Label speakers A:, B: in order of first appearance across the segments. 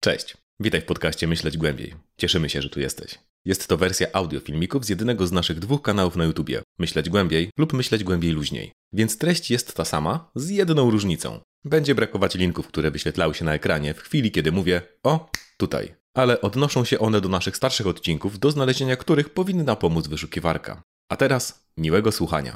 A: Cześć, witaj w podcaście Myśleć Głębiej. Cieszymy się, że tu jesteś. Jest to wersja audio filmików z jednego z naszych dwóch kanałów na YouTubie. Myśleć Głębiej lub Myśleć Głębiej Luźniej. Więc treść jest ta sama, z jedną różnicą. Będzie brakować linków, które wyświetlały się na ekranie w chwili, kiedy mówię o, tutaj. Ale odnoszą się one do naszych starszych odcinków, do znalezienia których powinna pomóc wyszukiwarka. A teraz miłego słuchania.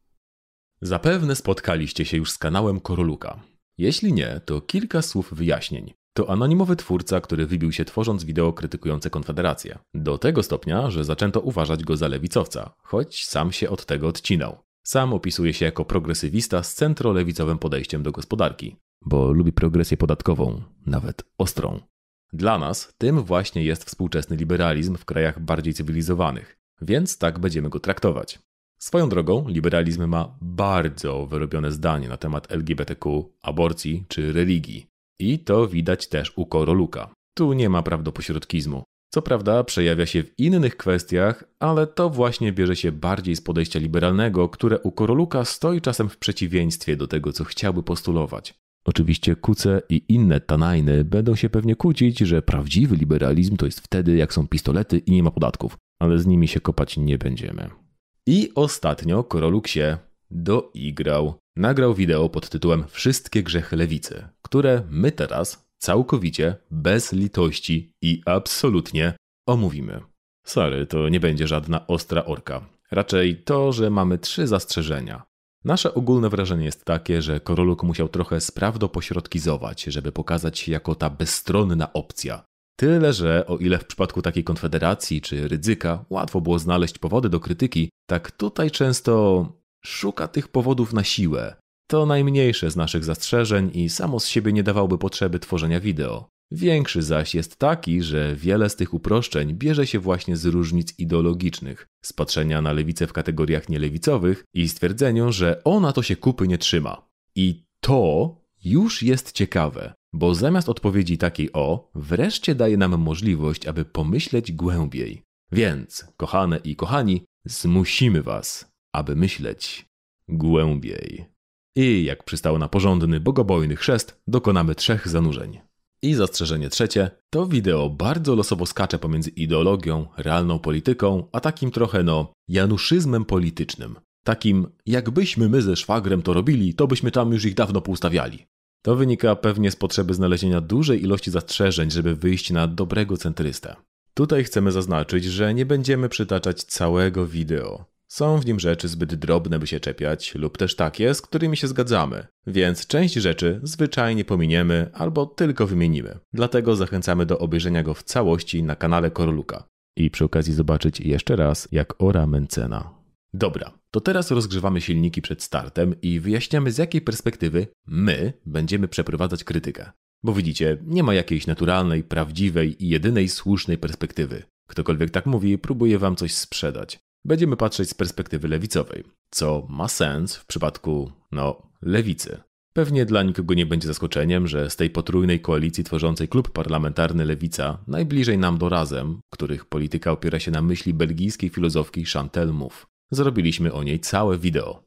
A: Zapewne spotkaliście się już z kanałem Koroluka. Jeśli nie, to kilka słów wyjaśnień. To anonimowy twórca, który wybił się tworząc wideo krytykujące Konfederację. Do tego stopnia, że zaczęto uważać go za lewicowca, choć sam się od tego odcinał. Sam opisuje się jako progresywista z centrolewicowym podejściem do gospodarki, bo lubi progresję podatkową, nawet ostrą. Dla nas tym właśnie jest współczesny liberalizm w krajach bardziej cywilizowanych, więc tak będziemy go traktować. Swoją drogą, liberalizm ma bardzo wyrobione zdanie na temat LGBTQ, aborcji czy religii. I to widać też u Koroluka. Tu nie ma prawdopośrodkizmu. Co prawda przejawia się w innych kwestiach, ale to właśnie bierze się bardziej z podejścia liberalnego, które u Koroluka stoi czasem w przeciwieństwie do tego, co chciałby postulować. Oczywiście kuce i inne tanajny będą się pewnie kłócić, że prawdziwy liberalizm to jest wtedy, jak są pistolety i nie ma podatków, ale z nimi się kopać nie będziemy. I ostatnio Koroluk się doigrał. Nagrał wideo pod tytułem Wszystkie grzechy lewicy, które my teraz całkowicie, bez litości i absolutnie omówimy. Sorry, to nie będzie żadna ostra orka. Raczej to, że mamy 3 zastrzeżenia. Nasze ogólne wrażenie jest takie, że Koroluk musiał trochę sprawdopośrodkizować, żeby pokazać się jako ta bezstronna opcja. Tyle, że o ile w przypadku takiej Konfederacji czy Rydzyka łatwo było znaleźć powody do krytyki, tak tutaj często szuka tych powodów na siłę. To najmniejsze z naszych zastrzeżeń i samo z siebie nie dawałoby potrzeby tworzenia wideo. Większy zaś jest taki, że wiele z tych uproszczeń bierze się właśnie z różnic ideologicznych, z patrzenia na lewicę w kategoriach nielewicowych i stwierdzeniu, że ona to się kupy nie trzyma. I to już jest ciekawe, bo zamiast odpowiedzi takiej wreszcie daje nam możliwość, aby pomyśleć głębiej. Więc, kochane i kochani, zmusimy was, aby myśleć głębiej. I jak przystało na porządny, bogobojny chrzest, dokonamy 3 zanurzeń. I zastrzeżenie trzecie, to wideo bardzo losowo skacze pomiędzy ideologią, realną polityką, a takim trochę januszyzmem politycznym. Takim, jakbyśmy my ze szwagrem to robili, to byśmy tam już ich dawno poustawiali. To wynika pewnie z potrzeby znalezienia dużej ilości zastrzeżeń, żeby wyjść na dobrego centrystę. Tutaj chcemy zaznaczyć, że nie będziemy przytaczać całego wideo. Są w nim rzeczy zbyt drobne, by się czepiać, lub też takie, z którymi się zgadzamy, więc część rzeczy zwyczajnie pominiemy albo tylko wymienimy. Dlatego zachęcamy do obejrzenia go w całości na kanale Koroluka. I przy okazji zobaczyć jeszcze raz, jak ora Mencena. Dobra, to teraz rozgrzewamy silniki przed startem i wyjaśniamy, z jakiej perspektywy my będziemy przeprowadzać krytykę. Bo widzicie, nie ma jakiejś naturalnej, prawdziwej i jedynej słusznej perspektywy. Ktokolwiek tak mówi, próbuje wam coś sprzedać. Będziemy patrzeć z perspektywy lewicowej, co ma sens w przypadku, lewicy. Pewnie dla nikogo nie będzie zaskoczeniem, że z tej potrójnej koalicji tworzącej klub parlamentarny Lewica najbliżej nam do Razem, których polityka opiera się na myśli belgijskiej filozofki Chantal Mouffe. Zrobiliśmy o niej całe wideo.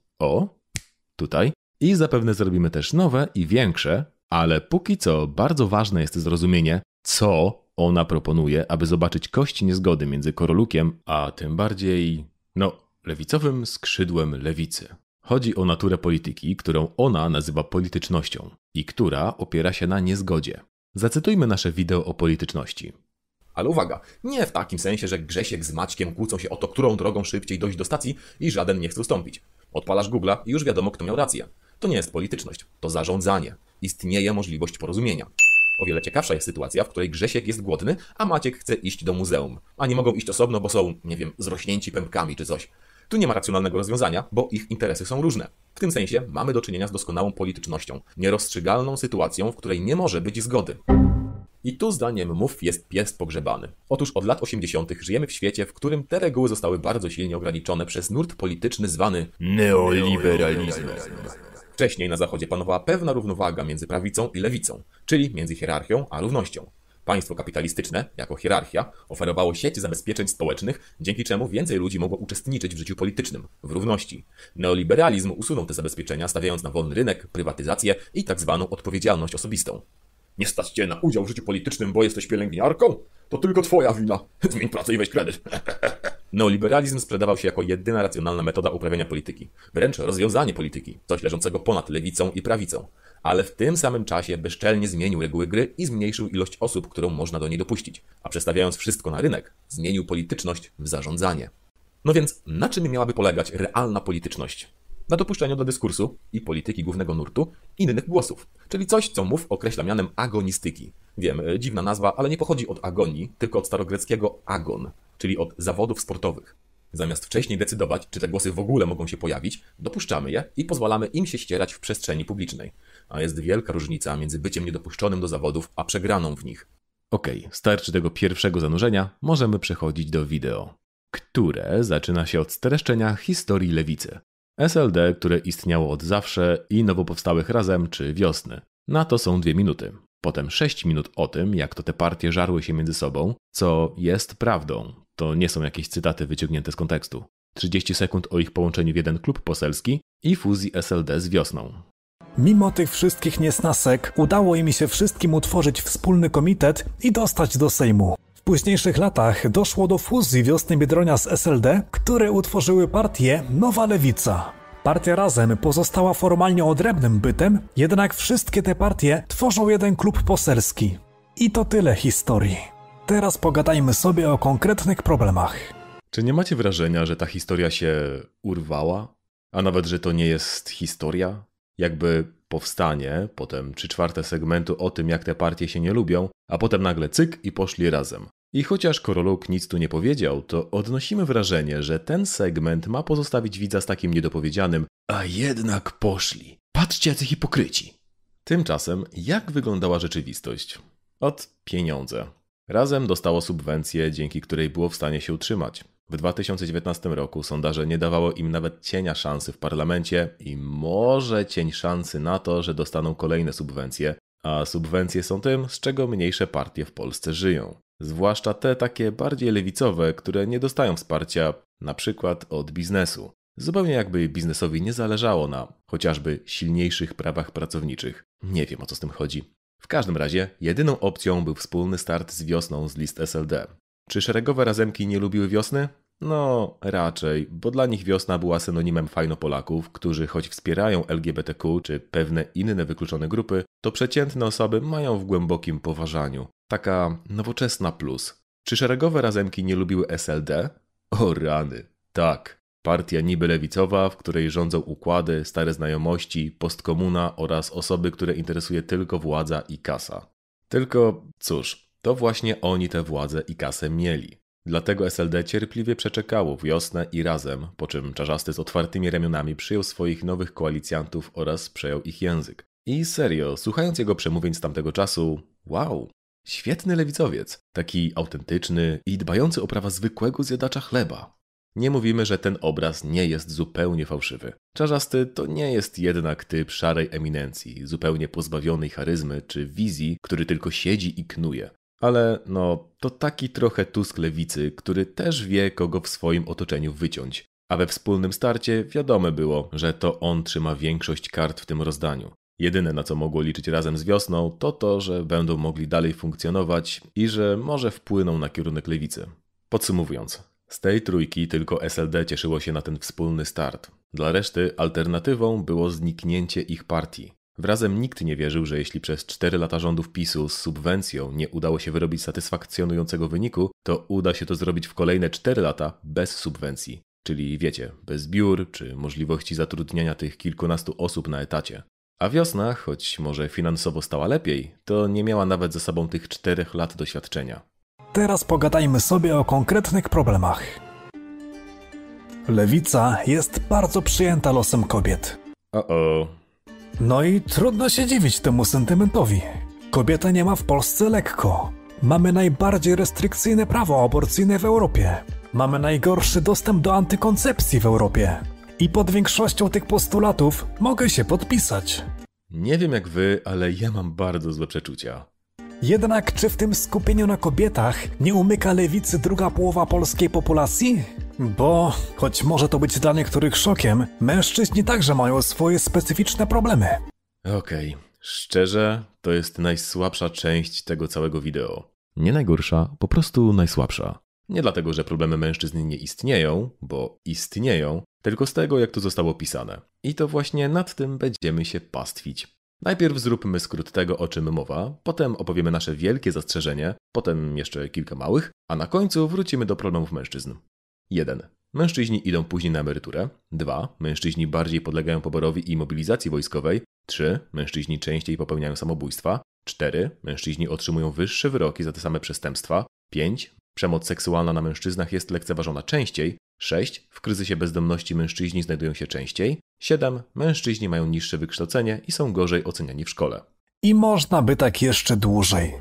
A: Tutaj. I zapewne zrobimy też nowe i większe, ale póki co bardzo ważne jest zrozumienie, co ona proponuje, aby zobaczyć kość niezgody między Korolukiem, a tym bardziej, lewicowym skrzydłem lewicy. Chodzi o naturę polityki, którą ona nazywa politycznością i która opiera się na niezgodzie. Zacytujmy nasze wideo o polityczności.
B: Ale uwaga, nie w takim sensie, że Grzesiek z Maćkiem kłócą się o to, którą drogą szybciej dojść do stacji i żaden nie chce ustąpić. Odpalasz Google'a i już wiadomo, kto miał rację. To nie jest polityczność, to zarządzanie. Istnieje możliwość porozumienia. O wiele ciekawsza jest sytuacja, w której Grzesiek jest głodny, a Maciek chce iść do muzeum. A nie mogą iść osobno, bo są, zrośnięci pępkami czy coś. Tu nie ma racjonalnego rozwiązania, bo ich interesy są różne. W tym sensie mamy do czynienia z doskonałą politycznością, nierozstrzygalną sytuacją, w której nie może być zgody. I tu zdaniem Mouffe jest pies pogrzebany. Otóż od lat 80. żyjemy w świecie, w którym te reguły zostały bardzo silnie ograniczone przez nurt polityczny zwany neoliberalizmem. Wcześniej na Zachodzie panowała pewna równowaga między prawicą i lewicą, czyli między hierarchią a równością. Państwo kapitalistyczne, jako hierarchia, oferowało sieć zabezpieczeń społecznych, dzięki czemu więcej ludzi mogło uczestniczyć w życiu politycznym, w równości. Neoliberalizm usunął te zabezpieczenia, stawiając na wolny rynek, prywatyzację i tzw. odpowiedzialność osobistą. Nie stać cię na udział w życiu politycznym, bo jesteś pielęgniarką? To tylko twoja wina. Zmień pracę i weź kredyt. Neoliberalizm sprzedawał się jako jedyna racjonalna metoda uprawiania polityki. Wręcz rozwiązanie polityki, coś leżącego ponad lewicą i prawicą. Ale w tym samym czasie bezczelnie zmienił reguły gry i zmniejszył ilość osób, którą można do niej dopuścić. A przestawiając wszystko na rynek, zmienił polityczność w zarządzanie. No więc na czym miałaby polegać realna polityczność? Na dopuszczeniu do dyskursu i polityki głównego nurtu innych głosów, czyli coś, co MUF określa mianem agonistyki. Wiem, dziwna nazwa, ale nie pochodzi od agonii, tylko od starogreckiego agon, czyli od zawodów sportowych. Zamiast wcześniej decydować, czy te głosy w ogóle mogą się pojawić, dopuszczamy je i pozwalamy im się ścierać w przestrzeni publicznej. A jest wielka różnica między byciem niedopuszczonym do zawodów, a przegraną w nich.
A: Okej, starczy tego pierwszego zanurzenia, możemy przechodzić do wideo, które zaczyna się od streszczenia historii lewicy. SLD, które istniało od zawsze i nowo powstałych Razem czy Wiosny. Na to są 2 minuty. Potem 6 minut o tym, jak to te partie żarły się między sobą, co jest prawdą. To nie są jakieś cytaty wyciągnięte z kontekstu. 30 sekund o ich połączeniu w jeden klub poselski i fuzji SLD z Wiosną.
C: Mimo tych wszystkich niesnasek udało im się wszystkim utworzyć wspólny komitet i dostać do Sejmu. W późniejszych latach doszło do fuzji Wiosny Biedronia z SLD, które utworzyły partię Nowa Lewica. Partia Razem pozostała formalnie odrębnym bytem, jednak wszystkie te partie tworzą jeden klub poselski. I to tyle historii. Teraz pogadajmy sobie o konkretnych problemach.
A: Czy nie macie wrażenia, że ta historia się urwała? A nawet, że to nie jest historia? Jakby powstanie, potem 3/4 segmentu o tym, jak te partie się nie lubią, a potem nagle cyk i poszli razem. I chociaż Koroluk nic tu nie powiedział, to odnosimy wrażenie, że ten segment ma pozostawić widza z takim niedopowiedzianym a jednak poszli. Patrzcie, jacy hipokryci. Tymczasem, jak wyglądała rzeczywistość? Pieniądze. Razem dostało subwencję, dzięki której było w stanie się utrzymać. W 2019 roku sondaże nie dawało im nawet cienia szansy w parlamencie i może cień szansy na to, że dostaną kolejne subwencje, a subwencje są tym, z czego mniejsze partie w Polsce żyją. Zwłaszcza te takie bardziej lewicowe, które nie dostają wsparcia na przykład od biznesu. Zupełnie jakby biznesowi nie zależało na chociażby silniejszych prawach pracowniczych. Nie wiem, o co z tym chodzi. W każdym razie jedyną opcją był wspólny start z Wiosną z list SLD. Czy szeregowe Razemki nie lubiły Wiosny? No, raczej, bo dla nich Wiosna była synonimem fajnopolaków, którzy choć wspierają LGBTQ czy pewne inne wykluczone grupy, to przeciętne osoby mają w głębokim poważaniu. Taka nowoczesna plus. Czy szeregowe Razemki nie lubiły SLD? O rany, tak. Partia niby lewicowa, w której rządzą układy, stare znajomości, postkomuna oraz osoby, które interesuje tylko władza i kasa. Tylko, cóż, to właśnie oni tę władzę i kasę mieli. Dlatego SLD cierpliwie przeczekało Wiosnę i Razem, po czym Czarzasty z otwartymi ramionami przyjął swoich nowych koalicjantów oraz przejął ich język. I serio, słuchając jego przemówień z tamtego czasu, wow, świetny lewicowiec, taki autentyczny i dbający o prawa zwykłego zjadacza chleba. Nie mówimy, że ten obraz nie jest zupełnie fałszywy. Czarzasty to nie jest jednak typ szarej eminencji, zupełnie pozbawionej charyzmy czy wizji, który tylko siedzi i knuje. Ale to taki trochę Tusk lewicy, który też wie, kogo w swoim otoczeniu wyciąć. A we wspólnym starcie wiadome było, że to on trzyma większość kart w tym rozdaniu. Jedyne, na co mogło liczyć Razem z Wiosną, to to, że będą mogli dalej funkcjonować i że może wpłyną na kierunek lewicy. Podsumowując, z tej trójki tylko SLD cieszyło się na ten wspólny start. Dla reszty alternatywą było zniknięcie ich partii. W Razem nikt nie wierzył, że jeśli przez 4 lata rządów PiS-u z subwencją nie udało się wyrobić satysfakcjonującego wyniku, to uda się to zrobić w kolejne 4 lata bez subwencji. Czyli wiecie, bez biur czy możliwości zatrudniania tych kilkunastu osób na etacie. A Wiosna, choć może finansowo stała lepiej, to nie miała nawet za sobą tych 4 lat doświadczenia.
C: Teraz pogadajmy sobie o konkretnych problemach. Lewica jest bardzo przyjęta losem kobiet. No i trudno się dziwić temu sentymentowi. Kobieta nie ma w Polsce lekko. Mamy najbardziej restrykcyjne prawo aborcyjne w Europie. Mamy najgorszy dostęp do antykoncepcji w Europie. I pod większością tych postulatów mogę się podpisać.
A: Nie wiem jak wy, ale ja mam bardzo złe przeczucia.
C: Jednak czy w tym skupieniu na kobietach nie umyka lewicy druga połowa polskiej populacji? Bo, choć może to być dla niektórych szokiem, mężczyźni także mają swoje specyficzne problemy.
A: Okej, szczerze, To jest najsłabsza część tego całego wideo. Nie najgorsza, po prostu najsłabsza. Nie dlatego, że problemy mężczyzn nie istnieją, bo istnieją, tylko z tego, jak to zostało opisane. I to właśnie nad tym będziemy się pastwić. Najpierw zróbmy skrót tego, o czym mowa, potem opowiemy nasze wielkie zastrzeżenie, potem jeszcze kilka małych, a na końcu wrócimy do problemów mężczyzn. 1. Mężczyźni idą później na emeryturę. 2. Mężczyźni bardziej podlegają poborowi i mobilizacji wojskowej. 3. Mężczyźni częściej popełniają samobójstwa. 4. Mężczyźni otrzymują wyższe wyroki za te same przestępstwa. 5. Przemoc seksualna na mężczyznach jest lekceważona częściej. 6. W kryzysie bezdomności mężczyźni znajdują się częściej. 7. Mężczyźni mają niższe wykształcenie i są gorzej oceniani w szkole.
C: I można by tak jeszcze dłużej.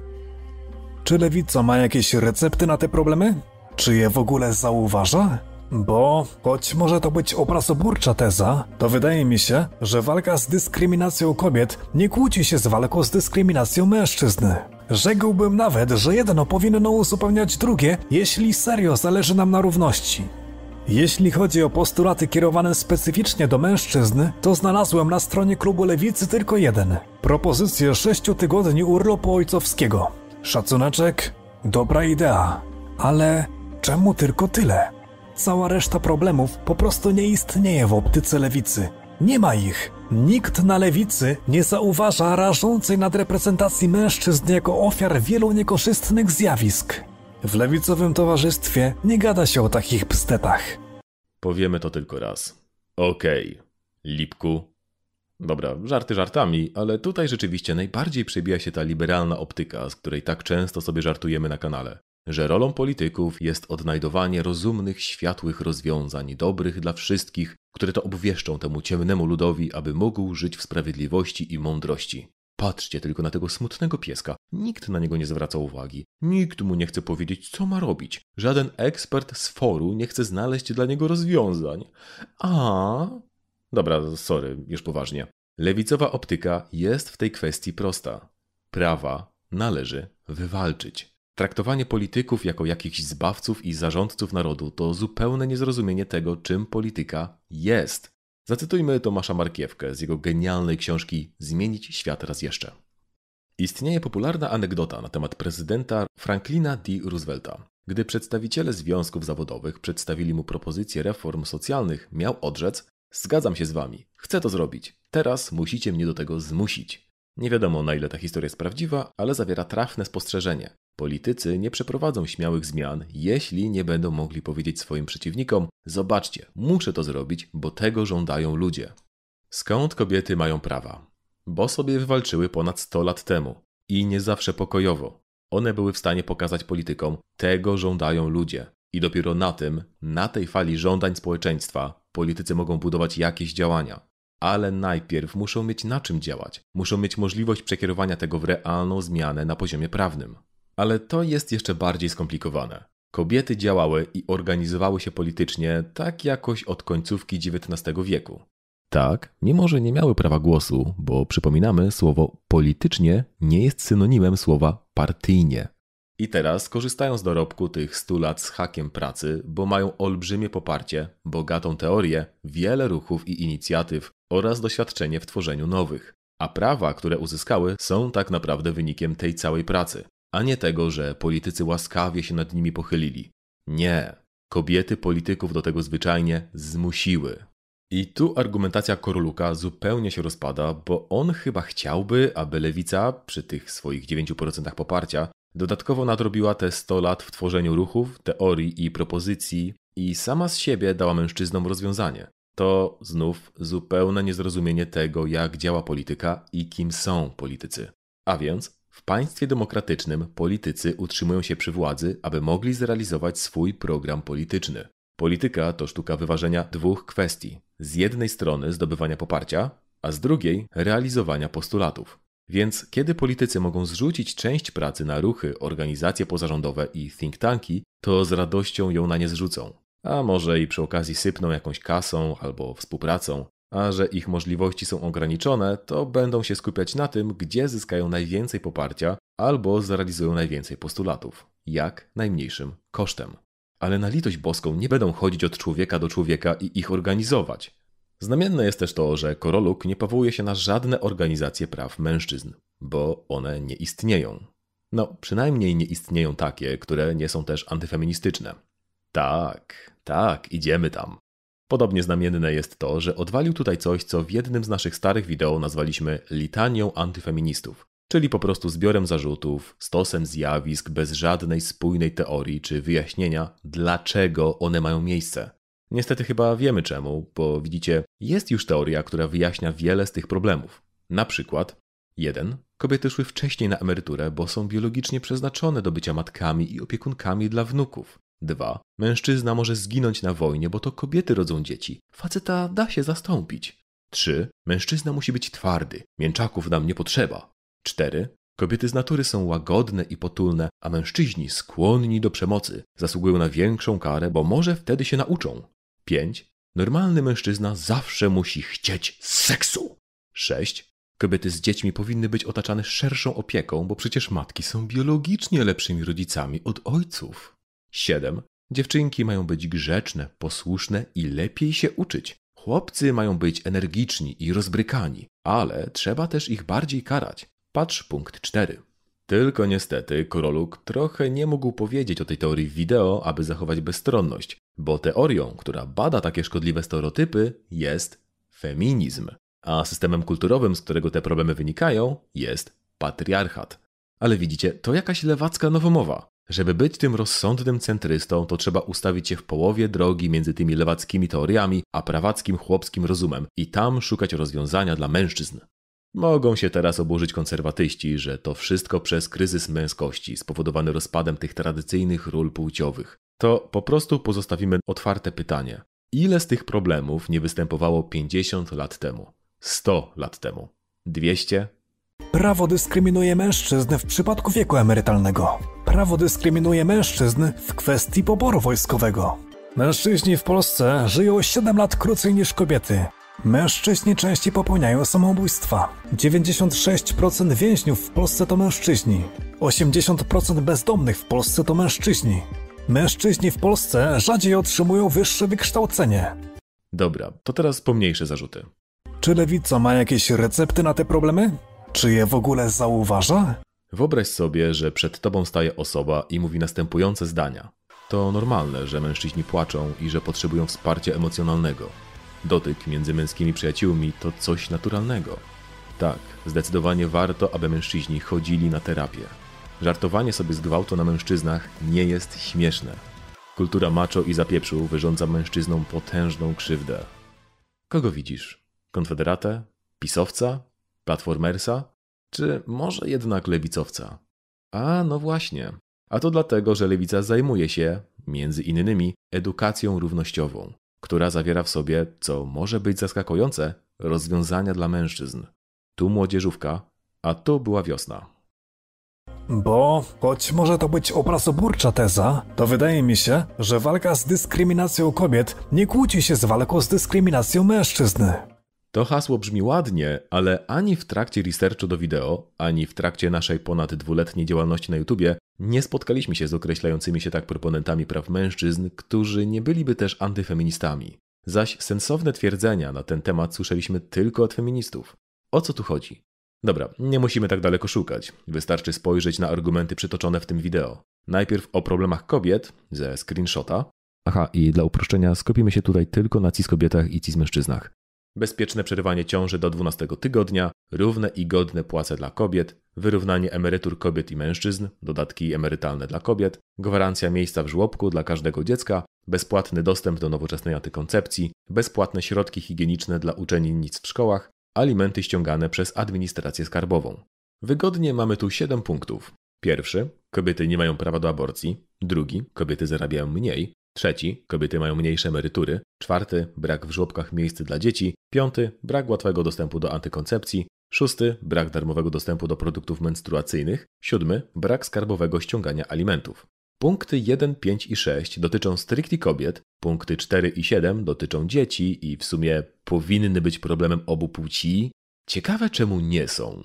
C: Czy lewica ma jakieś recepty na te problemy? Czy je w ogóle zauważa? Bo, choć może to być obrazoburcza teza, to wydaje mi się, że walka z dyskryminacją kobiet nie kłóci się z walką z dyskryminacją mężczyzn. Rzekłbym nawet, że jedno powinno uzupełniać drugie, jeśli serio zależy nam na równości. Jeśli chodzi o postulaty kierowane specyficznie do mężczyzn, to znalazłem na stronie klubu Lewicy tylko jeden. Propozycję 6 tygodni urlopu ojcowskiego. Szacuneczek, dobra idea. Ale czemu tylko tyle? Cała reszta problemów po prostu nie istnieje w optyce lewicy. Nie ma ich. Nikt na lewicy nie zauważa rażącej nadreprezentacji mężczyzn jako ofiar wielu niekorzystnych zjawisk. W lewicowym towarzystwie nie gada się o takich bzdetach.
A: Powiemy to tylko raz. Okej, Lipku. Dobra, żarty żartami, ale tutaj rzeczywiście najbardziej przebija się ta liberalna optyka, z której tak często sobie żartujemy na kanale. Że rolą polityków jest odnajdowanie rozumnych, światłych rozwiązań, dobrych dla wszystkich, które to obwieszczą temu ciemnemu ludowi, aby mógł żyć w sprawiedliwości i mądrości. Patrzcie tylko na tego smutnego pieska. Nikt na niego nie zwraca uwagi. Nikt mu nie chce powiedzieć, co ma robić. Żaden ekspert z foru nie chce znaleźć dla niego rozwiązań. Dobra, sorry, już poważnie. Lewicowa optyka jest w tej kwestii prosta. Prawa należy wywalczyć. Traktowanie polityków jako jakichś zbawców i zarządców narodu to zupełne niezrozumienie tego, czym polityka jest. Zacytujmy Tomasza Markiewkę z jego genialnej książki Zmienić świat raz jeszcze. Istnieje popularna anegdota na temat prezydenta Franklina D. Roosevelta. Gdy przedstawiciele związków zawodowych przedstawili mu propozycje reform socjalnych, miał odrzec: zgadzam się z wami, chcę to zrobić, teraz musicie mnie do tego zmusić. Nie wiadomo, na ile ta historia jest prawdziwa, ale zawiera trafne spostrzeżenie. Politycy nie przeprowadzą śmiałych zmian, jeśli nie będą mogli powiedzieć swoim przeciwnikom: zobaczcie, muszę to zrobić, bo tego żądają ludzie. Skąd kobiety mają prawa? Bo sobie wywalczyły ponad 100 lat temu. I nie zawsze pokojowo. One były w stanie pokazać politykom: tego żądają ludzie. I dopiero na tej fali żądań społeczeństwa, politycy mogą budować jakieś działania. Ale najpierw muszą mieć na czym działać. Muszą mieć możliwość przekierowania tego w realną zmianę na poziomie prawnym. Ale to jest jeszcze bardziej skomplikowane. Kobiety działały i organizowały się politycznie tak jakoś od końcówki XIX wieku. Tak, mimo że nie miały prawa głosu, bo przypominamy, słowo politycznie nie jest synonimem słowa partyjnie. I teraz korzystają z dorobku tych 100 lat z hakiem pracy, bo mają olbrzymie poparcie, bogatą teorię, wiele ruchów i inicjatyw oraz doświadczenie w tworzeniu nowych. A prawa, które uzyskały, są tak naprawdę wynikiem tej całej pracy, a nie tego, że politycy łaskawie się nad nimi pochylili. Nie, kobiety polityków do tego zwyczajnie zmusiły. I tu argumentacja Koroluka zupełnie się rozpada, bo on chyba chciałby, aby lewica, przy tych swoich 9% poparcia, dodatkowo nadrobiła te 100 lat w tworzeniu ruchów, teorii i propozycji i sama z siebie dała mężczyznom rozwiązanie. To znów zupełne niezrozumienie tego, jak działa polityka i kim są politycy. A więc w państwie demokratycznym politycy utrzymują się przy władzy, aby mogli zrealizować swój program polityczny. Polityka to sztuka wyważenia dwóch kwestii. Z jednej strony zdobywania poparcia, a z drugiej realizowania postulatów. Więc kiedy politycy mogą zrzucić część pracy na ruchy, organizacje pozarządowe i think tanki, to z radością ją na nie zrzucą. A może i przy okazji sypną jakąś kasą albo współpracą. A że ich możliwości są ograniczone, to będą się skupiać na tym, gdzie zyskają najwięcej poparcia albo zrealizują najwięcej postulatów. Jak najmniejszym kosztem. Ale na litość boską nie będą chodzić od człowieka do człowieka i ich organizować. Znamienne jest też to, że Koroluk nie powołuje się na żadne organizacje praw mężczyzn. bo one nie istnieją. No, przynajmniej nie istnieją takie, które nie są też antyfeministyczne. Tak, idziemy tam. Podobnie znamienne jest to, że odwalił tutaj coś, co w jednym z naszych starych wideo nazwaliśmy litanią antyfeministów, czyli po prostu zbiorem zarzutów, stosem zjawisk bez żadnej spójnej teorii czy wyjaśnienia, dlaczego one mają miejsce. Niestety chyba wiemy czemu, bo widzicie, jest już teoria, która wyjaśnia wiele z tych problemów. Na przykład 1. Kobiety szły wcześniej na emeryturę, bo są biologicznie przeznaczone do bycia matkami i opiekunkami dla wnuków. 2. Mężczyzna może zginąć na wojnie, bo to kobiety rodzą dzieci. Faceta da się zastąpić. 3. Mężczyzna musi być twardy. Mięczaków nam nie potrzeba. 4. Kobiety z natury są łagodne i potulne, a mężczyźni skłonni do przemocy. Zasługują na większą karę, bo może wtedy się nauczą. 5. Normalny mężczyzna zawsze musi chcieć seksu. 6. Kobiety z dziećmi powinny być otaczane szerszą opieką, bo przecież matki są biologicznie lepszymi rodzicami od ojców. 7. Dziewczynki mają być grzeczne, posłuszne i lepiej się uczyć. Chłopcy mają być energiczni i rozbrykani, ale trzeba też ich bardziej karać. Patrz punkt 4. Tylko niestety Koroluk trochę nie mógł powiedzieć o tej teorii w wideo, aby zachować bezstronność, bo teorią, która bada takie szkodliwe stereotypy, jest feminizm, a systemem kulturowym, z którego te problemy wynikają, jest patriarchat. Ale widzicie, to jakaś lewacka nowomowa. Żeby być tym rozsądnym centrystą, to trzeba ustawić się w połowie drogi między tymi lewackimi teoriami a prawackim chłopskim rozumem i tam szukać rozwiązania dla mężczyzn. Mogą się teraz oburzyć konserwatyści, że to wszystko przez kryzys męskości spowodowany rozpadem tych tradycyjnych ról płciowych. To po prostu pozostawimy otwarte pytanie. Ile z tych problemów nie występowało 50 lat temu? 100 lat temu? 200?
C: Prawo dyskryminuje mężczyzn w przypadku wieku emerytalnego. Prawo dyskryminuje mężczyzn w kwestii poboru wojskowego. Mężczyźni w Polsce żyją 7 lat krócej niż kobiety. Mężczyźni częściej popełniają samobójstwa. 96% więźniów w Polsce to mężczyźni. 80% bezdomnych w Polsce to mężczyźni. Mężczyźni w Polsce rzadziej otrzymują wyższe wykształcenie.
A: Dobra, to teraz pomniejsze zarzuty.
C: Czy lewica ma jakieś recepty na te problemy? Czy je w ogóle zauważa?
A: Wyobraź sobie, że przed tobą staje osoba i mówi następujące zdania. To normalne, że mężczyźni płaczą i że potrzebują wsparcia emocjonalnego. Dotyk między męskimi przyjaciółmi to coś naturalnego. Tak, zdecydowanie warto, aby mężczyźni chodzili na terapię. Żartowanie sobie z gwałtu na mężczyznach nie jest śmieszne. Kultura macho i zapieprzu wyrządza mężczyznom potężną krzywdę. Kogo widzisz? Konfederatę? Pisowca? Platformersa? Czy może jednak lewicowca? A no właśnie. A to dlatego, że lewica zajmuje się, między innymi, edukacją równościową, która zawiera w sobie, co może być zaskakujące, rozwiązania dla mężczyzn. Tu młodzieżówka, a tu była wiosna.
C: Bo, choć może to być obrazoburcza teza, to wydaje mi się, że walka z dyskryminacją kobiet nie kłóci się z walką z dyskryminacją mężczyzn.
A: To hasło brzmi ładnie, ale ani w trakcie researchu do wideo, ani w trakcie naszej ponad 2-letniej działalności na YouTubie nie spotkaliśmy się z określającymi się tak proponentami praw mężczyzn, którzy nie byliby też antyfeministami. Zaś sensowne twierdzenia na ten temat słyszeliśmy tylko od feministów. O co tu chodzi? Dobra, nie musimy tak daleko szukać. Wystarczy spojrzeć na argumenty przytoczone w tym wideo. Najpierw o problemach kobiet ze screenshota. Aha, i dla uproszczenia skupimy się tutaj tylko na cis-kobietach i cis-mężczyznach. Bezpieczne przerywanie ciąży do 12 tygodnia, równe i godne płace dla kobiet, wyrównanie emerytur kobiet i mężczyzn, dodatki emerytalne dla kobiet, gwarancja miejsca w żłobku dla każdego dziecka, bezpłatny dostęp do nowoczesnej antykoncepcji, bezpłatne środki higieniczne dla uczennic w szkołach, alimenty ściągane przez administrację skarbową. Wygodnie mamy tu 7 punktów. Pierwszy, kobiety nie mają prawa do aborcji. Drugi, kobiety zarabiają mniej. Trzeci, kobiety mają mniejsze emerytury. Czwarty, brak w żłobkach miejsc dla dzieci. Piąty, brak łatwego dostępu do antykoncepcji. Szósty, brak darmowego dostępu do produktów menstruacyjnych. Siódmy, brak skarbowego ściągania alimentów. Punkty 1, 5 i 6 dotyczą stricte kobiet, punkty 4 i 7 dotyczą dzieci i w sumie powinny być problemem obu płci. Ciekawe czemu nie są.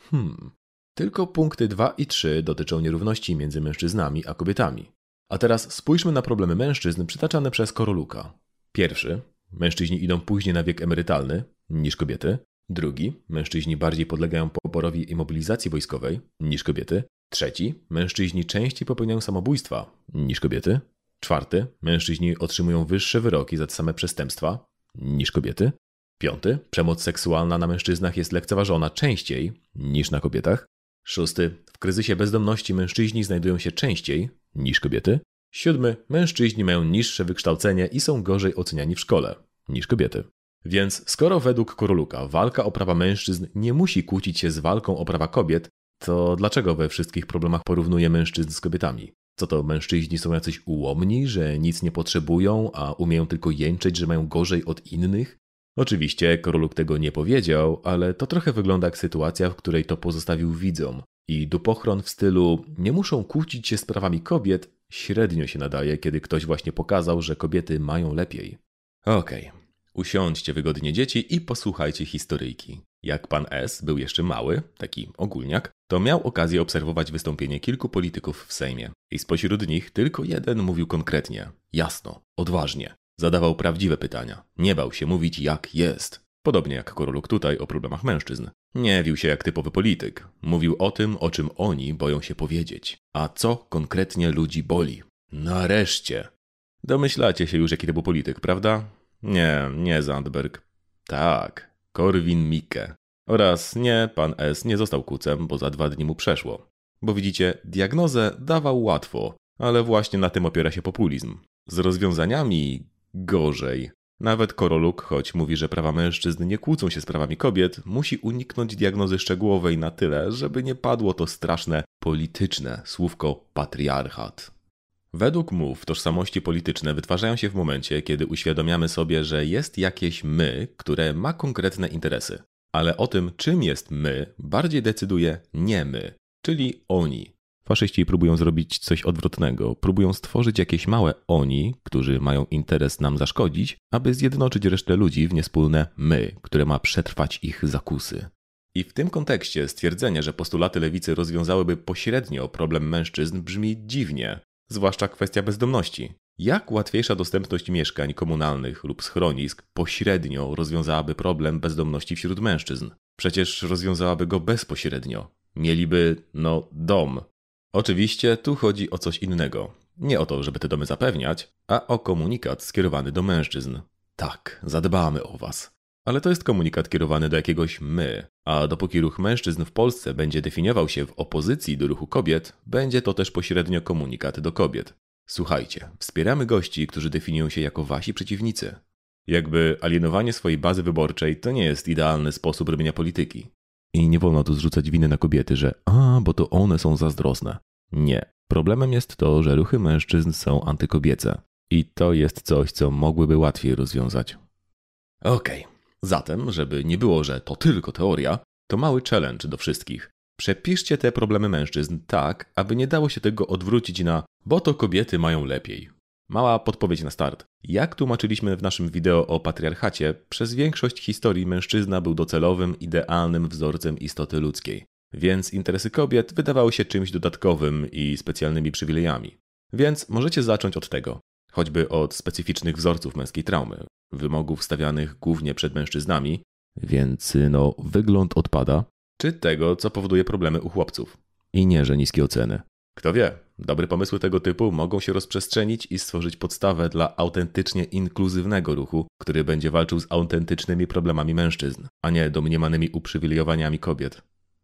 A: Tylko punkty 2 i 3 dotyczą nierówności między mężczyznami a kobietami. A teraz spójrzmy na problemy mężczyzn przytaczane przez Koroluka. Pierwszy. Mężczyźni idą później na wiek emerytalny niż kobiety. Drugi, mężczyźni bardziej podlegają poborowi i mobilizacji wojskowej niż kobiety. Trzeci, mężczyźni częściej popełniają samobójstwa niż kobiety. Czwarty, mężczyźni otrzymują wyższe wyroki za te same przestępstwa niż kobiety. Piąty, przemoc seksualna na mężczyznach jest lekceważona częściej niż na kobietach. Szósty, w kryzysie bezdomności mężczyźni znajdują się częściej niż kobiety. Siódmy, mężczyźni mają niższe wykształcenie i są gorzej oceniani w szkole niż kobiety. Więc skoro według Koroluka walka o prawa mężczyzn nie musi kłócić się z walką o prawa kobiet, to dlaczego we wszystkich problemach porównuje mężczyzn z kobietami? Co to, mężczyźni są jacyś ułomni, że nic nie potrzebują, a umieją tylko jęczeć, że mają gorzej od innych? Oczywiście Koroluk tego nie powiedział, ale to trochę wygląda jak sytuacja, w której to pozostawił widzom. I dupochron w stylu nie muszą kłócić się z prawami kobiet średnio się nadaje, kiedy ktoś właśnie pokazał, że kobiety mają lepiej. Okej. Usiądźcie wygodnie dzieci i posłuchajcie historyjki. Jak pan S. był jeszcze mały, taki ogólniak, to miał okazję obserwować wystąpienie kilku polityków w Sejmie. I spośród nich tylko jeden mówił konkretnie, jasno, odważnie. Zadawał prawdziwe pytania. Nie bał się mówić jak jest. Podobnie jak Koroluk tutaj o problemach mężczyzn. Nie wił się jak typowy polityk. Mówił o tym, o czym oni boją się powiedzieć. A co konkretnie ludzi boli? Nareszcie! Domyślacie się już, jaki to był polityk, prawda? Nie Zandberg. Tak, Korwin-Mikke. Oraz nie, pan S. nie został kucem, bo za 2 dni mu przeszło. Bo widzicie, diagnozę dawał łatwo, ale właśnie na tym opiera się populizm. Z rozwiązaniami gorzej. Nawet Koroluk, choć mówi, że prawa mężczyzn nie kłócą się z prawami kobiet, musi uniknąć diagnozy szczegółowej na tyle, żeby nie padło to straszne, polityczne słówko patriarchat. Według mów tożsamości polityczne wytwarzają się w momencie, kiedy uświadomiamy sobie, że jest jakieś my, które ma konkretne interesy. Ale o tym, czym jest my, bardziej decyduje nie my, czyli oni. Faszyści próbują zrobić coś odwrotnego, próbują stworzyć jakieś małe oni, którzy mają interes nam zaszkodzić, aby zjednoczyć resztę ludzi w niespólne my, które ma przetrwać ich zakusy. I w tym kontekście stwierdzenie, że postulaty lewicy rozwiązałyby pośrednio problem mężczyzn brzmi dziwnie. Zwłaszcza kwestia bezdomności. Jak łatwiejsza dostępność mieszkań komunalnych lub schronisk pośrednio rozwiązałaby problem bezdomności wśród mężczyzn? Przecież rozwiązałaby go bezpośrednio. Mieliby, dom. Oczywiście tu chodzi o coś innego. Nie o to, żeby te domy zapewniać, a o komunikat skierowany do mężczyzn. Tak, zadbamy o was. Ale to jest komunikat kierowany do jakiegoś my, a dopóki ruch mężczyzn w Polsce będzie definiował się w opozycji do ruchu kobiet, będzie to też pośrednio komunikat do kobiet. Słuchajcie, wspieramy gości, którzy definiują się jako wasi przeciwnicy. Jakby alienowanie swojej bazy wyborczej to nie jest idealny sposób robienia polityki. I nie wolno tu zrzucać winy na kobiety, że bo to one są zazdrosne. Nie. Problemem jest to, że ruchy mężczyzn są antykobiece. I to jest coś, co mogłyby łatwiej rozwiązać. Okej. Zatem, żeby nie było, że to tylko teoria, to mały challenge do wszystkich. Przepiszcie te problemy mężczyzn tak, aby nie dało się tego odwrócić na bo to kobiety mają lepiej. Mała podpowiedź na start. Jak tłumaczyliśmy w naszym wideo o patriarchacie, przez większość historii mężczyzna był docelowym, idealnym wzorcem istoty ludzkiej. Więc interesy kobiet wydawały się czymś dodatkowym i specjalnymi przywilejami. Więc możecie zacząć od tego. Choćby od specyficznych wzorców męskiej traumy, wymogów stawianych głównie przed mężczyznami, więc wygląd odpada, czy tego, co powoduje problemy u chłopców. I nie, że niskie oceny. Kto wie, dobre pomysły tego typu mogą się rozprzestrzenić i stworzyć podstawę dla autentycznie inkluzywnego ruchu, który będzie walczył z autentycznymi problemami mężczyzn, a nie domniemanymi uprzywilejowaniami kobiet.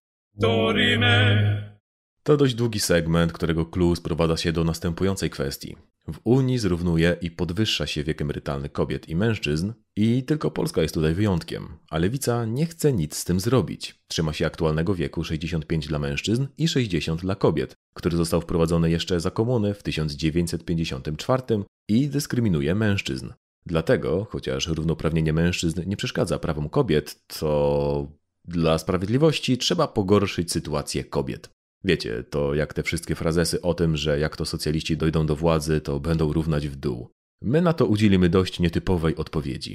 A: To dość długi segment, którego clue sprowadza się do następującej kwestii. W Unii zrównuje i podwyższa się wiek emerytalny kobiet i mężczyzn i tylko Polska jest tutaj wyjątkiem, a Lewica nie chce nic z tym zrobić. Trzyma się aktualnego wieku 65 dla mężczyzn i 60 dla kobiet, który został wprowadzony jeszcze za komuny w 1954 i dyskryminuje mężczyzn. Dlatego, chociaż równoprawnienie mężczyzn nie przeszkadza prawom kobiet, to dla sprawiedliwości trzeba pogorszyć sytuację kobiet. Wiecie, to jak te wszystkie frazesy o tym, że jak to socjaliści dojdą do władzy, to będą równać w dół. My na to udzielimy dość nietypowej odpowiedzi.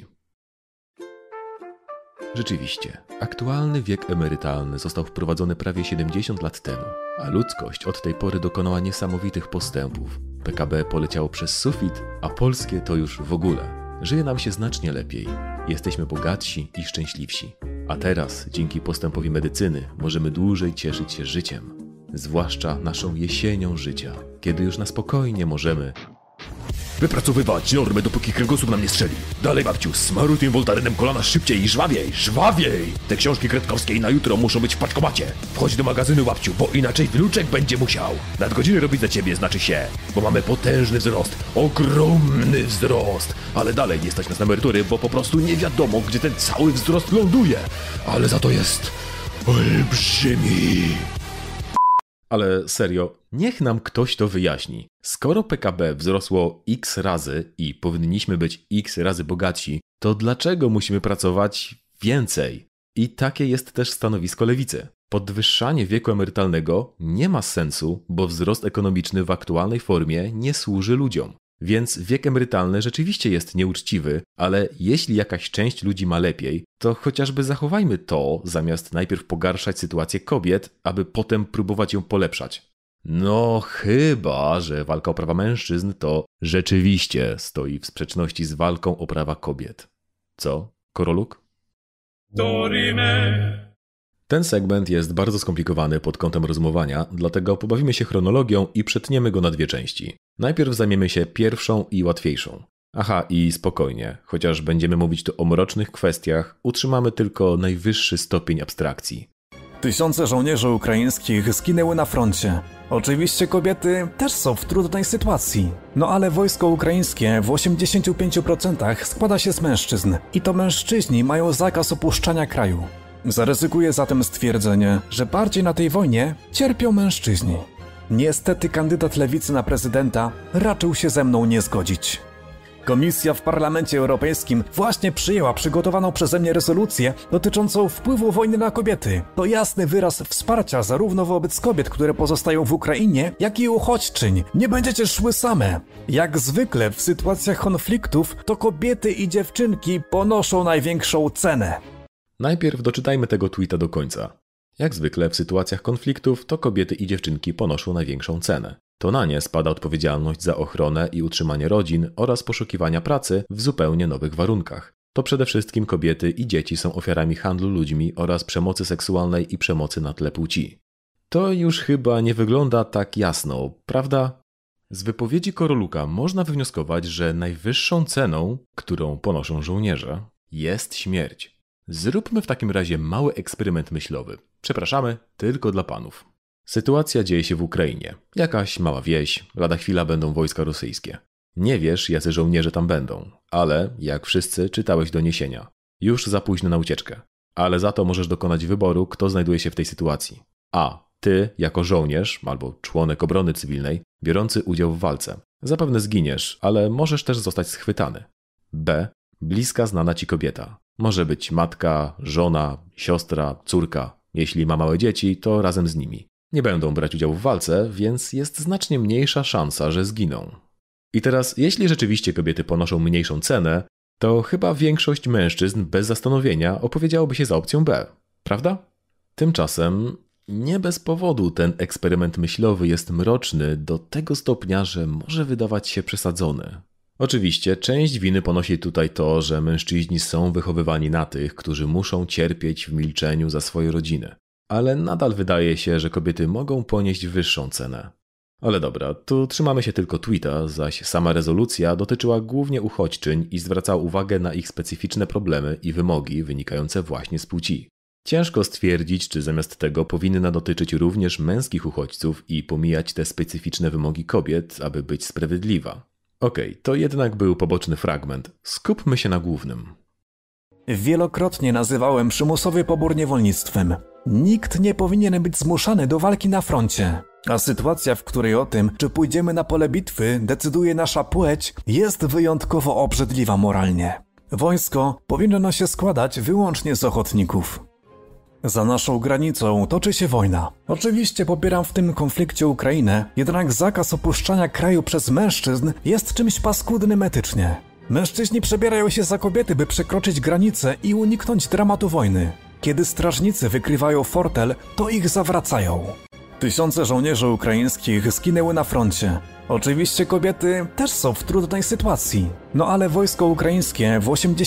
A: Rzeczywiście, aktualny wiek emerytalny został wprowadzony prawie 70 lat temu, a ludzkość od tej pory dokonała niesamowitych postępów. PKB poleciało przez sufit, a polskie to już w ogóle. Żyje nam się znacznie lepiej. Jesteśmy bogatsi i szczęśliwsi. A teraz, dzięki postępowi medycyny, możemy dłużej cieszyć się życiem. Zwłaszcza naszą jesienią życia, kiedy już na spokojnie możemy
B: wypracowywać normy, dopóki kręgosłup nam nie strzeli. Dalej, babciu, smaruj tym Voltarenem kolana szybciej i żwawiej, żwawiej! Te książki kredkowskie na jutro muszą być w paczkomacie. Wchodź do magazynu, babciu, bo inaczej wnuczek będzie musiał nadgodziny robić za ciebie, znaczy się, bo mamy potężny wzrost, ogromny wzrost. Ale dalej nie stać nas na emerytury, bo po prostu nie wiadomo, gdzie ten cały wzrost ląduje. Ale za to jest olbrzymi.
A: Ale serio, niech nam ktoś to wyjaśni. Skoro PKB wzrosło x razy i powinniśmy być x razy bogatsi, to dlaczego musimy pracować więcej? I takie jest też stanowisko lewicy. Podwyższanie wieku emerytalnego nie ma sensu, bo wzrost ekonomiczny w aktualnej formie nie służy ludziom. Więc wiek emerytalny rzeczywiście jest nieuczciwy, ale jeśli jakaś część ludzi ma lepiej, to chociażby zachowajmy to, zamiast najpierw pogarszać sytuację kobiet, aby potem próbować ją polepszać. No chyba, że walka o prawa mężczyzn to rzeczywiście stoi w sprzeczności z walką o prawa kobiet. Co, Koroluk?
B: Dorime.
A: Ten segment jest bardzo skomplikowany pod kątem rozumowania, dlatego pobawimy się chronologią i przetniemy go na dwie części. Najpierw zajmiemy się pierwszą i łatwiejszą. Aha, i spokojnie, chociaż będziemy mówić tu o mrocznych kwestiach, utrzymamy tylko najwyższy stopień abstrakcji.
C: Tysiące żołnierzy ukraińskich zginęły na froncie. Oczywiście kobiety też są w trudnej sytuacji. No ale wojsko ukraińskie w 85% składa się z mężczyzn. I to mężczyźni mają zakaz opuszczania kraju. Zaryzykuję zatem stwierdzenie, że bardziej na tej wojnie cierpią mężczyźni. Niestety kandydat lewicy na prezydenta raczył się ze mną nie zgodzić. Komisja w Parlamencie Europejskim właśnie przyjęła przygotowaną przeze mnie rezolucję dotyczącą wpływu wojny na kobiety. To jasny wyraz wsparcia zarówno wobec kobiet, które pozostają w Ukrainie, jak i uchodźczyń. Nie będziecie szły same. Jak zwykle w sytuacjach konfliktów, to kobiety i dziewczynki ponoszą największą cenę.
A: Najpierw doczytajmy tego tweeta do końca. Jak zwykle w sytuacjach konfliktów to kobiety i dziewczynki ponoszą największą cenę. To na nie spada odpowiedzialność za ochronę i utrzymanie rodzin oraz poszukiwania pracy w zupełnie nowych warunkach. To przede wszystkim kobiety i dzieci są ofiarami handlu ludźmi oraz przemocy seksualnej i przemocy na tle płci. To już chyba nie wygląda tak jasno, prawda? Z wypowiedzi Koroluka można wywnioskować, że najwyższą ceną, którą ponoszą żołnierze, jest śmierć. Zróbmy w takim razie mały eksperyment myślowy. Przepraszamy, tylko dla panów. Sytuacja dzieje się w Ukrainie. Jakaś mała wieś, lada chwila będą wojska rosyjskie. Nie wiesz, jacy żołnierze tam będą, ale, jak wszyscy, czytałeś doniesienia. Już za późno na ucieczkę. Ale za to możesz dokonać wyboru, kto znajduje się w tej sytuacji. A. Ty, jako żołnierz, albo członek obrony cywilnej, biorący udział w walce. Zapewne zginiesz, ale możesz też zostać schwytany. B. Bliska znana ci kobieta. Może być matka, żona, siostra, córka. Jeśli ma małe dzieci, to razem z nimi. Nie będą brać udziału w walce, więc jest znacznie mniejsza szansa, że zginą. I teraz, jeśli rzeczywiście kobiety ponoszą mniejszą cenę, to chyba większość mężczyzn bez zastanowienia opowiedziałoby się za opcją B, prawda? Tymczasem nie bez powodu ten eksperyment myślowy jest mroczny do tego stopnia, że może wydawać się przesadzony. Oczywiście część winy ponosi tutaj to, że mężczyźni są wychowywani na tych, którzy muszą cierpieć w milczeniu za swoje rodziny. Ale nadal wydaje się, że kobiety mogą ponieść wyższą cenę. Ale dobra, tu trzymamy się tylko tweeta, zaś sama rezolucja dotyczyła głównie uchodźczyń i zwracała uwagę na ich specyficzne problemy i wymogi wynikające właśnie z płci. Ciężko stwierdzić, czy zamiast tego powinna dotyczyć również męskich uchodźców i pomijać te specyficzne wymogi kobiet, aby być sprawiedliwa. Okej, to jednak był poboczny fragment. Skupmy się na głównym.
C: Wielokrotnie nazywałem przymusowy pobór niewolnictwem. Nikt nie powinien być zmuszany do walki na froncie. A sytuacja, w której o tym, czy pójdziemy na pole bitwy, decyduje nasza płeć, jest wyjątkowo obrzydliwa moralnie. Wojsko powinno się składać wyłącznie z ochotników. Za naszą granicą toczy się wojna. Oczywiście popieram w tym konflikcie Ukrainę, jednak zakaz opuszczania kraju przez mężczyzn jest czymś paskudnym etycznie. Mężczyźni przebierają się za kobiety, by przekroczyć granicę i uniknąć dramatu wojny. Kiedy strażnicy wykrywają fortel, to ich zawracają. Tysiące żołnierzy ukraińskich zginęły na froncie. Oczywiście kobiety też są w trudnej sytuacji. No ale wojsko ukraińskie w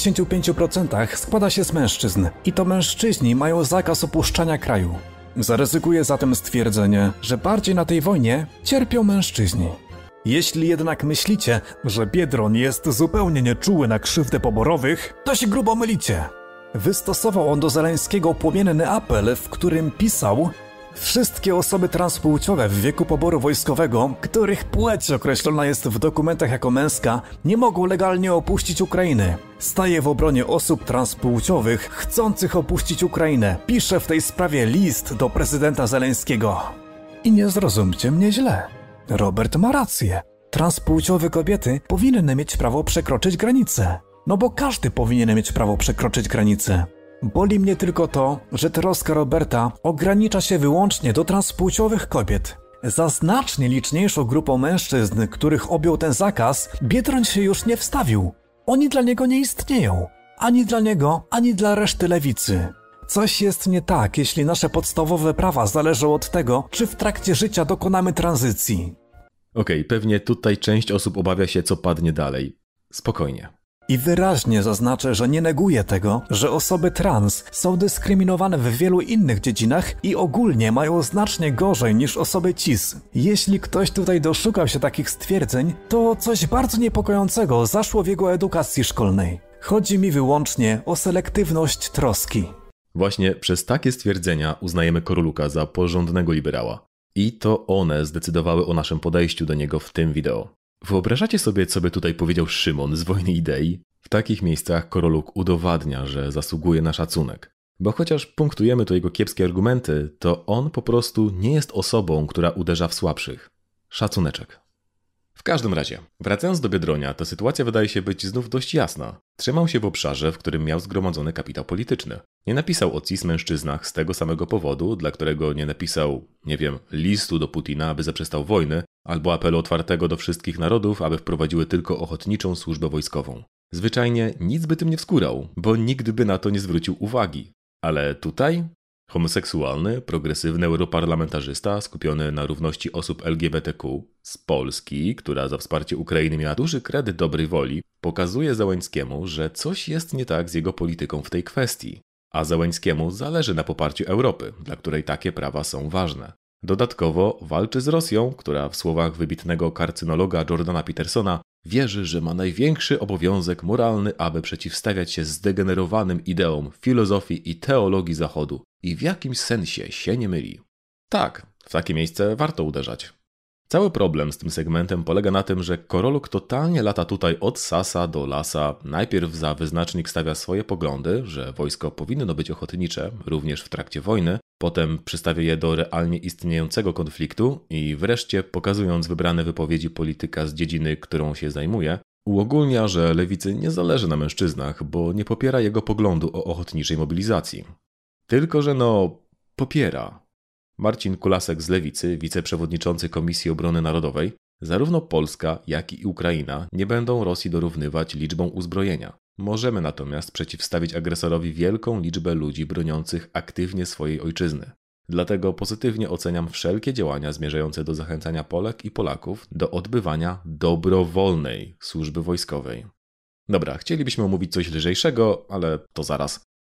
C: 85% składa się z mężczyzn i to mężczyźni mają zakaz opuszczania kraju. Zaryzykuję zatem stwierdzenie, że bardziej na tej wojnie cierpią mężczyźni. Jeśli jednak myślicie, że Biedroń jest zupełnie nieczuły na krzywdę poborowych, to się grubo mylicie. Wystosował on do Zeleńskiego płomienny apel, w którym pisał: wszystkie osoby transpłciowe w wieku poboru wojskowego, których płeć określona jest w dokumentach jako męska, nie mogą legalnie opuścić Ukrainy. Staje w obronie osób transpłciowych chcących opuścić Ukrainę. Pisze w tej sprawie list do prezydenta Zeleńskiego. I nie zrozumcie mnie źle. Robert ma rację. Transpłciowe kobiety powinny mieć prawo przekroczyć granicę. No bo każdy powinien mieć prawo przekroczyć granicę. Boli mnie tylko to, że troska Roberta ogranicza się wyłącznie do transpłciowych kobiet. Za znacznie liczniejszą grupą mężczyzn, których objął ten zakaz, Biedroń się już nie wstawił. Oni dla niego nie istnieją. Ani dla niego, ani dla reszty lewicy. Coś jest nie tak, jeśli nasze podstawowe prawa zależą od tego, czy w trakcie życia dokonamy tranzycji.
A: Okej, pewnie tutaj część osób obawia się, co padnie dalej. Spokojnie.
C: I wyraźnie zaznaczę, że nie neguję tego, że osoby trans są dyskryminowane w wielu innych dziedzinach i ogólnie mają znacznie gorzej niż osoby cis. Jeśli ktoś tutaj doszukał się takich stwierdzeń, to coś bardzo niepokojącego zaszło w jego edukacji szkolnej. Chodzi mi wyłącznie o selektywność troski.
A: Właśnie przez takie stwierdzenia uznajemy Koroluka za porządnego liberała. I to one zdecydowały o naszym podejściu do niego w tym wideo. Wyobrażacie sobie, co by tutaj powiedział Szymon z Wojny Idei? W takich miejscach Koroluk udowadnia, że zasługuje na szacunek. Bo chociaż punktujemy to jego kiepskie argumenty, to on po prostu nie jest osobą, która uderza w słabszych. Szacuneczek. W każdym razie, wracając do Biedronia, to sytuacja wydaje się być znów dość jasna. Trzymał się w obszarze, w którym miał zgromadzony kapitał polityczny. Nie napisał o cis mężczyznach z tego samego powodu, dla którego nie napisał, listu do Putina, aby zaprzestał wojny, albo apelu otwartego do wszystkich narodów, aby wprowadziły tylko ochotniczą służbę wojskową. Zwyczajnie nic by tym nie wskórał, bo nikt by na to nie zwrócił uwagi. Ale tutaj homoseksualny, progresywny europarlamentarzysta skupiony na równości osób LGBTQ z Polski, która za wsparcie Ukrainy miała duży kredyt dobrej woli, pokazuje Zełańskiemu, że coś jest nie tak z jego polityką w tej kwestii. A Zełańskiemu zależy na poparciu Europy, dla której takie prawa są ważne. Dodatkowo walczy z Rosją, która w słowach wybitnego karcynologa Jordana Petersona wierzy, że ma największy obowiązek moralny, aby przeciwstawiać się zdegenerowanym ideom filozofii i teologii Zachodu i w jakimś sensie się nie myli. Tak, w takie miejsce warto uderzać. Cały problem z tym segmentem polega na tym, że Koroluk totalnie lata tutaj od sasa do lasa. Najpierw za wyznacznik stawia swoje poglądy, że wojsko powinno być ochotnicze, również w trakcie wojny, potem przystawia je do realnie istniejącego konfliktu i wreszcie, pokazując wybrane wypowiedzi polityka z dziedziny, którą się zajmuje, uogólnia, że lewicy nie zależy na mężczyznach, bo nie popiera jego poglądu o ochotniczej mobilizacji. Tylko że popiera. Marcin Kulasek z Lewicy, wiceprzewodniczący Komisji Obrony Narodowej, zarówno Polska, jak i Ukraina nie będą Rosji dorównywać liczbą uzbrojenia. Możemy natomiast przeciwstawić agresorowi wielką liczbę ludzi broniących aktywnie swojej ojczyzny. Dlatego pozytywnie oceniam wszelkie działania zmierzające do zachęcania Polek i Polaków do odbywania dobrowolnej służby wojskowej. Dobra, chcielibyśmy omówić coś lżejszego, ale to zaraz.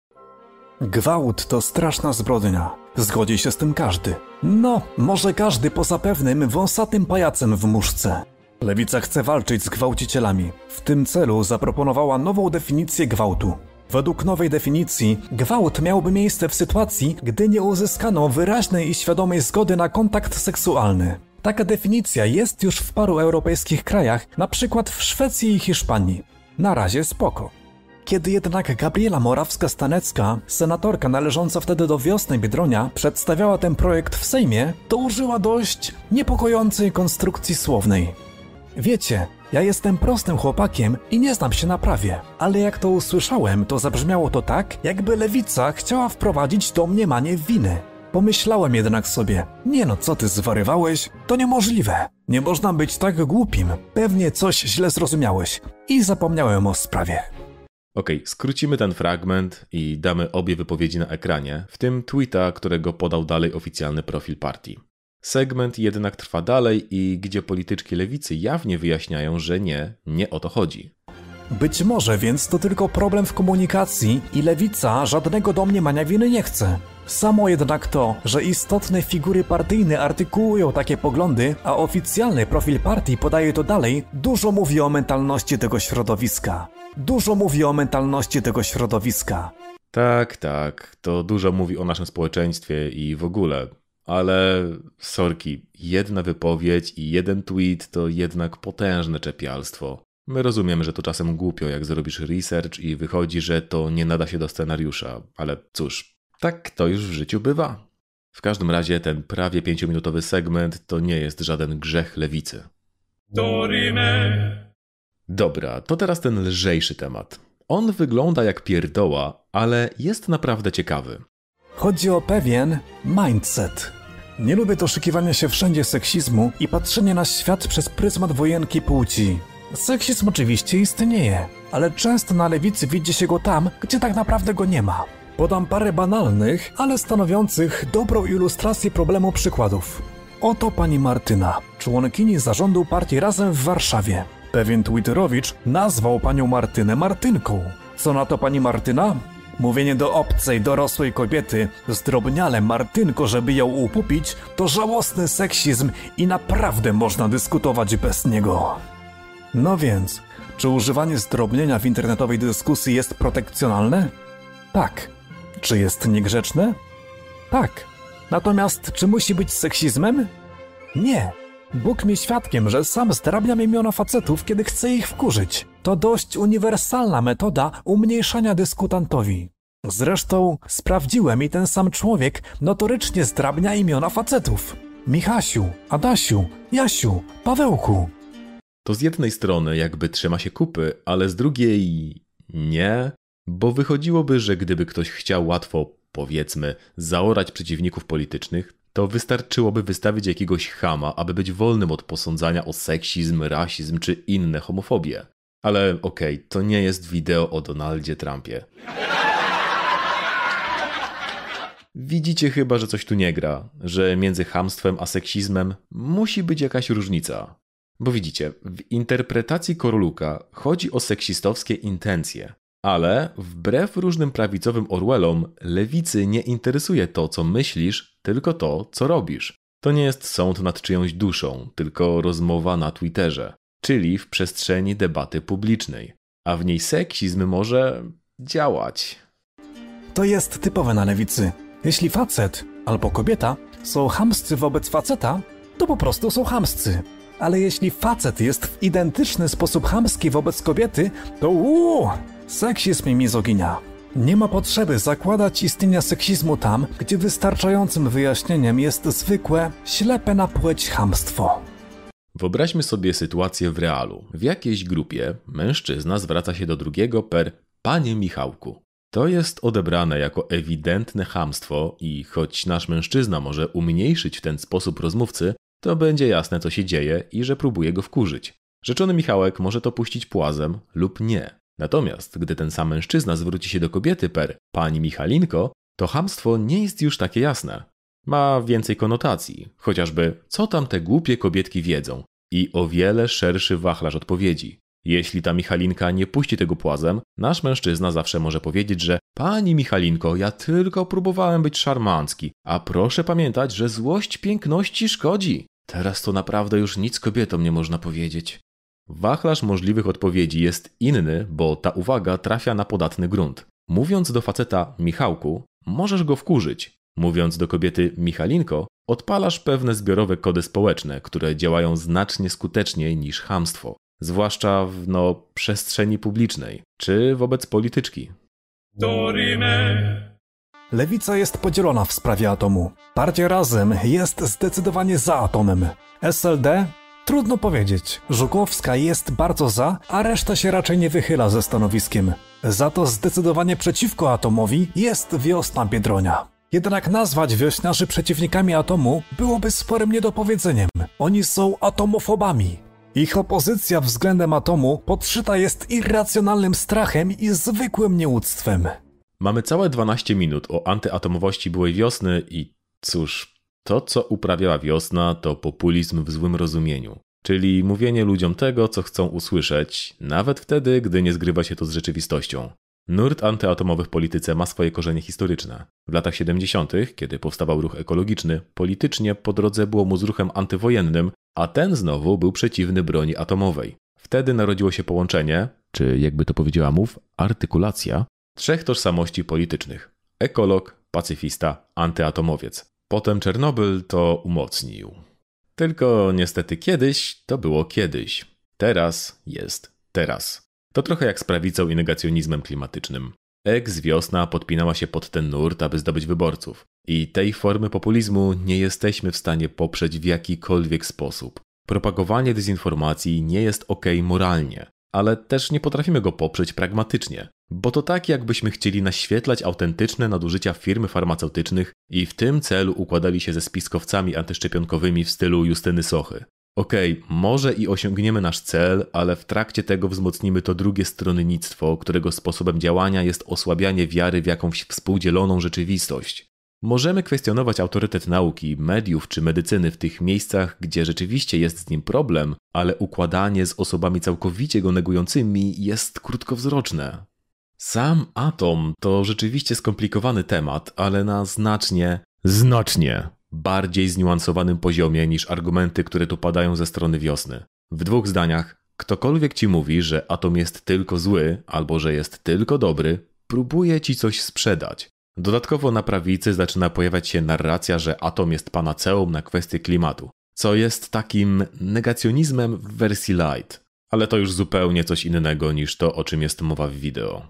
C: Gwałt to straszna zbrodnia. Zgodzi się z tym każdy. No, może każdy poza pewnym wąsatym pajacem w muszce. Lewica chce walczyć z gwałcicielami. W tym celu zaproponowała nową definicję gwałtu. Według nowej definicji, gwałt miałby miejsce w sytuacji, gdy nie uzyskano wyraźnej i świadomej zgody na kontakt seksualny. Taka definicja jest już w paru europejskich krajach, na przykład w Szwecji i Hiszpanii. Na razie spoko. Kiedy jednak Gabriela Morawska-Stanecka, senatorka należąca wtedy do Wiosny Biedronia, przedstawiała ten projekt w Sejmie, to użyła dość niepokojącej konstrukcji słownej. Wiecie, ja jestem prostym chłopakiem i nie znam się na prawie, ale jak to usłyszałem, to zabrzmiało to tak, jakby lewica chciała wprowadzić domniemanie winy. Pomyślałem jednak sobie, co ty zwariowałeś? To niemożliwe. Nie można być tak głupim. Pewnie coś źle zrozumiałeś. I zapomniałem o sprawie.
A: Okej, skrócimy ten fragment i damy obie wypowiedzi na ekranie, w tym tweeta, którego podał dalej oficjalny profil partii. Segment jednak trwa dalej i gdzie polityczki lewicy jawnie wyjaśniają, że nie o to chodzi.
C: Być może więc to tylko problem w komunikacji i lewica żadnego domniemania winy nie chce. Samo jednak to, że istotne figury partyjne artykułują takie poglądy, a oficjalny profil partii podaje to dalej, dużo mówi o mentalności tego środowiska.
A: Tak, to dużo mówi o naszym społeczeństwie i w ogóle. Ale sorki, jedna wypowiedź i jeden tweet to jednak potężne czepialstwo. My rozumiemy, że to czasem głupio, jak zrobisz research i wychodzi, że to nie nada się do scenariusza, ale cóż, tak to już w życiu bywa. W każdym razie ten prawie 5-minutowy segment to nie jest żaden grzech lewicy. Dobra, to teraz ten lżejszy temat. On wygląda jak pierdoła, ale jest naprawdę ciekawy.
C: Chodzi o pewien mindset. Nie lubię doszukiwania się wszędzie seksizmu i patrzenia na świat przez pryzmat wojenki płci. Seksizm oczywiście istnieje, ale często na lewicy widzi się go tam, gdzie tak naprawdę go nie ma. Podam parę banalnych, ale stanowiących dobrą ilustrację problemu przykładów. Oto pani Martyna, członkini zarządu partii Razem w Warszawie. Pewien twitterowicz nazwał panią Martynę Martynką. Co na to pani Martyna? Mówienie do obcej, dorosłej kobiety zdrobniale Martynko, żeby ją upupić, to żałosny seksizm i naprawdę można dyskutować bez niego. No więc, czy używanie zdrobnienia w internetowej dyskusji jest protekcjonalne? Tak. Czy jest niegrzeczne? Tak. Natomiast czy musi być seksizmem? Nie. Bóg mi świadkiem, że sam zdrabniam imiona facetów, kiedy chcę ich wkurzyć. To dość uniwersalna metoda umniejszania dyskutantowi. Zresztą sprawdziłem i ten sam człowiek notorycznie zdrabnia imiona facetów. Michasiu, Adasiu, Jasiu, Pawełku.
A: To z jednej strony jakby trzyma się kupy, ale z drugiej nie, bo wychodziłoby, że gdyby ktoś chciał łatwo, powiedzmy, zaorać przeciwników politycznych, to wystarczyłoby wystawić jakiegoś chama, aby być wolnym od posądzania o seksizm, rasizm czy inne homofobie. Ale okej, to nie jest wideo o Donaldzie Trumpie. Widzicie chyba, że coś tu nie gra, że między chamstwem a seksizmem musi być jakaś różnica. Bo widzicie, w interpretacji Koroluka chodzi o seksistowskie intencje, ale wbrew różnym prawicowym Orwellom, lewicy nie interesuje to, co myślisz, tylko to, co robisz. To nie jest sąd nad czyjąś duszą, tylko rozmowa na Twitterze, czyli w przestrzeni debaty publicznej, a w niej seksizm może działać.
C: To jest typowe na lewicy. Jeśli facet albo kobieta są chamscy wobec faceta, to po prostu są chamscy. Ale jeśli facet jest w identyczny sposób chamski wobec kobiety, to seksizm i mizoginia. Nie ma potrzeby zakładać istnienia seksizmu tam, gdzie wystarczającym wyjaśnieniem jest zwykłe, ślepe na płeć chamstwo.
A: Wyobraźmy sobie sytuację w realu. W jakiejś grupie mężczyzna zwraca się do drugiego panie Michałku. To jest odebrane jako ewidentne chamstwo i choć nasz mężczyzna może umniejszyć w ten sposób rozmówcy, to będzie jasne, co się dzieje i że próbuje go wkurzyć. Rzeczony Michałek może to puścić płazem lub nie. Natomiast gdy ten sam mężczyzna zwróci się do kobiety pani Michalinko, to chamstwo nie jest już takie jasne. Ma więcej konotacji, chociażby co tam te głupie kobietki wiedzą i o wiele szerszy wachlarz odpowiedzi. Jeśli ta Michalinka nie puści tego płazem, nasz mężczyzna zawsze może powiedzieć, że pani Michalinko, ja tylko próbowałem być szarmancki, a proszę pamiętać, że złość piękności szkodzi. Teraz to naprawdę już nic kobietom nie można powiedzieć. Wachlarz możliwych odpowiedzi jest inny, bo ta uwaga trafia na podatny grunt. Mówiąc do faceta Michałku, możesz go wkurzyć. Mówiąc do kobiety Michalinko, odpalasz pewne zbiorowe kody społeczne, które działają znacznie skuteczniej niż chamstwo. Zwłaszcza w przestrzeni publicznej, czy wobec polityczki.
C: Lewica jest podzielona w sprawie atomu. Partia Razem jest zdecydowanie za atomem. SLD? Trudno powiedzieć. Żukowska jest bardzo za, a reszta się raczej nie wychyla ze stanowiskiem. Za to zdecydowanie przeciwko atomowi jest Wiosna Biedronia. Jednak nazwać wiośniarzy przeciwnikami atomu byłoby sporym niedopowiedzeniem. Oni są atomofobami. Ich opozycja względem atomu podszyta jest irracjonalnym strachem i zwykłym nieuctwem.
A: Mamy całe 12 minut o antyatomowości byłej wiosny i cóż, To, co uprawiała Wiosna, to populizm w złym rozumieniu. Czyli mówienie ludziom tego, co chcą usłyszeć, nawet wtedy, gdy nie zgrywa się to z rzeczywistością. Nurt antyatomowy w polityce ma swoje korzenie historyczne. W latach 70., kiedy powstawał ruch ekologiczny, politycznie po drodze było mu z ruchem antywojennym, a ten znowu był przeciwny broni atomowej. Wtedy narodziło się połączenie, czy jakby to powiedziała MOVE, artykulacja, 3 tożsamości politycznych. Ekolog, pacyfista, antyatomowiec. Potem Czernobyl to umocnił. Tylko niestety kiedyś to było kiedyś. Teraz jest teraz. To trochę jak z prawicą i negacjonizmem klimatycznym. Wiosna podpinała się pod ten nurt, aby zdobyć wyborców. I tej formy populizmu nie jesteśmy w stanie poprzeć w jakikolwiek sposób. Propagowanie dezinformacji nie jest okej moralnie, ale też nie potrafimy go poprzeć pragmatycznie. Bo to tak, jakbyśmy chcieli naświetlać autentyczne nadużycia firm farmaceutycznych i w tym celu układali się ze spiskowcami antyszczepionkowymi w stylu Justyny Sochy. Okej, może i osiągniemy nasz cel, ale w trakcie tego wzmocnimy to drugie stronnictwo, którego sposobem działania jest osłabianie wiary w jakąś współdzieloną rzeczywistość. Możemy kwestionować autorytet nauki, mediów czy medycyny w tych miejscach, gdzie rzeczywiście jest z nim problem, ale układanie z osobami całkowicie go negującymi jest krótkowzroczne. Sam atom to rzeczywiście skomplikowany temat, ale na znacznie bardziej zniuansowanym poziomie niż argumenty, które tu padają ze strony Wiosny. W 2 zdaniach, ktokolwiek ci mówi, że atom jest tylko zły albo że jest tylko dobry, próbuje ci coś sprzedać. Dodatkowo na prawicy zaczyna pojawiać się narracja, że atom jest panaceum na kwestie klimatu, co jest takim negacjonizmem w wersji light. Ale to już zupełnie coś innego niż to, o czym jest mowa w wideo.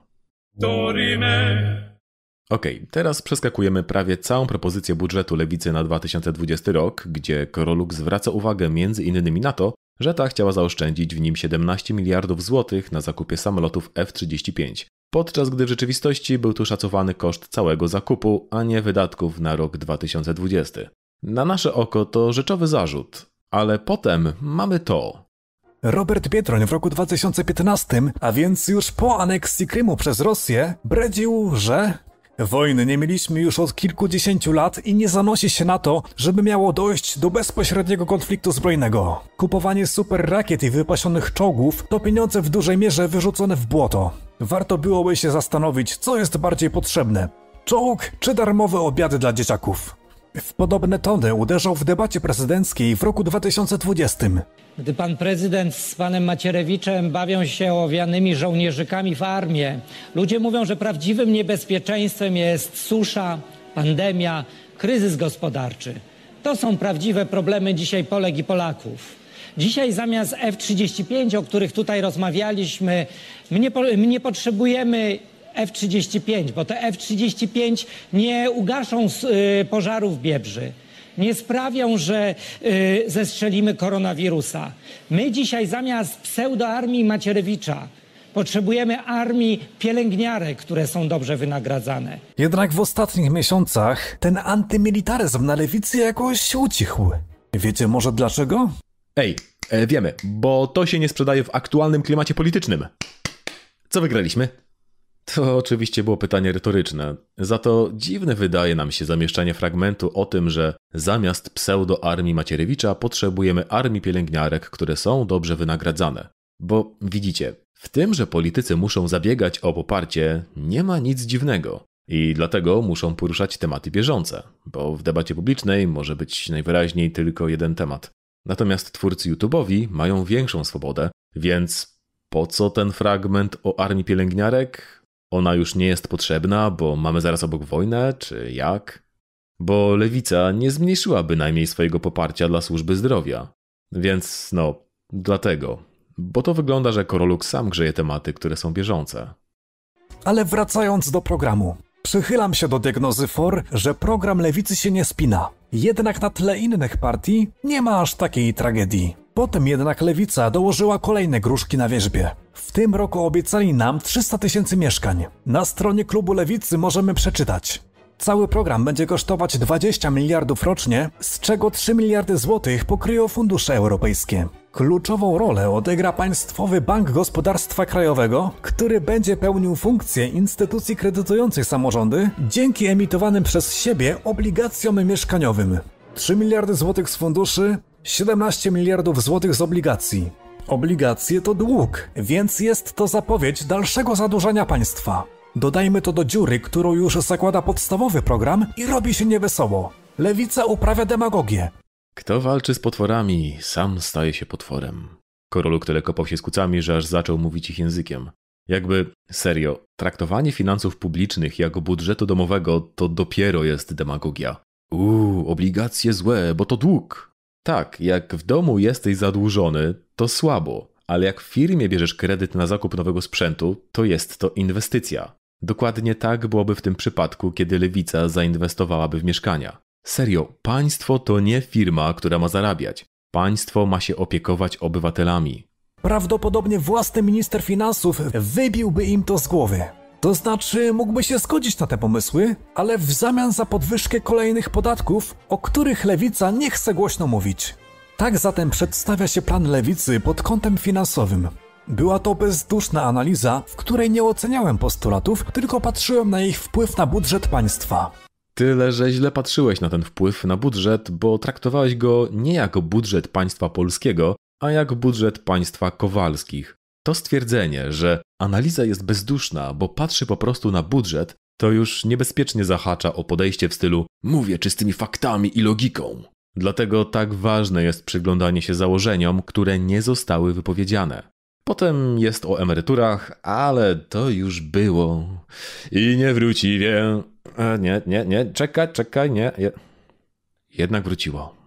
A: Okej, teraz przeskakujemy prawie całą propozycję budżetu Lewicy na 2020 rok, gdzie Koroluk zwraca uwagę między innymi na to, że ta chciała zaoszczędzić w nim 17 miliardów złotych na zakupie samolotów F-35, podczas gdy w rzeczywistości był tu szacowany koszt całego zakupu, a nie wydatków na rok 2020. Na nasze oko to rzeczowy zarzut, ale potem mamy to.
C: Robert Biedroń w roku 2015, a więc już po aneksji Krymu przez Rosję, bredził, że wojny nie mieliśmy już od kilkudziesięciu lat i nie zanosi się na to, żeby miało dojść do bezpośredniego konfliktu zbrojnego. Kupowanie super rakiet i wypasionych czołgów to pieniądze w dużej mierze wyrzucone w błoto. Warto byłoby się zastanowić, co jest bardziej potrzebne. Czołg czy darmowe obiady dla dzieciaków? W podobne tony uderzał w debacie prezydenckiej w roku 2020.
D: Gdy pan prezydent z panem Macierewiczem bawią się owianymi żołnierzykami w armię, ludzie mówią, że prawdziwym niebezpieczeństwem jest susza, pandemia, kryzys gospodarczy. To są prawdziwe problemy dzisiaj Polek i Polaków. Dzisiaj zamiast F-35, o których tutaj rozmawialiśmy, my nie potrzebujemy F-35, bo te F-35 nie ugaszą pożarów Biebrzy. Nie sprawią, że zestrzelimy koronawirusa. My dzisiaj zamiast pseudoarmii Macierewicza potrzebujemy armii pielęgniarek, które są dobrze wynagradzane.
C: Jednak w ostatnich miesiącach ten antymilitaryzm na lewicy jakoś ucichł. Wiecie może dlaczego?
A: Wiemy, bo to się nie sprzedaje w aktualnym klimacie politycznym. Co wygraliśmy? To oczywiście było pytanie retoryczne. Za to dziwne wydaje nam się zamieszczanie fragmentu o tym, że zamiast pseudo-armii Macierewicza potrzebujemy armii pielęgniarek, które są dobrze wynagradzane. Bo widzicie, w tym, że politycy muszą zabiegać o poparcie, nie ma nic dziwnego. I dlatego muszą poruszać tematy bieżące, bo w debacie publicznej może być najwyraźniej tylko jeden temat. Natomiast twórcy YouTube'owi mają większą swobodę, więc po co ten fragment o armii pielęgniarek? Ona już nie jest potrzebna, bo mamy zaraz obok wojnę, czy jak? Bo lewica nie zmniejszyła bynajmniej swojego poparcia dla służby zdrowia. Więc dlatego. Bo to wygląda, że Koroluk sam grzeje tematy, które są bieżące.
C: Ale wracając do programu. Przychylam się do diagnozy FOR, że program lewicy się nie spina. Jednak na tle innych partii nie ma aż takiej tragedii. Potem jednak lewica dołożyła kolejne gruszki na wierzbie. W tym roku obiecali nam 300 000 mieszkań. Na stronie klubu lewicy możemy przeczytać. Cały program będzie kosztować 20 miliardów rocznie, z czego 3 miliardy złotych pokryją fundusze europejskie. Kluczową rolę odegra Państwowy Bank Gospodarstwa Krajowego, który będzie pełnił funkcję instytucji kredytujących samorządy dzięki emitowanym przez siebie obligacjom mieszkaniowym. 3 miliardy złotych z funduszy, 17 miliardów złotych z obligacji. Obligacje to dług, więc jest to zapowiedź dalszego zadłużania państwa. Dodajmy to do dziury, którą już zakłada podstawowy program i robi się niewesoło. Lewica uprawia demagogię.
A: Kto walczy z potworami, sam staje się potworem. Koroluk tyle kopał się z kucami, że aż zaczął mówić ich językiem. Jakby, serio, traktowanie finansów publicznych jako budżetu domowego to dopiero jest demagogia. Obligacje złe, bo to dług. Tak, jak w domu jesteś zadłużony, to słabo, ale jak w firmie bierzesz kredyt na zakup nowego sprzętu, to jest to inwestycja. Dokładnie tak byłoby w tym przypadku, kiedy Lewica zainwestowałaby w mieszkania. Serio, państwo to nie firma, która ma zarabiać. Państwo ma się opiekować obywatelami.
C: Prawdopodobnie własny minister finansów wybiłby im to z głowy. To znaczy, mógłby się zgodzić na te pomysły, ale w zamian za podwyżkę kolejnych podatków, o których Lewica nie chce głośno mówić. Tak zatem przedstawia się plan Lewicy pod kątem finansowym. Była to bezduszna analiza, w której nie oceniałem postulatów, tylko patrzyłem na ich wpływ na budżet państwa.
A: Tyle, że źle patrzyłeś na ten wpływ na budżet, bo traktowałeś go nie jako budżet państwa polskiego, a jak budżet państwa Kowalskich. To stwierdzenie, że analiza jest bezduszna, bo patrzy po prostu na budżet, to już niebezpiecznie zahacza o podejście w stylu mówię czystymi faktami i logiką. Dlatego tak ważne jest przyglądanie się założeniom, które nie zostały wypowiedziane. Potem jest o emeryturach, ale to już było. I nie wróci, wiem. Nie, czekaj, nie. Jednak wróciło.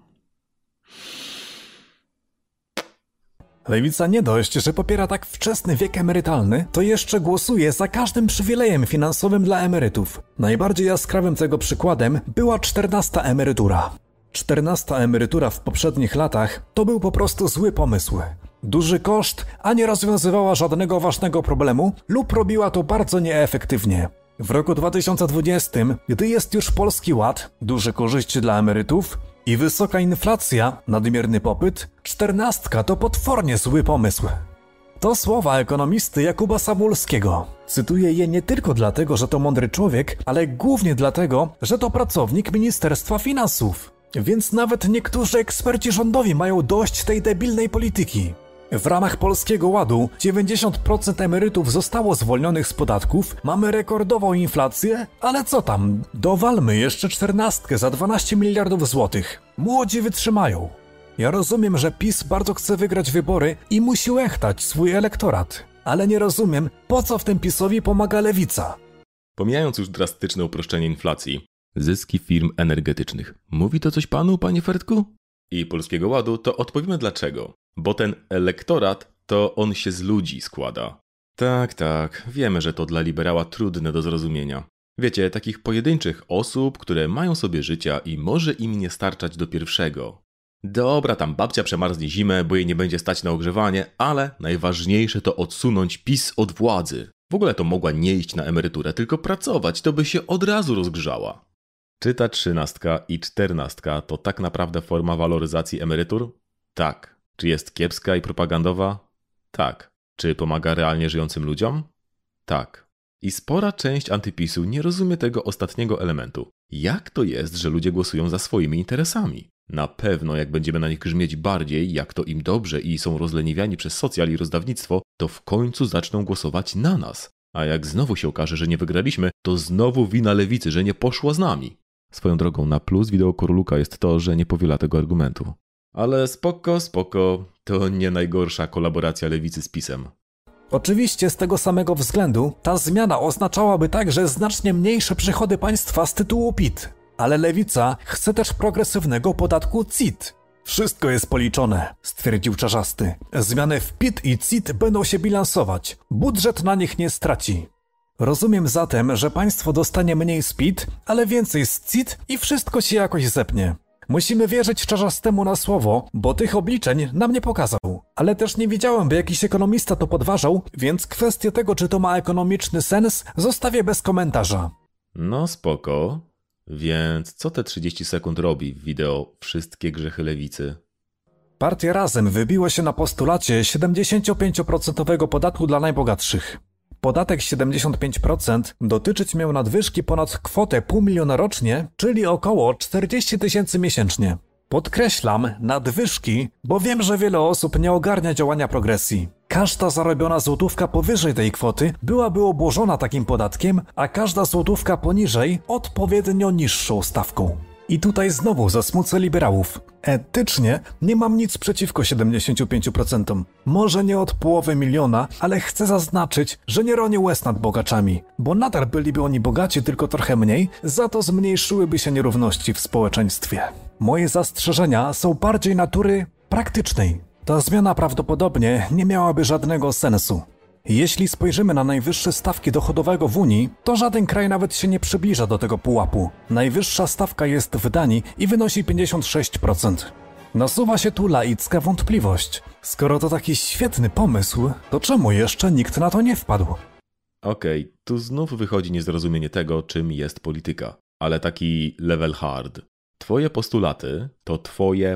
C: Lewica nie dość, że popiera tak wczesny wiek emerytalny, to jeszcze głosuje za każdym przywilejem finansowym dla emerytów. Najbardziej jaskrawym tego przykładem była 14. emerytura. 14. emerytura w poprzednich latach to był po prostu zły pomysł. Duży koszt, a nie rozwiązywała żadnego ważnego problemu lub robiła to bardzo nieefektywnie. W roku 2020, gdy jest już Polski Ład, duże korzyści dla emerytów i wysoka inflacja, nadmierny popyt, 14 to potwornie zły pomysł. To słowa ekonomisty Jakuba Samulskiego. Cytuję je nie tylko dlatego, że to mądry człowiek, ale głównie dlatego, że to pracownik Ministerstwa Finansów. Więc nawet niektórzy eksperci rządowi mają dość tej debilnej polityki. W ramach Polskiego Ładu 90% emerytów zostało zwolnionych z podatków, mamy rekordową inflację, ale co tam, dowalmy jeszcze 14 za 12 miliardów złotych. Młodzi wytrzymają. Ja rozumiem, że PiS bardzo chce wygrać wybory i musi łechtać swój elektorat, ale nie rozumiem, po co w tym PiS-owi pomaga Lewica.
A: Pomijając już drastyczne uproszczenie inflacji, zyski firm energetycznych. Mówi to coś panu, panie Fertku? I Polskiego Ładu, to odpowiemy dlaczego. Bo ten elektorat, to on się z ludzi składa. Tak, wiemy, że to dla liberała trudne do zrozumienia. Wiecie, takich pojedynczych osób, które mają sobie życia i może im nie starczać do pierwszego. Dobra, tam babcia przemarznie zimę, bo jej nie będzie stać na ogrzewanie, ale najważniejsze to odsunąć PiS od władzy. W ogóle to mogła nie iść na emeryturę, tylko pracować, to by się od razu rozgrzała. Czy ta 13 i 14 to tak naprawdę forma waloryzacji emerytur? Tak. Czy jest kiepska i propagandowa? Tak. Czy pomaga realnie żyjącym ludziom? Tak. I spora część antypisu nie rozumie tego ostatniego elementu. Jak to jest, że ludzie głosują za swoimi interesami? Na pewno jak będziemy na nich grzmieć bardziej, jak to im dobrze i są rozleniwiani przez socjal i rozdawnictwo, to w końcu zaczną głosować na nas. A jak znowu się okaże, że nie wygraliśmy, to znowu wina lewicy, że nie poszła z nami. Swoją drogą na plus wideo Koroluka jest to, że nie powiela tego argumentu. Ale spoko, to nie najgorsza kolaboracja lewicy z PiS-em.
C: Oczywiście z tego samego względu ta zmiana oznaczałaby także znacznie mniejsze przychody państwa z tytułu PIT. Ale lewica chce też progresywnego podatku CIT. Wszystko jest policzone, stwierdził Czarzasty. Zmiany w PIT i CIT będą się bilansować. Budżet na nich nie straci. Rozumiem zatem, że państwo dostanie mniej z PIT, ale więcej z CIT i wszystko się jakoś zepnie. Musimy wierzyć Czarzastemu na słowo, bo tych obliczeń nam nie pokazał. Ale też nie widziałem, by jakiś ekonomista to podważał, więc kwestię tego, czy to ma ekonomiczny sens, zostawię bez komentarza.
A: No spoko. Więc co te 30 sekund robi w wideo Wszystkie grzechy lewicy?
C: Partia Razem wybiła się na postulacie 75% podatku dla najbogatszych. Podatek 75% dotyczyć miał nadwyżki ponad kwotę 500 000 rocznie, czyli około 40 000 miesięcznie. Podkreślam nadwyżki, bo wiem, że wiele osób nie ogarnia działania progresji. Każda zarobiona złotówka powyżej tej kwoty byłaby obłożona takim podatkiem, a każda złotówka poniżej odpowiednio niższą stawką. I tutaj znowu zasmucę liberałów. Etycznie nie mam nic przeciwko 75%. Może nie od połowy miliona, ale chcę zaznaczyć, że nie ronię łez nad bogaczami, bo nadal byliby oni bogaci tylko trochę mniej, za to zmniejszyłyby się nierówności w społeczeństwie. Moje zastrzeżenia są bardziej natury praktycznej. Ta zmiana prawdopodobnie nie miałaby żadnego sensu. Jeśli spojrzymy na najwyższe stawki dochodowego w Unii, to żaden kraj nawet się nie przybliża do tego pułapu. Najwyższa stawka jest w Danii i wynosi 56%. Nasuwa się tu laicka wątpliwość. Skoro to taki świetny pomysł, to czemu jeszcze nikt na to nie wpadł?
A: Okej, tu znów wychodzi niezrozumienie tego, czym jest polityka. Ale taki level hard. Twoje postulaty to twoje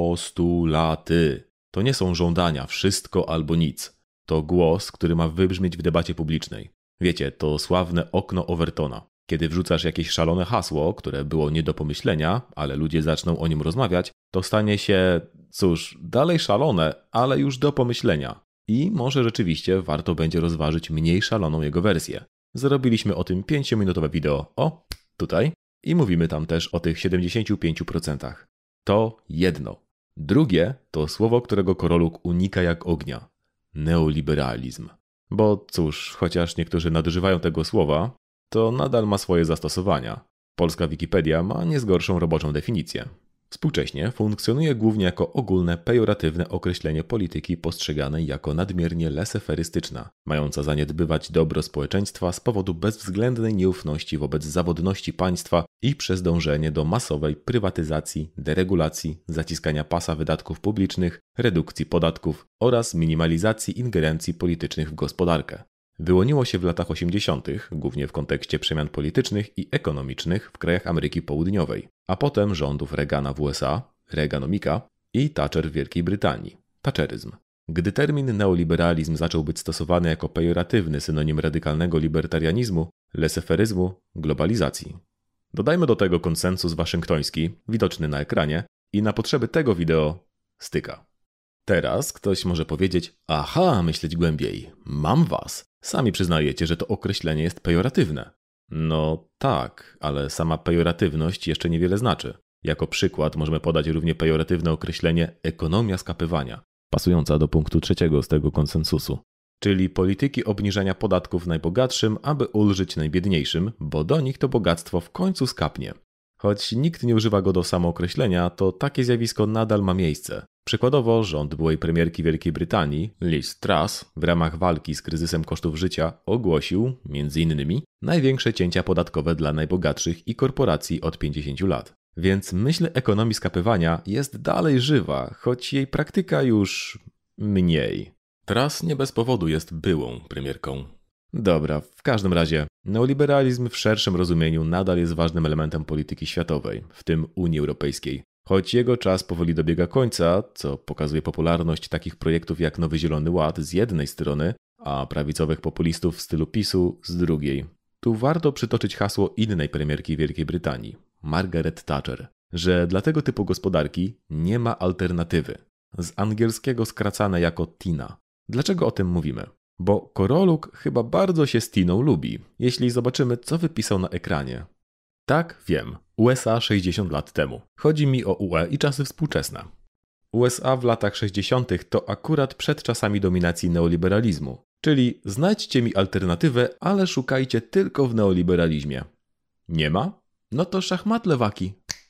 A: postulaty. To nie są żądania, wszystko albo nic. To głos, który ma wybrzmieć w debacie publicznej. Wiecie, to sławne okno Overtona. Kiedy wrzucasz jakieś szalone hasło, które było nie do pomyślenia, ale ludzie zaczną o nim rozmawiać, to stanie się, cóż, dalej szalone, ale już do pomyślenia. I może rzeczywiście warto będzie rozważyć mniej szaloną jego wersję. Zrobiliśmy o tym 5-minutowe wideo, tutaj, i mówimy tam też o tych 75%. To jedno. Drugie to słowo, którego Koroluk unika jak ognia. Neoliberalizm. Bo cóż, chociaż niektórzy nadużywają tego słowa, to nadal ma swoje zastosowania. Polska Wikipedia ma nie zgorszą roboczą definicję. Współcześnie funkcjonuje głównie jako ogólne, pejoratywne określenie polityki postrzeganej jako nadmiernie leseferystyczna, mająca zaniedbywać dobro społeczeństwa z powodu bezwzględnej nieufności wobec zawodności państwa i przez dążenie do masowej prywatyzacji, deregulacji, zaciskania pasa wydatków publicznych, redukcji podatków oraz minimalizacji ingerencji politycznych w gospodarkę. Wyłoniło się w latach 80., głównie w kontekście przemian politycznych i ekonomicznych w krajach Ameryki Południowej, a potem rządów Reagana w USA, Reaganomika i Thatcher w Wielkiej Brytanii, Thatcheryzm. Gdy termin neoliberalizm zaczął być stosowany jako pejoratywny synonim radykalnego libertarianizmu, leseferyzmu, globalizacji. Dodajmy do tego konsensus waszyngtoński, widoczny na ekranie i na potrzeby tego wideo styka. Teraz ktoś może powiedzieć, aha, myśleć głębiej, mam was. Sami przyznajecie, że to określenie jest pejoratywne. No tak, ale sama pejoratywność jeszcze niewiele znaczy. Jako przykład możemy podać równie pejoratywne określenie ekonomia skapywania, pasująca do punktu 3 z tego konsensusu. Czyli polityki obniżania podatków najbogatszym, aby ulżyć najbiedniejszym, bo do nich to bogactwo w końcu skapnie. Choć nikt nie używa go do samookreślenia, to takie zjawisko nadal ma miejsce. Przykładowo rząd byłej premierki Wielkiej Brytanii, Liz Truss, w ramach walki z kryzysem kosztów życia ogłosił, m.in. największe cięcia podatkowe dla najbogatszych i korporacji od 50 lat. Więc myśl ekonomii skapywania jest dalej żywa, choć jej praktyka już mniej. Truss nie bez powodu jest byłą premierką. Dobra, w każdym razie, neoliberalizm w szerszym rozumieniu nadal jest ważnym elementem polityki światowej, w tym Unii Europejskiej. Choć jego czas powoli dobiega końca, co pokazuje popularność takich projektów jak Nowy Zielony Ład z jednej strony, a prawicowych populistów w stylu PiS-u z drugiej. Tu warto przytoczyć hasło innej premierki Wielkiej Brytanii, Margaret Thatcher, że dla tego typu gospodarki nie ma alternatywy. Z angielskiego skracane jako TINA. Dlaczego o tym mówimy? Bo Koroluk chyba bardzo się z Tiną lubi, jeśli zobaczymy, co wypisał na ekranie. Tak, wiem. USA 60 lat temu. Chodzi mi o UE i czasy współczesne. USA w latach 60. to akurat przed czasami dominacji neoliberalizmu. Czyli znajdźcie mi alternatywę, ale szukajcie tylko w neoliberalizmie. Nie ma? No to szachmat lewaki.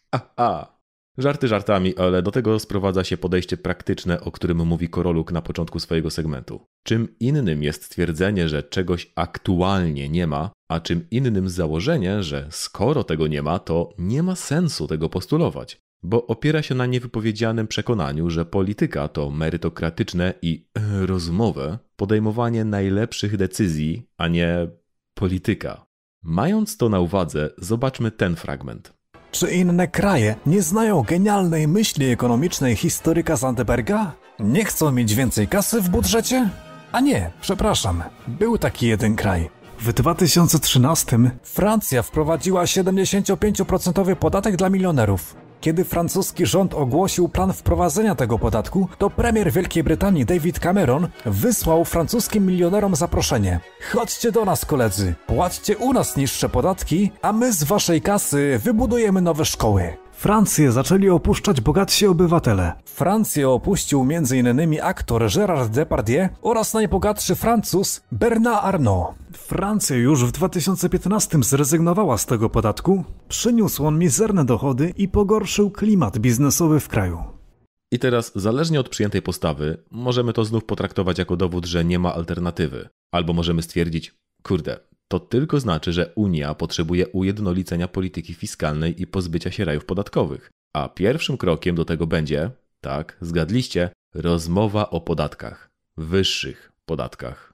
A: Żarty żartami, ale do tego sprowadza się podejście praktyczne, o którym mówi Koroluk na początku swojego segmentu. Czym innym jest twierdzenie, że czegoś aktualnie nie ma, a czym innym założenie, że skoro tego nie ma, to nie ma sensu tego postulować. Bo opiera się na niewypowiedzianym przekonaniu, że polityka to merytokratyczne i rozumowe podejmowanie najlepszych decyzji, a nie polityka. Mając to na uwadze, zobaczmy ten fragment.
C: Czy inne kraje nie znają genialnej myśli ekonomicznej historyka Zandberga? Nie chcą mieć więcej kasy w budżecie? A nie, przepraszam, był taki jeden kraj. W 2013 Francja wprowadziła 75% podatek dla milionerów. Kiedy francuski rząd ogłosił plan wprowadzenia tego podatku, to premier Wielkiej Brytanii David Cameron wysłał francuskim milionerom zaproszenie. Chodźcie do nas, koledzy, płaćcie u nas niższe podatki, a my z waszej kasy wybudujemy nowe szkoły. Francję zaczęli opuszczać bogatsi obywatele. Francję opuścił m.in. aktor Gérard Depardieu oraz najbogatszy Francuz Bernard Arnault. Francja już w 2015 zrezygnowała z tego podatku, przyniósł on mizerne dochody i pogorszył klimat biznesowy w kraju.
A: I teraz, zależnie od przyjętej postawy, możemy to znów potraktować jako dowód, że nie ma alternatywy. Albo możemy stwierdzić, kurde, to tylko znaczy, że Unia potrzebuje ujednolicenia polityki fiskalnej i pozbycia się rajów podatkowych. A pierwszym krokiem do tego będzie, tak, zgadliście, rozmowa o podatkach. Wyższych podatkach.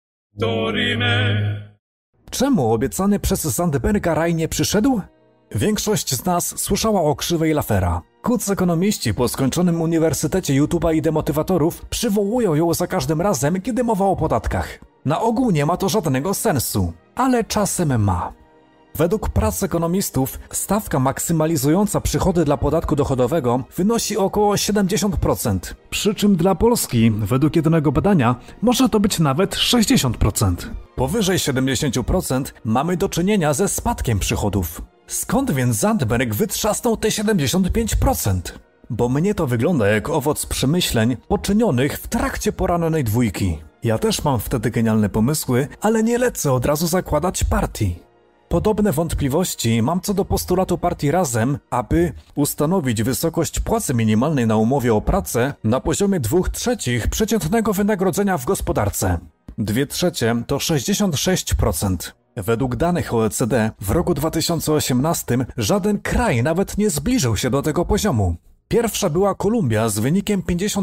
C: Czemu obiecany przez Zandberga raj nie przyszedł? Większość z nas słyszała o krzywej Laffera. Kuc ekonomiści po skończonym uniwersytecie YouTube'a i demotywatorów przywołują ją za każdym razem, kiedy mowa o podatkach. Na ogół nie ma to żadnego sensu, ale czasem ma. Według prac ekonomistów stawka maksymalizująca przychody dla podatku dochodowego wynosi około 70%. Przy czym dla Polski, według jednego badania, może to być nawet 60%. Powyżej 70% mamy do czynienia ze spadkiem przychodów. Skąd więc Zandberg wytrzasnął te 75%? Bo mnie to wygląda jak owoc przemyśleń poczynionych w trakcie porannej dwójki. Ja też mam wtedy genialne pomysły, ale nie lecę od razu zakładać partii. Podobne wątpliwości mam co do postulatu partii Razem, aby ustanowić wysokość płacy minimalnej na umowie o pracę na poziomie 2/3 przeciętnego wynagrodzenia w gospodarce. 2/3 to 66%. Według danych OECD w roku 2018 żaden kraj nawet nie zbliżył się do tego poziomu. Pierwsza była Kolumbia z wynikiem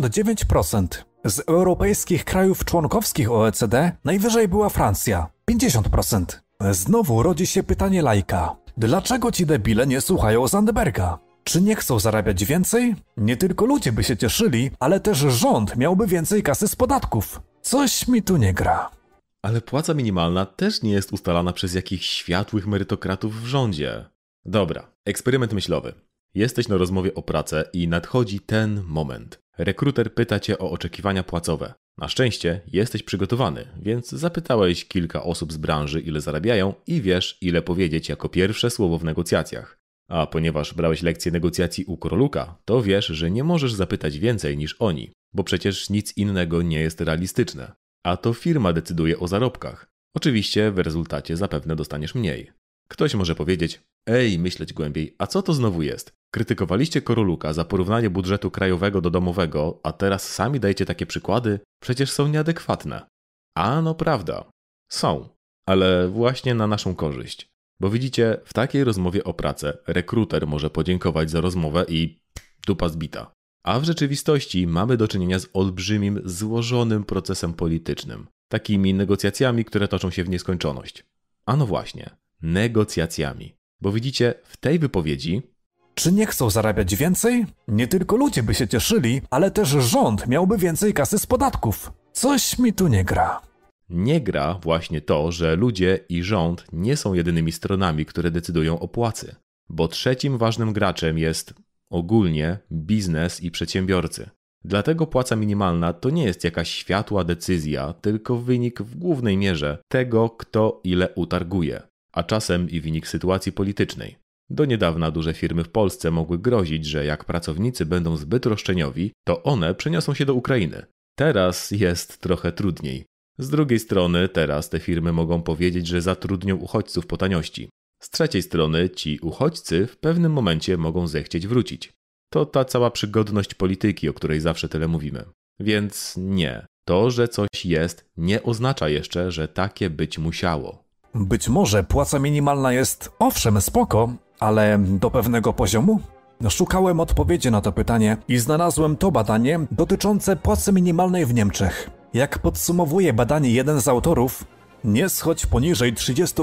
C: 59%. Z europejskich krajów członkowskich OECD najwyżej była Francja 50%. Znowu rodzi się pytanie laika. Dlaczego ci debile nie słuchają Zandberga? Czy nie chcą zarabiać więcej? Nie tylko ludzie by się cieszyli, ale też rząd miałby więcej kasy z podatków. Coś mi tu nie gra.
A: Ale płaca minimalna też nie jest ustalana przez jakichś światłych merytokratów w rządzie. Dobra, eksperyment myślowy. Jesteś na rozmowie o pracę i nadchodzi ten moment. Rekruter pyta cię o oczekiwania płacowe. Na szczęście jesteś przygotowany, więc zapytałeś kilka osób z branży, ile zarabiają i wiesz, ile powiedzieć jako pierwsze słowo w negocjacjach. A ponieważ brałeś lekcję negocjacji u Kroluka, to wiesz, że nie możesz zapytać więcej niż oni, bo przecież nic innego nie jest realistyczne. A to firma decyduje o zarobkach. Oczywiście w rezultacie zapewne dostaniesz mniej. Ktoś może powiedzieć, myśleć głębiej, a co to znowu jest? Krytykowaliście Koroluka za porównanie budżetu krajowego do domowego, a teraz sami dajecie takie przykłady? Przecież są nieadekwatne. A no prawda, są, ale właśnie na naszą korzyść. Bo widzicie, w takiej rozmowie o pracę rekruter może podziękować za rozmowę i dupa zbita. A w rzeczywistości mamy do czynienia z olbrzymim, złożonym procesem politycznym. Takimi negocjacjami, które toczą się w nieskończoność. A no właśnie, negocjacjami. Bo widzicie, w tej wypowiedzi...
C: Czy nie chcą zarabiać więcej? Nie tylko ludzie by się cieszyli, ale też rząd miałby więcej kasy z podatków. Coś mi tu nie gra.
A: Nie gra właśnie to, że ludzie i rząd nie są jedynymi stronami, które decydują o płacy. Bo trzecim ważnym graczem jest ogólnie biznes i przedsiębiorcy. Dlatego płaca minimalna to nie jest jakaś światła decyzja, tylko wynik w głównej mierze tego, kto ile utarguje, a czasem i wynik sytuacji politycznej. Do niedawna duże firmy w Polsce mogły grozić, że jak pracownicy będą zbyt roszczeniowi, to one przeniosą się do Ukrainy. Teraz jest trochę trudniej. Z drugiej strony teraz te firmy mogą powiedzieć, że zatrudnią uchodźców po taniości. Z trzeciej strony ci uchodźcy w pewnym momencie mogą zechcieć wrócić. To ta cała przygodność polityki, o której zawsze tyle mówimy. Więc nie, to, że coś jest, nie oznacza jeszcze, że takie być musiało.
C: Być może płaca minimalna jest owszem spoko, ale do pewnego poziomu? Szukałem odpowiedzi na to pytanie i znalazłem to badanie dotyczące płacy minimalnej w Niemczech. Jak podsumowuje badanie jeden z autorów, nie schodź poniżej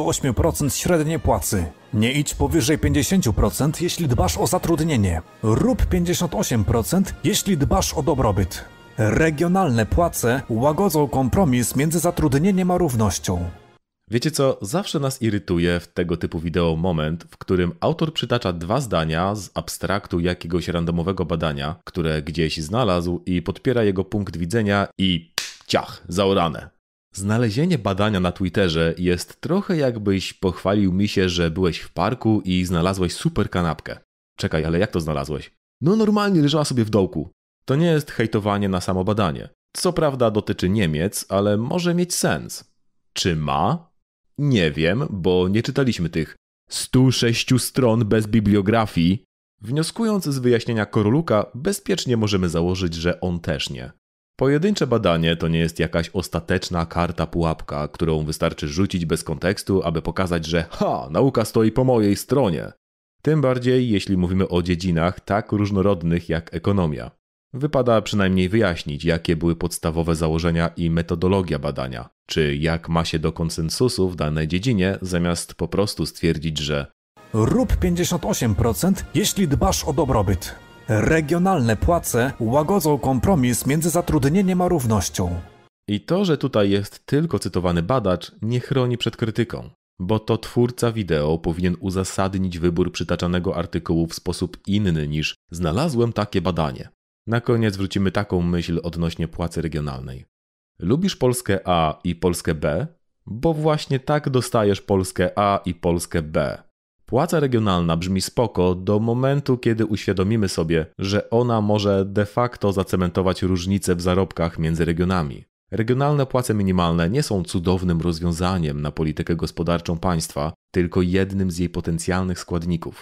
C: 38% średniej płacy. Nie idź powyżej 50%, jeśli dbasz o zatrudnienie. Rób 58%, jeśli dbasz o dobrobyt. Regionalne płace łagodzą kompromis między zatrudnieniem a równością.
A: Wiecie co, zawsze nas irytuje w tego typu wideo moment, w którym autor przytacza 2 zdania z abstraktu jakiegoś randomowego badania, które gdzieś znalazł i podpiera jego punkt widzenia i ciach, zaorane. Znalezienie badania na Twitterze jest trochę jakbyś pochwalił mi się, że byłeś w parku i znalazłeś super kanapkę. Czekaj, ale jak to znalazłeś? No normalnie leżała sobie w dołku. To nie jest hejtowanie na samo badanie. Co prawda dotyczy Niemiec, ale może mieć sens. Czy ma? Nie wiem, bo nie czytaliśmy tych 106 stron bez bibliografii. Wnioskując z wyjaśnienia Koroluka, bezpiecznie możemy założyć, że on też nie. Pojedyncze badanie to nie jest jakaś ostateczna karta pułapka, którą wystarczy rzucić bez kontekstu, aby pokazać, że nauka stoi po mojej stronie. Tym bardziej, jeśli mówimy o dziedzinach tak różnorodnych jak ekonomia. Wypada przynajmniej wyjaśnić, jakie były podstawowe założenia i metodologia badania, czy jak ma się do konsensusu w danej dziedzinie, zamiast po prostu stwierdzić, że
C: Rób 58%, jeśli dbasz o dobrobyt. Regionalne płace łagodzą kompromis między zatrudnieniem a równością.
A: I to, że tutaj jest tylko cytowany badacz, nie chroni przed krytyką, bo to twórca wideo powinien uzasadnić wybór przytaczanego artykułu w sposób inny niż znalazłem takie badanie. Na koniec wrócimy taką myśl odnośnie płacy regionalnej. Lubisz Polskę A i Polskę B? Bo właśnie tak dostajesz Polskę A i Polskę B. Płaca regionalna brzmi spoko do momentu, kiedy uświadomimy sobie, że ona może de facto zacementować różnice w zarobkach między regionami. Regionalne płace minimalne nie są cudownym rozwiązaniem na politykę gospodarczą państwa, tylko jednym z jej potencjalnych składników.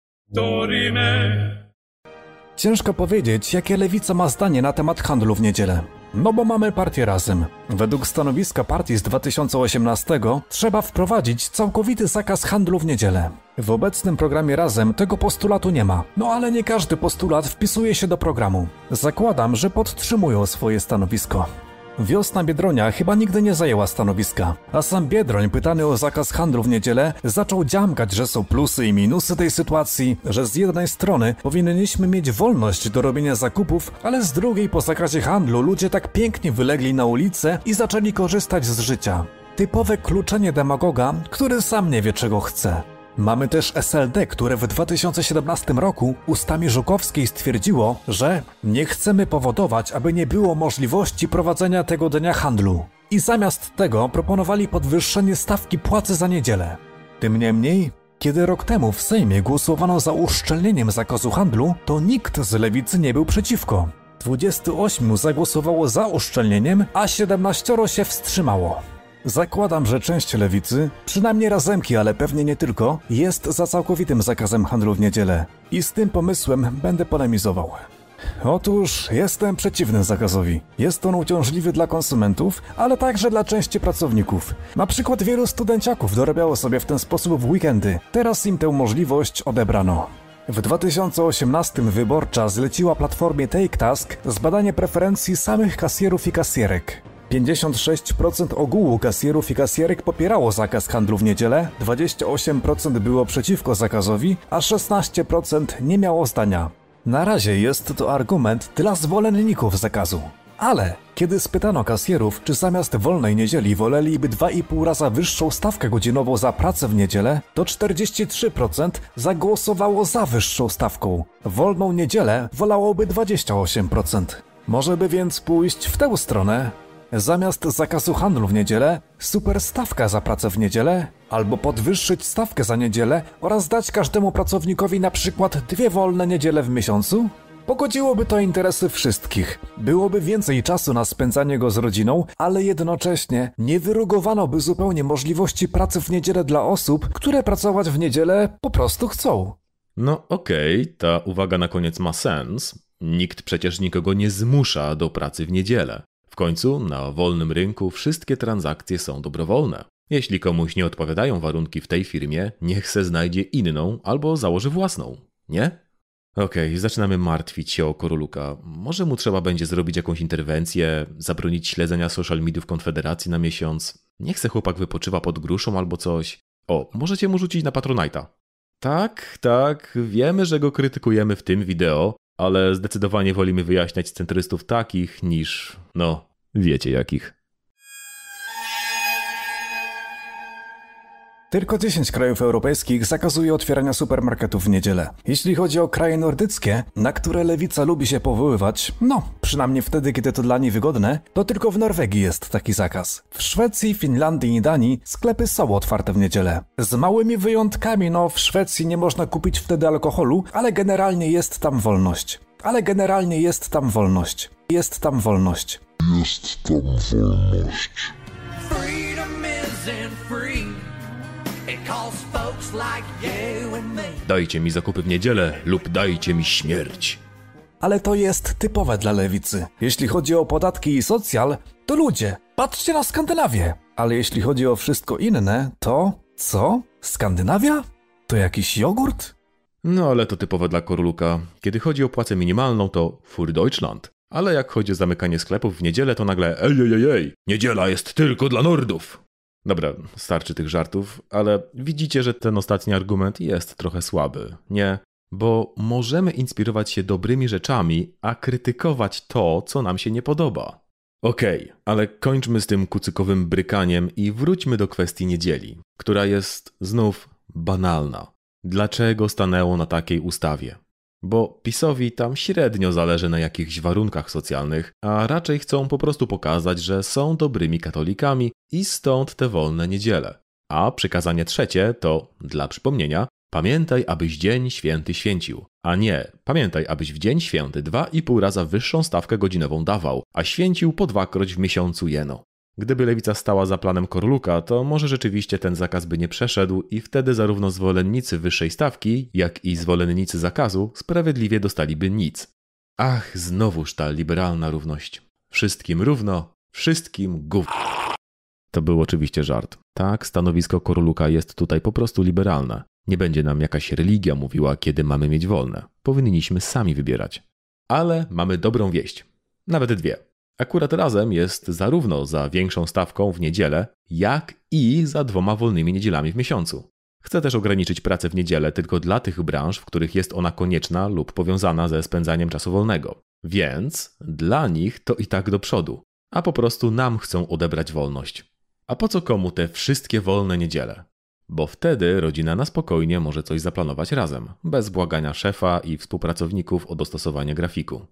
C: Ciężko powiedzieć, jakie Lewica ma zdanie na temat handlu w niedzielę. No bo mamy partię Razem. Według stanowiska partii z 2018 trzeba wprowadzić całkowity zakaz handlu w niedzielę. W obecnym programie Razem tego postulatu nie ma. No ale nie każdy postulat wpisuje się do programu. Zakładam, że podtrzymują swoje stanowisko. Wiosna Biedronia chyba nigdy nie zajęła stanowiska, a sam Biedroń, pytany o zakaz handlu w niedzielę, zaczął dziamkać, że są plusy i minusy tej sytuacji, że z jednej strony powinniśmy mieć wolność do robienia zakupów, ale z drugiej po zakazie handlu ludzie tak pięknie wylegli na ulicę i zaczęli korzystać z życia. Typowe kluczenie demagoga, który sam nie wie czego chce. Mamy też SLD, które w 2017 roku ustami Żukowskiej stwierdziło, że nie chcemy powodować, aby nie było możliwości prowadzenia tego dnia handlu. I zamiast tego proponowali podwyższenie stawki płacy za niedzielę. Tym niemniej, kiedy rok temu w Sejmie głosowano za uszczelnieniem zakazu handlu, to nikt z Lewicy nie był przeciwko. 28 zagłosowało za uszczelnieniem, a 17 się wstrzymało. Zakładam, że część Lewicy, przynajmniej Razemki, ale pewnie nie tylko, jest za całkowitym zakazem handlu w niedzielę. I z tym pomysłem będę polemizował. Otóż jestem przeciwny zakazowi. Jest on uciążliwy dla konsumentów, ale także dla części pracowników. Na przykład wielu studenciaków dorabiało sobie w ten sposób w weekendy. Teraz im tę możliwość odebrano. W 2018 Wyborcza zleciła platformie TakeTask zbadanie preferencji samych kasjerów i kasjerek. 56% ogółu kasjerów i kasjerek popierało zakaz handlu w niedzielę, 28% było przeciwko zakazowi, a 16% nie miało zdania. Na razie jest to argument dla zwolenników zakazu. Ale kiedy spytano kasjerów, czy zamiast wolnej niedzieli woleliby 2,5 raza wyższą stawkę godzinową za pracę w niedzielę, to 43% zagłosowało za wyższą stawką. Wolną niedzielę wolałoby 28%. Może by więc pójść w tę stronę? Zamiast zakazu handlu w niedzielę, super stawka za pracę w niedzielę, albo podwyższyć stawkę za niedzielę oraz dać każdemu pracownikowi na przykład 2 wolne niedziele w miesiącu? Pogodziłoby to interesy wszystkich. Byłoby więcej czasu na spędzanie go z rodziną, ale jednocześnie nie wyrugowano by zupełnie możliwości pracy w niedzielę dla osób, które pracować w niedzielę po prostu chcą.
A: No okej, ta uwaga na koniec ma sens. Nikt przecież nikogo nie zmusza do pracy w niedzielę. W końcu na wolnym rynku wszystkie transakcje są dobrowolne. Jeśli komuś nie odpowiadają warunki w tej firmie, niech se znajdzie inną albo założy własną, nie? Okej, zaczynamy martwić się o Koroluka. Może mu trzeba będzie zrobić jakąś interwencję, zabronić śledzenia social mediów Konfederacji na miesiąc. Niech se chłopak wypoczywa pod gruszą albo coś. O, możecie mu rzucić na Patronite'a. Tak, wiemy, że go krytykujemy w tym wideo, ale zdecydowanie wolimy wyjaśniać centrystów takich niż, wiecie jakich.
C: Tylko 10 krajów europejskich zakazuje otwierania supermarketów w niedzielę. Jeśli chodzi o kraje nordyckie, na które lewica lubi się powoływać, przynajmniej wtedy, kiedy to dla niej wygodne, to tylko w Norwegii jest taki zakaz. W Szwecji, Finlandii i Danii sklepy są otwarte w niedzielę. Z małymi wyjątkami, w Szwecji nie można kupić wtedy alkoholu, ale generalnie jest tam wolność. Jest tam wolność.
A: Dajcie mi zakupy w niedzielę lub dajcie mi śmierć.
C: Ale to jest typowe dla lewicy. Jeśli chodzi o podatki i socjal, to ludzie, patrzcie na Skandynawię. Ale jeśli chodzi o wszystko inne, to co? Skandynawia? To jakiś jogurt?
A: Ale to typowe dla Korluka. Kiedy chodzi o płacę minimalną, to für Deutschland. Ale jak chodzi o zamykanie sklepów w niedzielę, to nagle ej, niedziela jest tylko dla Nordów. Dobra, starczy tych żartów, ale widzicie, że ten ostatni argument jest trochę słaby, nie? Bo możemy inspirować się dobrymi rzeczami, a krytykować to, co nam się nie podoba. Okej, ale kończmy z tym kucykowym brykaniem i wróćmy do kwestii niedzieli, która jest znów banalna. Dlaczego stanęło na takiej ustawie? Bo PiS-owi tam średnio zależy na jakichś warunkach socjalnych, a raczej chcą po prostu pokazać, że są dobrymi katolikami i stąd te wolne niedziele. A przykazanie trzecie to, dla przypomnienia, pamiętaj, abyś dzień święty święcił. A nie, pamiętaj, abyś w dzień święty 2,5 raza wyższą stawkę godzinową dawał, a święcił po 2-kroć w miesiącu jeno. Gdyby lewica stała za planem Korluka, to może rzeczywiście ten zakaz by nie przeszedł i wtedy zarówno zwolennicy wyższej stawki, jak i zwolennicy zakazu sprawiedliwie dostaliby nic. Ach, znowuż ta liberalna równość. Wszystkim równo, wszystkim gówno. To był oczywiście żart. Tak, stanowisko Korluka jest tutaj po prostu liberalne. Nie będzie nam jakaś religia mówiła, kiedy mamy mieć wolne. Powinniśmy sami wybierać. Ale mamy dobrą wieść. Nawet dwie. Akurat razem jest zarówno za większą stawką w niedzielę, jak i za 2 wolnymi niedzielami w miesiącu. Chcę też ograniczyć pracę w niedzielę tylko dla tych branż, w których jest ona konieczna lub powiązana ze spędzaniem czasu wolnego. Więc dla nich to i tak do przodu, a po prostu nam chcą odebrać wolność. A po co komu te wszystkie wolne niedziele? Bo wtedy rodzina na spokojnie może coś zaplanować razem, bez błagania szefa i współpracowników o dostosowanie grafiku.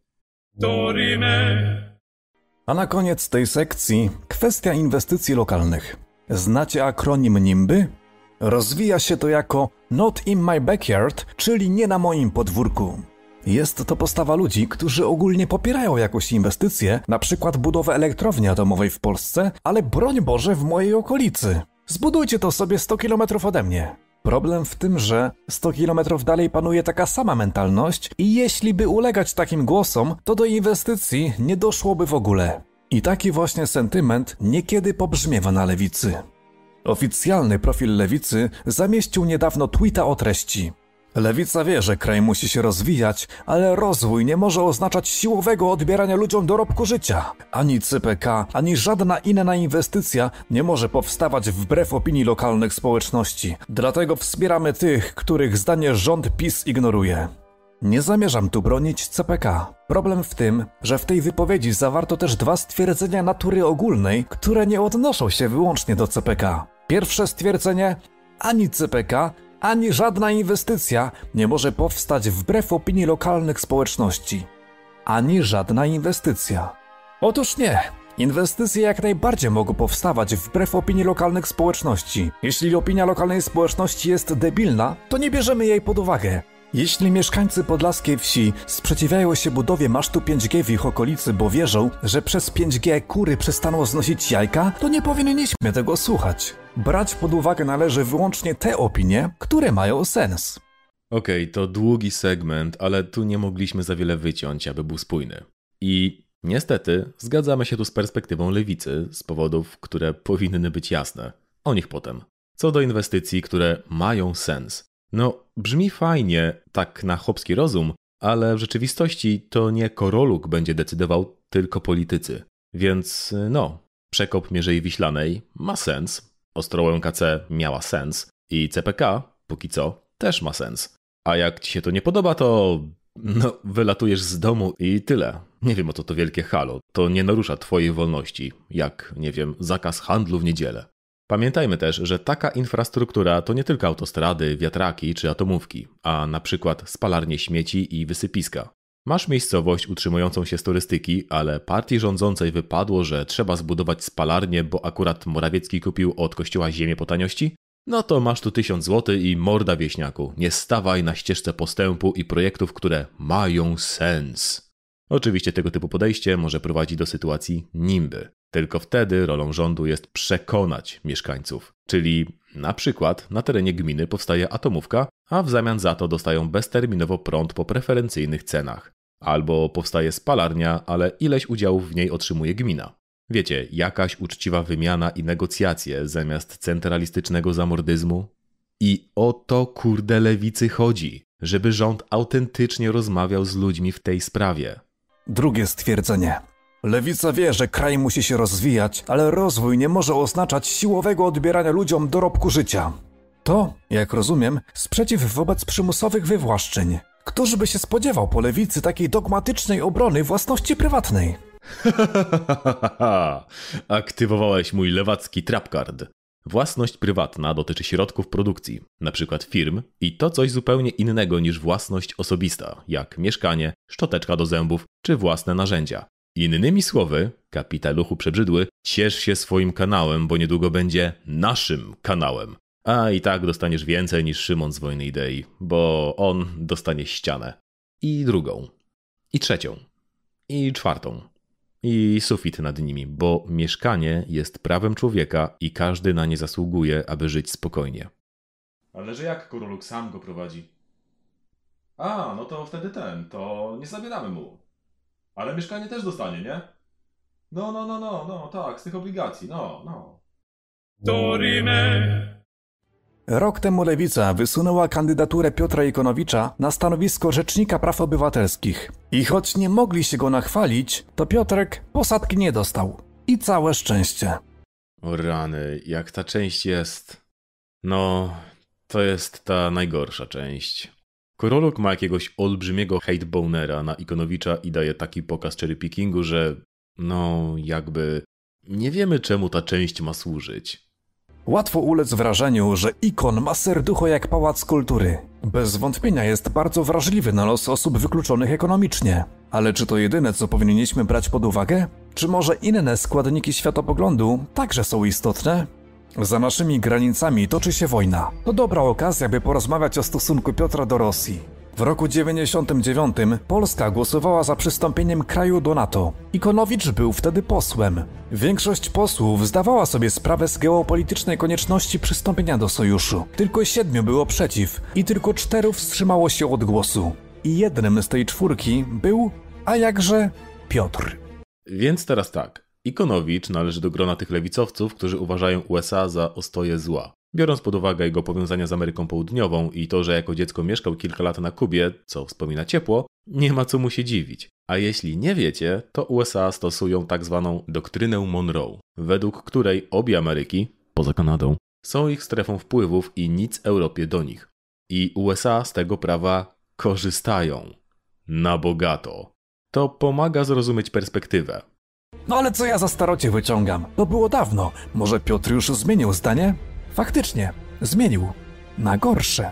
C: A na koniec tej sekcji kwestia inwestycji lokalnych. Znacie akronim NIMBY? Rozwija się to jako Not in my backyard, czyli nie na moim podwórku. Jest to postawa ludzi, którzy ogólnie popierają jakąś inwestycję, na przykład budowę elektrowni atomowej w Polsce, ale broń Boże w mojej okolicy. Zbudujcie to sobie 100 km ode mnie. Problem w tym, że 100 km dalej panuje taka sama mentalność i jeśli by ulegać takim głosom, to do inwestycji nie doszłoby w ogóle. I taki właśnie sentyment niekiedy pobrzmiewa na lewicy. Oficjalny profil lewicy zamieścił niedawno tweeta o treści: lewica wie, że kraj musi się rozwijać, ale rozwój nie może oznaczać siłowego odbierania ludziom dorobku życia. Ani CPK, ani żadna inna inwestycja nie może powstawać wbrew opinii lokalnych społeczności. Dlatego wspieramy tych, których zdanie rząd PiS ignoruje. Nie zamierzam tu bronić CPK. Problem w tym, że w tej wypowiedzi zawarto też 2 stwierdzenia natury ogólnej, które nie odnoszą się wyłącznie do CPK. Pierwsze stwierdzenie: ani CPK, ani żadna inwestycja nie może powstać wbrew opinii lokalnych społeczności. Ani żadna inwestycja. Otóż nie. Inwestycje jak najbardziej mogą powstawać wbrew opinii lokalnych społeczności. Jeśli opinia lokalnej społeczności jest debilna, to nie bierzemy jej pod uwagę. Jeśli mieszkańcy podlaskiej wsi sprzeciwiają się budowie masztu 5G w ich okolicy, bo wierzą, że przez 5G kury przestaną znosić jajka, to nie powinniśmy tego słuchać. Brać pod uwagę należy wyłącznie te opinie, które mają sens.
A: Okej, to długi segment, ale tu nie mogliśmy za wiele wyciąć, aby był spójny. I niestety zgadzamy się tu z perspektywą lewicy z powodów, które powinny być jasne. O nich potem. Co do inwestycji, które mają sens. Brzmi fajnie, tak na chłopski rozum, ale w rzeczywistości to nie Koroluk będzie decydował, tylko politycy. Więc przekop Mierzei Wiślanej ma sens, Ostrołęka C miała sens i CPK, póki co, też ma sens. A jak ci się to nie podoba, to No, wylatujesz z domu i tyle. Nie wiem, o co to wielkie halo. To nie narusza twojej wolności, jak, nie wiem, zakaz handlu w niedzielę. Pamiętajmy też, że taka infrastruktura to nie tylko autostrady, wiatraki czy atomówki, a na przykład spalarnie śmieci i wysypiska. Masz miejscowość utrzymującą się z turystyki, ale partii rządzącej wypadło, że trzeba zbudować spalarnię, bo akurat Morawiecki kupił od kościoła ziemię po taniości? No to masz tu 1000 zł i morda wieśniaku. Nie stawaj na ścieżce postępu i projektów, które mają sens. Oczywiście tego typu podejście może prowadzić do sytuacji nimby. Tylko wtedy rolą rządu jest przekonać mieszkańców. Czyli na przykład na terenie gminy powstaje atomówka, a w zamian za to dostają bezterminowo prąd po preferencyjnych cenach. Albo powstaje spalarnia, ale ileś udziałów w niej otrzymuje gmina. Wiecie, jakaś uczciwa wymiana i negocjacje zamiast centralistycznego zamordyzmu? I o to kurde lewicy chodzi, żeby rząd autentycznie rozmawiał z ludźmi w tej sprawie.
C: Drugie stwierdzenie. Lewica wie, że kraj musi się rozwijać, ale rozwój nie może oznaczać siłowego odbierania ludziom dorobku życia. To, jak rozumiem, sprzeciw wobec przymusowych wywłaszczeń. Któż by się spodziewał po lewicy takiej dogmatycznej obrony własności prywatnej?
A: Aktywowałeś mój lewacki trapcard. Własność prywatna dotyczy środków produkcji, np. firm, i to coś zupełnie innego niż własność osobista, jak mieszkanie, szczoteczka do zębów czy własne narzędzia. Innymi słowy, kapitaluchu przebrzydły, ciesz się swoim kanałem, bo niedługo będzie naszym kanałem. A i tak dostaniesz więcej niż Szymon z Wojny Idei, bo on dostanie ścianę. I drugą. I trzecią. I czwartą. I sufit nad nimi, bo mieszkanie jest prawem człowieka i każdy na nie zasługuje, aby żyć spokojnie. Ale że jak Kuroluk sam go prowadzi? A, no to wtedy to nie zabieramy mu. Ale mieszkanie też dostanie, nie? No, tak, z tych obligacji, no.
E: Dorime.
C: Rok temu Lewica wysunęła kandydaturę Piotra Ikonowicza na stanowisko Rzecznika Praw Obywatelskich. I choć nie mogli się go nachwalić, to Piotrek posadki nie dostał. I całe szczęście.
A: O rany, jak ta część jest... No, to jest ta najgorsza część. Kuroluk ma jakiegoś olbrzymiego hate-bonera na Ikonowicza i daje taki pokaz cherry-pickingu, że... No, jakby... Nie wiemy, czemu ta część ma służyć.
C: Łatwo ulec wrażeniu, że Ikon ma serducho jak pałac kultury. Bez wątpienia jest bardzo wrażliwy na los osób wykluczonych ekonomicznie. Ale czy to jedyne, co powinniśmy brać pod uwagę? Czy może inne składniki światopoglądu także są istotne? Za naszymi granicami toczy się wojna. To dobra okazja, by porozmawiać o stosunku Piotra do Rosji. W roku 1999 Polska głosowała za przystąpieniem kraju do NATO. Ikonowicz był wtedy posłem. Większość posłów zdawała sobie sprawę z geopolitycznej konieczności przystąpienia do sojuszu. Tylko 7 było przeciw i tylko 4 wstrzymało się od głosu. I jednym z tej 4 był, a jakże, Piotr.
A: Więc teraz tak. Ikonowicz należy do grona tych lewicowców, którzy uważają USA za ostoję zła. Biorąc pod uwagę jego powiązania z Ameryką Południową i to, że jako dziecko mieszkał kilka lat na Kubie, co wspomina ciepło, nie ma co mu się dziwić. A jeśli nie wiecie, to USA stosują tak zwaną doktrynę Monroe, według której obie Ameryki, poza Kanadą, są ich strefą wpływów i nic Europie do nich. I USA z tego prawa korzystają. Na bogato. To pomaga zrozumieć perspektywę.
C: No ale co ja za starocie wyciągam? To było dawno. Może Piotr już zmienił zdanie? Faktycznie, zmienił. Na gorsze.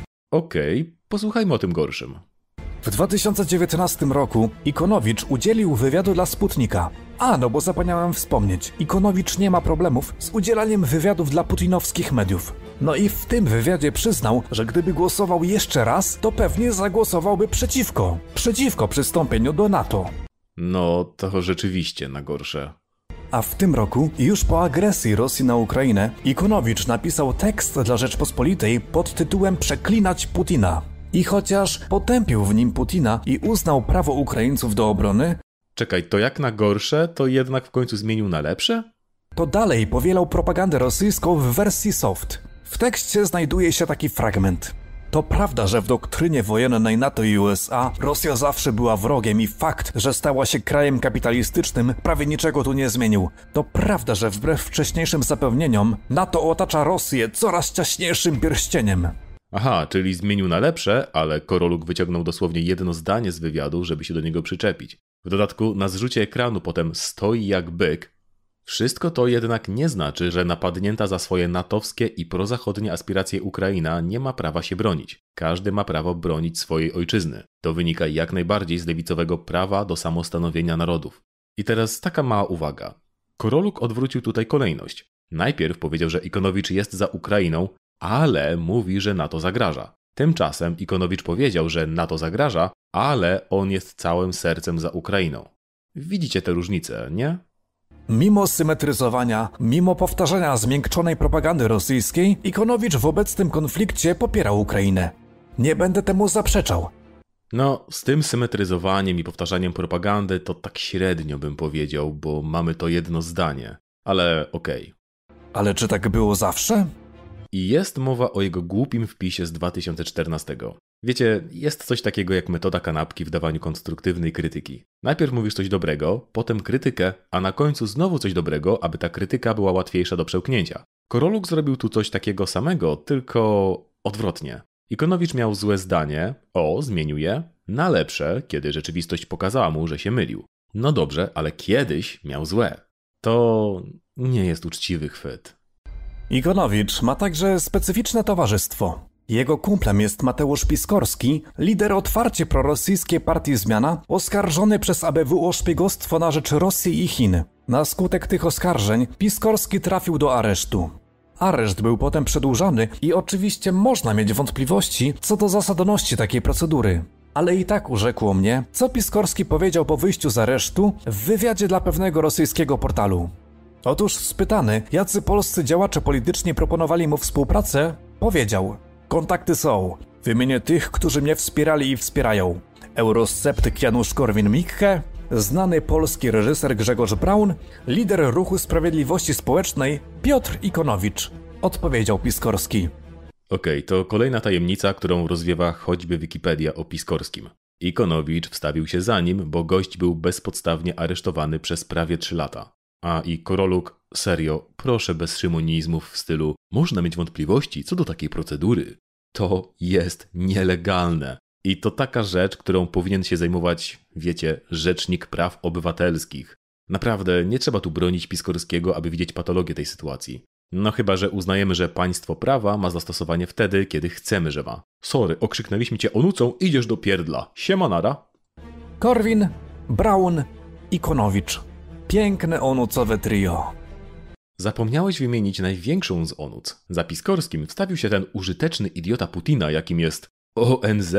A: Okej, posłuchajmy o tym gorszym.
C: W 2019 roku Ikonowicz udzielił wywiadu dla Sputnika. No bo zapomniałem wspomnieć, Ikonowicz nie ma problemów z udzielaniem wywiadów dla putinowskich mediów. No i w tym wywiadzie przyznał, że gdyby głosował jeszcze raz, to pewnie zagłosowałby przeciwko przystąpieniu do NATO.
A: No, to rzeczywiście na gorsze.
C: A w tym roku, już po agresji Rosji na Ukrainę, Ikonowicz napisał tekst dla Rzeczpospolitej pod tytułem Przeklinać Putina. I chociaż potępił w nim Putina i uznał prawo Ukraińców do obrony...
A: Czekaj, to jak na gorsze, to jednak w końcu zmienił na lepsze?
C: To dalej powielał propagandę rosyjską w wersji soft. W tekście znajduje się taki fragment. To prawda, że w doktrynie wojennej NATO i USA Rosja zawsze była wrogiem i fakt, że stała się krajem kapitalistycznym, prawie niczego tu nie zmienił. To prawda, że wbrew wcześniejszym zapewnieniom NATO otacza Rosję coraz ciaśniejszym pierścieniem.
A: Aha, czyli zmienił na lepsze, ale Koroluk wyciągnął dosłownie jedno zdanie z wywiadu, żeby się do niego przyczepić. W dodatku na zrzucie ekranu potem stoi jak byk. Wszystko to jednak nie znaczy, że napadnięta za swoje natowskie i prozachodnie aspiracje Ukraina nie ma prawa się bronić. Każdy ma prawo bronić swojej ojczyzny. To wynika jak najbardziej z lewicowego prawa do samostanowienia narodów. I teraz taka mała uwaga. Koroluk odwrócił tutaj kolejność. Najpierw powiedział, że Ikonowicz jest za Ukrainą, ale mówi, że NATO zagraża. Tymczasem Ikonowicz powiedział, że NATO zagraża, ale on jest całym sercem za Ukrainą. Widzicie tę różnicę, nie?
C: Mimo symetryzowania, mimo powtarzania zmiękczonej propagandy rosyjskiej, Ikonowicz w obecnym konflikcie popiera Ukrainę. Nie będę temu zaprzeczał.
A: No, z tym symetryzowaniem i powtarzaniem propagandy to tak średnio bym powiedział, bo mamy to jedno zdanie. Ale okej.
C: Ale czy tak było zawsze?
A: I jest mowa o jego głupim wpisie z 2014. Wiecie, jest coś takiego jak metoda kanapki w dawaniu konstruktywnej krytyki. Najpierw mówisz coś dobrego, potem krytykę, a na końcu znowu coś dobrego, aby ta krytyka była łatwiejsza do przełknięcia. Koroluk zrobił tu coś takiego samego, tylko odwrotnie. Ikonowicz miał złe zdanie, zmienił je, na lepsze, kiedy rzeczywistość pokazała mu, że się mylił. No dobrze, ale kiedyś miał złe. To nie jest uczciwy chwyt.
C: Ikonowicz ma także specyficzne towarzystwo. Jego kumplem jest Mateusz Piskorski, lider otwarcie prorosyjskiej partii Zmiana, oskarżony przez ABW o szpiegostwo na rzecz Rosji i Chin. Na skutek tych oskarżeń Piskorski trafił do aresztu. Areszt był potem przedłużany i oczywiście można mieć wątpliwości co do zasadności takiej procedury. Ale i tak urzekło mnie, co Piskorski powiedział po wyjściu z aresztu w wywiadzie dla pewnego rosyjskiego portalu. Otóż spytany, jacy polscy działacze polityczni proponowali mu współpracę, powiedział: kontakty są. Wymienię tych, którzy mnie wspierali i wspierają. Eurosceptyk Janusz Korwin-Mikke, znany polski reżyser Grzegorz Braun, lider Ruchu Sprawiedliwości Społecznej Piotr Ikonowicz, odpowiedział Piskorski.
A: Okej, to kolejna tajemnica, którą rozwiewa choćby Wikipedia o Piskorskim. Ikonowicz wstawił się za nim, bo gość był bezpodstawnie aresztowany przez prawie 3 lata. A i Koroluk, serio, proszę bez szymonizmów w stylu można mieć wątpliwości co do takiej procedury. To jest nielegalne. I to taka rzecz, którą powinien się zajmować, wiecie, Rzecznik Praw Obywatelskich. Naprawdę, nie trzeba tu bronić Piskorskiego, aby widzieć patologię tej sytuacji. No chyba, że uznajemy, że państwo prawa ma zastosowanie wtedy, kiedy chcemy, że ma. Sorry, okrzyknęliśmy cię onucą, idziesz do pierdla. Siemanara.
C: Korwin, Braun, Ikonowicz. Piękne onucowe trio.
A: Zapomniałeś wymienić największą z onuc. Za Piskorskim wstawił się ten użyteczny idiota Putina, jakim jest ONZ?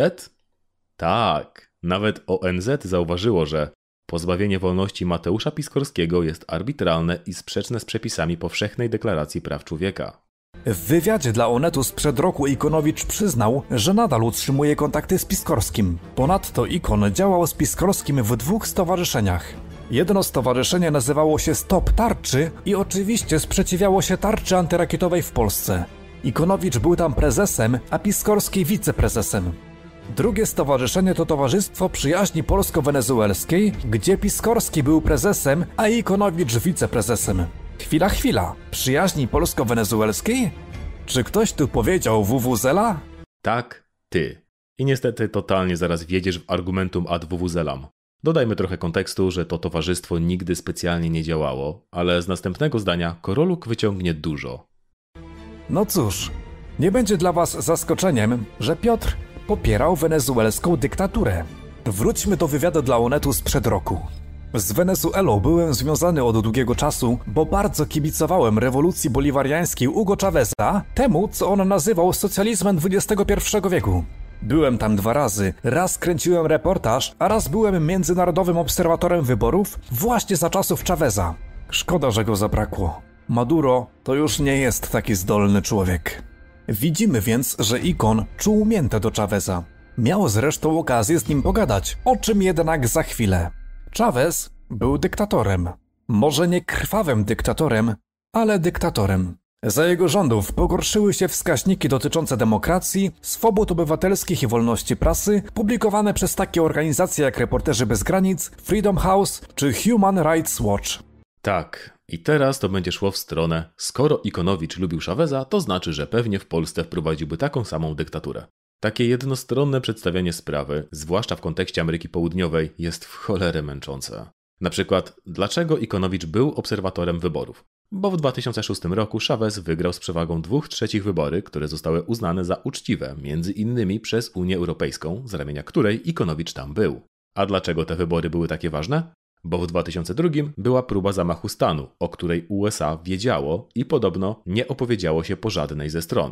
A: Tak, nawet ONZ zauważyło, że pozbawienie wolności Mateusza Piskorskiego jest arbitralne i sprzeczne z przepisami Powszechnej Deklaracji Praw Człowieka.
C: W wywiadzie dla Onetu sprzed roku Ikonowicz przyznał, że nadal utrzymuje kontakty z Piskorskim. Ponadto Ikon działał z Piskorskim w 2 stowarzyszeniach. Jedno stowarzyszenie nazywało się Stop Tarczy i oczywiście sprzeciwiało się tarczy antyrakietowej w Polsce. Ikonowicz był tam prezesem, a Piskorski wiceprezesem. Drugie stowarzyszenie to Towarzystwo Przyjaźni Polsko-Wenezuelskiej, gdzie Piskorski był prezesem, a Ikonowicz wiceprezesem. Chwila. Przyjaźni Polsko-Wenezuelskiej? Czy ktoś tu powiedział WWZela?
A: Tak, ty. I niestety totalnie zaraz wjedziesz w argumentum ad WWZelam. Dodajmy trochę kontekstu, że to towarzystwo nigdy specjalnie nie działało, ale z następnego zdania Koroluk wyciągnie dużo.
C: No cóż, nie będzie dla was zaskoczeniem, że Piotr popierał wenezuelską dyktaturę. Wróćmy do wywiadu dla Onetu sprzed roku. Z Wenezuelą byłem związany od długiego czasu, bo bardzo kibicowałem rewolucji boliwariańskiej Hugo Cháveza, temu, co on nazywał socjalizmem XXI wieku. Byłem tam 2 razy, raz kręciłem reportaż, a raz byłem międzynarodowym obserwatorem wyborów właśnie za czasów Cháveza. Szkoda, że go zabrakło. Maduro to już nie jest taki zdolny człowiek. Widzimy więc, że Ikon czuł miętę do Cháveza. Miał zresztą okazję z nim pogadać, o czym jednak za chwilę. Chávez był dyktatorem. Może nie krwawym dyktatorem, ale dyktatorem. Za jego rządów pogorszyły się wskaźniki dotyczące demokracji, swobód obywatelskich i wolności prasy, publikowane przez takie organizacje jak Reporterzy Bez Granic, Freedom House czy Human Rights Watch.
A: Tak, I teraz to będzie szło w stronę, skoro Ikonowicz lubił Chaveza, to znaczy, że pewnie w Polsce wprowadziłby taką samą dyktaturę. Takie jednostronne przedstawianie sprawy, zwłaszcza w kontekście Ameryki Południowej, jest w cholerę męczące. Na przykład, dlaczego Ikonowicz był obserwatorem wyborów? Bo w 2006 roku Chavez wygrał z przewagą 2/3 wybory, które zostały uznane za uczciwe, między innymi przez Unię Europejską, z ramienia której Ikonowicz tam był. A dlaczego te wybory były takie ważne? Bo w 2002 była próba zamachu stanu, o której USA wiedziało i podobno nie opowiedziało się po żadnej ze stron.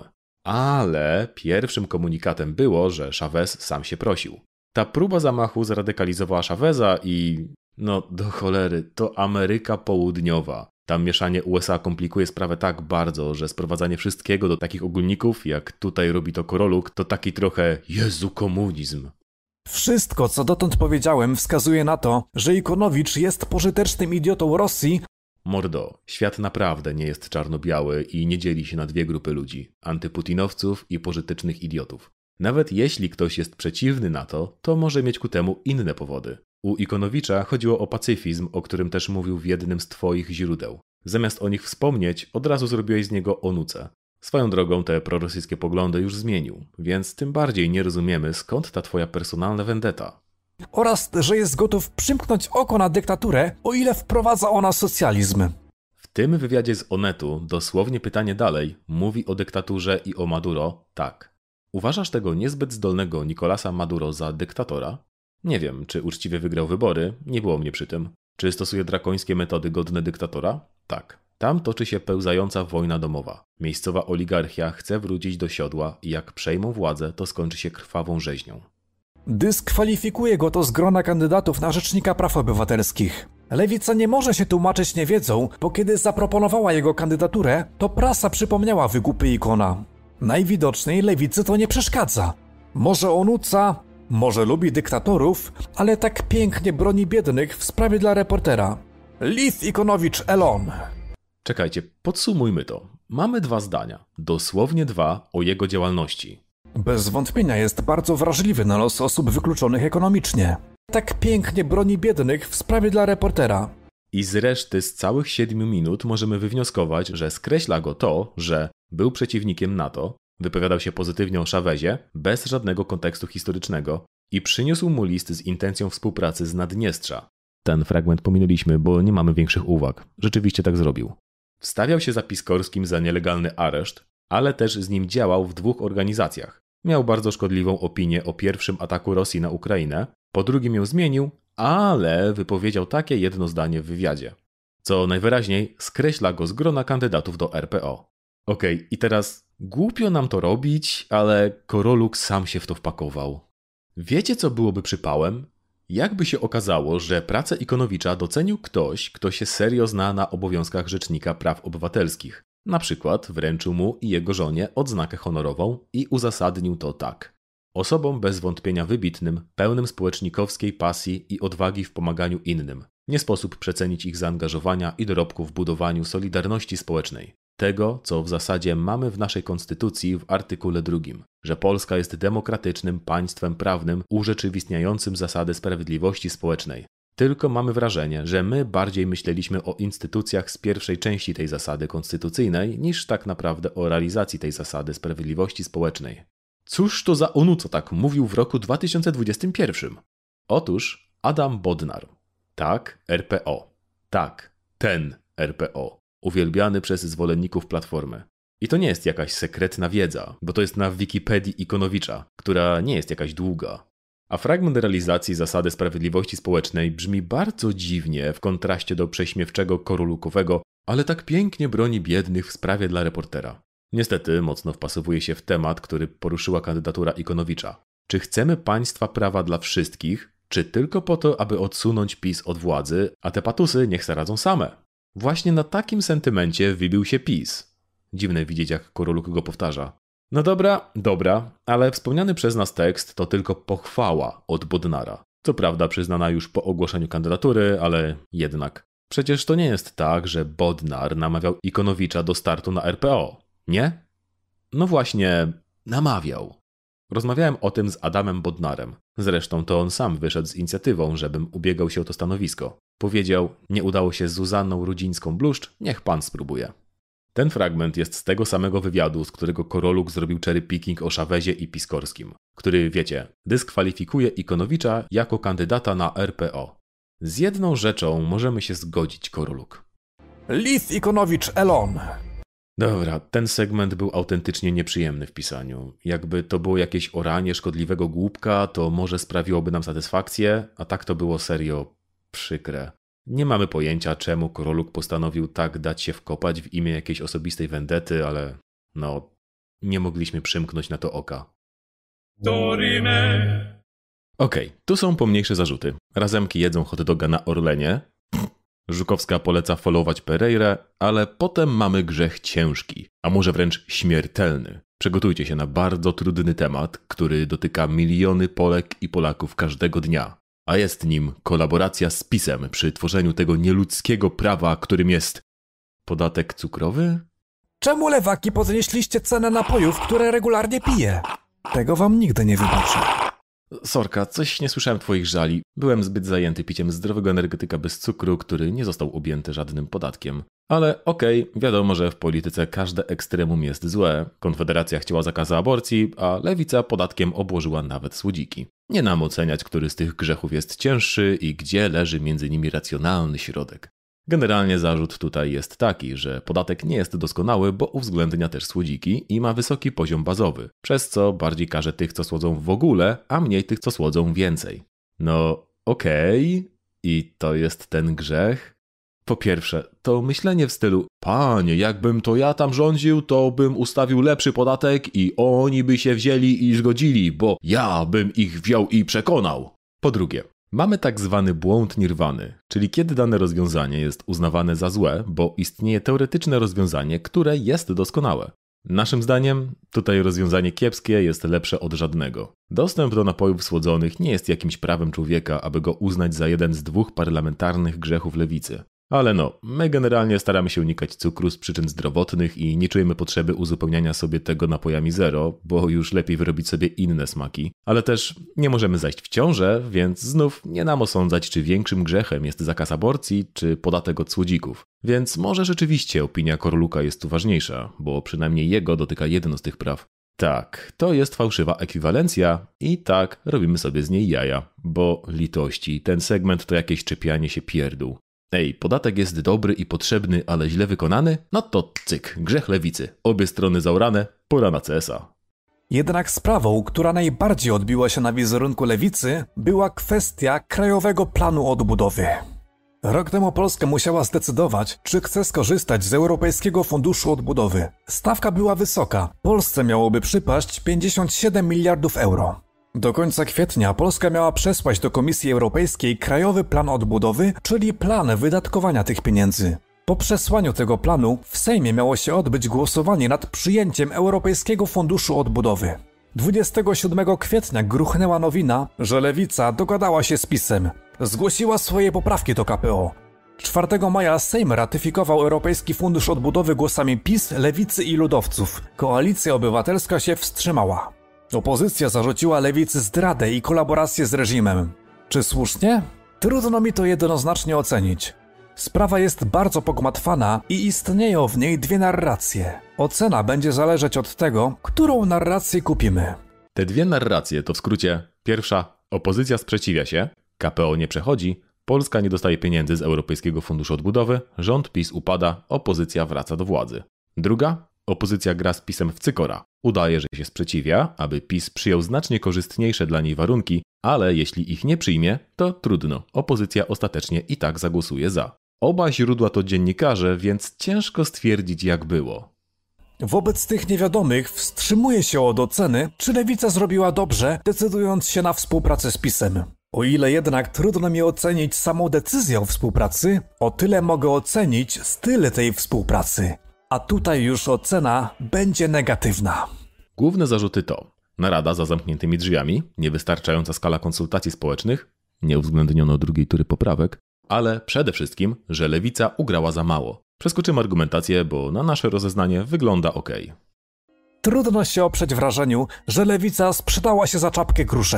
A: Ale pierwszym komunikatem było, że Chavez sam się prosił. Ta próba zamachu zradykalizowała Chaveza i... no do cholery, to Ameryka Południowa. Tam mieszanie USA komplikuje sprawę tak bardzo, że sprowadzanie wszystkiego do takich ogólników, jak tutaj robi to Koroluk, to taki trochę Jezu komunizm.
C: Wszystko, co dotąd powiedziałem, wskazuje na to, że Ikonowicz jest pożytecznym idiotą Rosji.
A: Mordo, świat naprawdę nie jest czarno-biały i nie dzieli się na dwie grupy ludzi, antyputinowców i pożytecznych idiotów. Nawet jeśli ktoś jest przeciwny na to może mieć ku temu inne powody. U Ikonowicza chodziło o pacyfizm, o którym też mówił w jednym z twoich źródeł. Zamiast o nich wspomnieć, od razu zrobiłeś z niego onucę. Swoją drogą te prorosyjskie poglądy już zmienił, więc tym bardziej nie rozumiemy, skąd ta twoja personalna vendetta.
C: Oraz, że jest gotów przymknąć oko na dyktaturę, o ile wprowadza ona socjalizm.
A: W tym wywiadzie z Onetu, dosłownie pytanie dalej, mówi o dyktaturze i o Maduro tak. Uważasz tego niezbyt zdolnego Nicolasa Maduro za dyktatora? Nie wiem, czy uczciwie wygrał wybory, nie było mnie przy tym. Czy stosuje drakońskie metody godne dyktatora? Tak. Tam toczy się pełzająca wojna domowa. Miejscowa oligarchia chce wrócić do siodła i jak przejmą władzę, to skończy się krwawą rzeźnią.
C: Dyskwalifikuje go to z grona kandydatów na Rzecznika Praw Obywatelskich. Lewica nie może się tłumaczyć niewiedzą, bo kiedy zaproponowała jego kandydaturę, to prasa przypomniała wygłupy Ikona. Najwidoczniej lewicy to nie przeszkadza. Może onuca, może lubi dyktatorów, ale tak pięknie broni biednych w sprawie dla Reportera. Leave Ikonowicz alone.
A: Czekajcie, podsumujmy to. Mamy dwa zdania, dosłownie dwa, o jego działalności.
C: Bez wątpienia jest bardzo wrażliwy na los osób wykluczonych ekonomicznie. Tak pięknie broni biednych w sprawie dla Reportera.
A: I z reszty z całych 7 minut możemy wywnioskować, że skreśla go to, że był przeciwnikiem NATO, wypowiadał się pozytywnie o Chavezie, bez żadnego kontekstu historycznego i przyniósł mu list z intencją współpracy z Naddniestrza. Ten fragment pominęliśmy, bo nie mamy większych uwag. Rzeczywiście tak zrobił. Wstawiał się za Piskorskim za nielegalny areszt, ale też z nim działał w 2 organizacjach. Miał bardzo szkodliwą opinię o pierwszym ataku Rosji na Ukrainę, po drugim ją zmienił, ale wypowiedział takie jedno zdanie w wywiadzie. Co najwyraźniej skreśla go z grona kandydatów do RPO. Okej, i teraz głupio nam to robić, ale Koroluk sam się w to wpakował. Wiecie, co byłoby przypałem? Jakby się okazało, że pracę Ikonowicza docenił ktoś, kto się serio zna na obowiązkach Rzecznika Praw Obywatelskich. Na przykład wręczył mu i jego żonie odznakę honorową i uzasadnił to tak. Osobom bez wątpienia wybitnym, pełnym społecznikowskiej pasji i odwagi w pomaganiu innym. Nie sposób przecenić ich zaangażowania i dorobku w budowaniu solidarności społecznej. Tego, co w zasadzie mamy w naszej konstytucji w artykule 2, że Polska jest demokratycznym państwem prawnym urzeczywistniającym zasady sprawiedliwości społecznej. Tylko mamy wrażenie, że my bardziej myśleliśmy o instytucjach z pierwszej części tej zasady konstytucyjnej, niż tak naprawdę o realizacji tej zasady sprawiedliwości społecznej. Cóż to za onuco tak mówił w roku 2021? Otóż Adam Bodnar. Tak, RPO. Tak, ten RPO. Uwielbiany przez zwolenników Platformy. I to nie jest jakaś sekretna wiedza, bo to jest na Wikipedii Ikonowicza, która nie jest jakaś długa. A fragment realizacji zasady sprawiedliwości społecznej brzmi bardzo dziwnie w kontraście do prześmiewczego korolukowego, ale tak pięknie broni biednych w sprawie dla Reportera. Niestety mocno wpasowuje się w temat, który poruszyła kandydatura Ikonowicza. Czy chcemy państwa prawa dla wszystkich, czy tylko po to, aby odsunąć PiS od władzy, a te patusy niech se radzą same? Właśnie na takim sentymencie wybił się PiS. Dziwne widzieć, jak Koroluk go powtarza. No dobra, ale wspomniany przez nas tekst to tylko pochwała od Bodnara. Co prawda przyznana już po ogłoszeniu kandydatury, ale jednak. Przecież to nie jest tak, że Bodnar namawiał Ikonowicza do startu na RPO, nie? No właśnie, namawiał. Rozmawiałem o tym z Adamem Bodnarem. Zresztą to on sam wyszedł z inicjatywą, żebym ubiegał się o to stanowisko. Powiedział, nie udało się z Zuzanną Rudzińską-Bluszcz, niech pan spróbuje. Ten fragment jest z tego samego wywiadu, z którego Koroluk zrobił cherry picking o Szawezie i Piskorskim, który, wiecie, dyskwalifikuje Ikonowicza jako kandydata na RPO. Z jedną rzeczą możemy się zgodzić, Koroluk.
C: Leave Ikonowicz alone.
A: Dobra, ten segment był autentycznie nieprzyjemny w pisaniu. Jakby to było jakieś oranie szkodliwego głupka, to może sprawiłoby nam satysfakcję, a tak to było serio przykre. Nie mamy pojęcia, czemu Koroluk postanowił tak dać się wkopać w imię jakiejś osobistej wendety, ale nie mogliśmy przymknąć na to oka. Okej, tu są pomniejsze zarzuty. Razemki jedzą hot doga na Orlenie. Żukowska poleca followować Pereirę, ale potem mamy grzech ciężki, a może wręcz śmiertelny. Przygotujcie się na bardzo trudny temat, który dotyka miliony Polek i Polaków każdego dnia. A jest nim kolaboracja z PiS-em przy tworzeniu tego nieludzkiego prawa, którym jest podatek cukrowy?
C: Czemu lewaki podnieśliście cenę napojów, które regularnie piję? Tego wam nigdy nie wybaczę.
A: Sorka, coś nie słyszałem twoich żali. Byłem zbyt zajęty piciem zdrowego energetyka bez cukru, który nie został objęty żadnym podatkiem. Ale okej, wiadomo, że w polityce każde ekstremum jest złe. Konfederacja chciała zakazu aborcji, a lewica podatkiem obłożyła nawet słodziki. Nie nam oceniać, który z tych grzechów jest cięższy i gdzie leży między nimi racjonalny środek. Generalnie zarzut tutaj jest taki, że podatek nie jest doskonały, bo uwzględnia też słodziki i ma wysoki poziom bazowy, przez co bardziej karze tych, co słodzą w ogóle, a mniej tych, co słodzą więcej. Okej. I to jest ten grzech? Po pierwsze, to myślenie w stylu panie, jakbym to ja tam rządził, to bym ustawił lepszy podatek i oni by się wzięli i zgodzili, bo ja bym ich wziął i przekonał. Po drugie, mamy tak zwany błąd nirwany, czyli kiedy dane rozwiązanie jest uznawane za złe, bo istnieje teoretyczne rozwiązanie, które jest doskonałe. Naszym zdaniem tutaj rozwiązanie kiepskie jest lepsze od żadnego. Dostęp do napojów słodzonych nie jest jakimś prawem człowieka, aby go uznać za jeden z 2 parlamentarnych grzechów lewicy. Ale my generalnie staramy się unikać cukru z przyczyn zdrowotnych i nie czujemy potrzeby uzupełniania sobie tego napojami zero, bo już lepiej wyrobić sobie inne smaki. Ale też nie możemy zajść w ciążę, więc znów nie nam osądzać, czy większym grzechem jest zakaz aborcji, czy podatek od słodzików. Więc może rzeczywiście opinia Koroluka jest tu ważniejsza, bo przynajmniej jego dotyka jedno z tych praw. Tak, to jest fałszywa ekwiwalencja i tak robimy sobie z niej jaja, bo litości, ten segment to jakieś czepianie się pierdół. Podatek jest dobry i potrzebny, ale źle wykonany? No to cyk, grzech lewicy. Obie strony zaorane, pora na CS-a.
C: Jednak sprawą, która najbardziej odbiła się na wizerunku lewicy, była kwestia Krajowego Planu Odbudowy. Rok temu Polska musiała zdecydować, czy chce skorzystać z Europejskiego Funduszu Odbudowy. Stawka była wysoka. Polsce miałoby przypaść 57 miliardów euro. Do końca kwietnia Polska miała przesłać do Komisji Europejskiej Krajowy Plan Odbudowy, czyli plan wydatkowania tych pieniędzy. Po przesłaniu tego planu w Sejmie miało się odbyć głosowanie nad przyjęciem Europejskiego Funduszu Odbudowy. 27 kwietnia gruchnęła nowina, że Lewica dogadała się z PiS-em. Zgłosiła swoje poprawki do KPO. 4 maja Sejm ratyfikował Europejski Fundusz Odbudowy głosami PiS, Lewicy i Ludowców. Koalicja Obywatelska się wstrzymała. Opozycja zarzuciła lewicy zdradę i kolaborację z reżimem. Czy słusznie? Trudno mi to jednoznacznie ocenić. Sprawa jest bardzo pogmatwana i istnieją w niej 2 narracje. Ocena będzie zależeć od tego, którą narrację kupimy.
A: Te 2 narracje to w skrócie: pierwsza, opozycja sprzeciwia się, KPO nie przechodzi, Polska nie dostaje pieniędzy z Europejskiego Funduszu Odbudowy, rząd PiS upada, opozycja wraca do władzy. Druga, opozycja gra z PiS-em w cykora. Udaje, że się sprzeciwia, aby PiS przyjął znacznie korzystniejsze dla niej warunki, ale jeśli ich nie przyjmie, to trudno, opozycja ostatecznie i tak zagłosuje za. Oba źródła to dziennikarze, więc ciężko stwierdzić, jak było.
C: Wobec tych niewiadomych wstrzymuje się od oceny, czy lewica zrobiła dobrze, decydując się na współpracę z PiS-em. O ile jednak trudno mi ocenić samą decyzję o współpracy, o tyle mogę ocenić styl tej współpracy. A tutaj już ocena będzie negatywna.
A: Główne zarzuty to: narada za zamkniętymi drzwiami, niewystarczająca skala konsultacji społecznych, nie uwzględniono drugiej tury poprawek, ale przede wszystkim, że lewica ugrała za mało. Przeskoczymy argumentację, bo na nasze rozeznanie wygląda ok.
C: Trudno się oprzeć wrażeniu, że lewica sprzedała się za czapkę gruszek.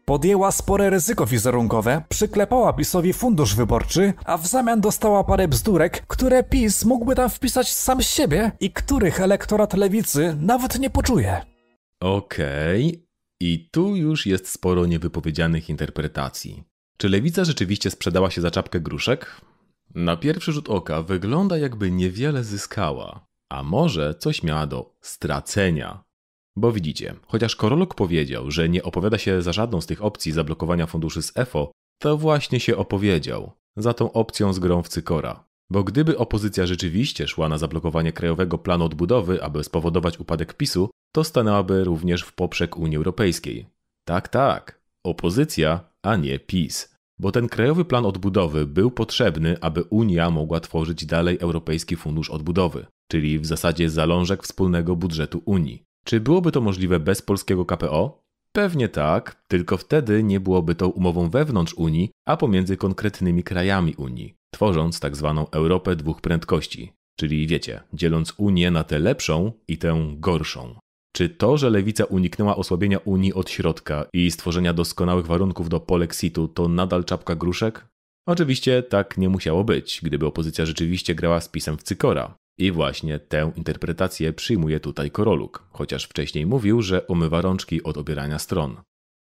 C: Podjęła spore ryzyko wizerunkowe, przyklepała PiS-owi fundusz wyborczy, a w zamian dostała parę bzdurek, które PiS mógłby tam wpisać sam z siebie i których elektorat lewicy nawet nie poczuje.
A: Okej. I tu już jest sporo niewypowiedzianych interpretacji. Czy lewica rzeczywiście sprzedała się za czapkę gruszek? Na pierwszy rzut oka wygląda, jakby niewiele zyskała, a może coś miała do stracenia. Bo widzicie, chociaż Koroluk powiedział, że nie opowiada się za żadną z tych opcji zablokowania funduszy z EFO, to właśnie się opowiedział za tą opcją z grą w cykora. Bo gdyby opozycja rzeczywiście szła na zablokowanie Krajowego Planu Odbudowy, aby spowodować upadek PiS-u, to stanęłaby również w poprzek Unii Europejskiej. Tak, opozycja, a nie PiS. Bo ten Krajowy Plan Odbudowy był potrzebny, aby Unia mogła tworzyć dalej Europejski Fundusz Odbudowy, czyli w zasadzie zalążek wspólnego budżetu Unii. Czy byłoby to możliwe bez polskiego KPO? Pewnie tak, tylko wtedy nie byłoby to umową wewnątrz Unii, a pomiędzy konkretnymi krajami Unii, tworząc tak zwaną Europę dwóch prędkości. Czyli wiecie, dzieląc Unię na tę lepszą i tę gorszą. Czy to, że lewica uniknęła osłabienia Unii od środka i stworzenia doskonałych warunków do polexitu, to nadal czapka gruszek? Oczywiście tak nie musiało być, gdyby opozycja rzeczywiście grała z PiS-em w cykora. I właśnie tę interpretację przyjmuje tutaj Koroluk, chociaż wcześniej mówił, że umywa rączki od obierania stron.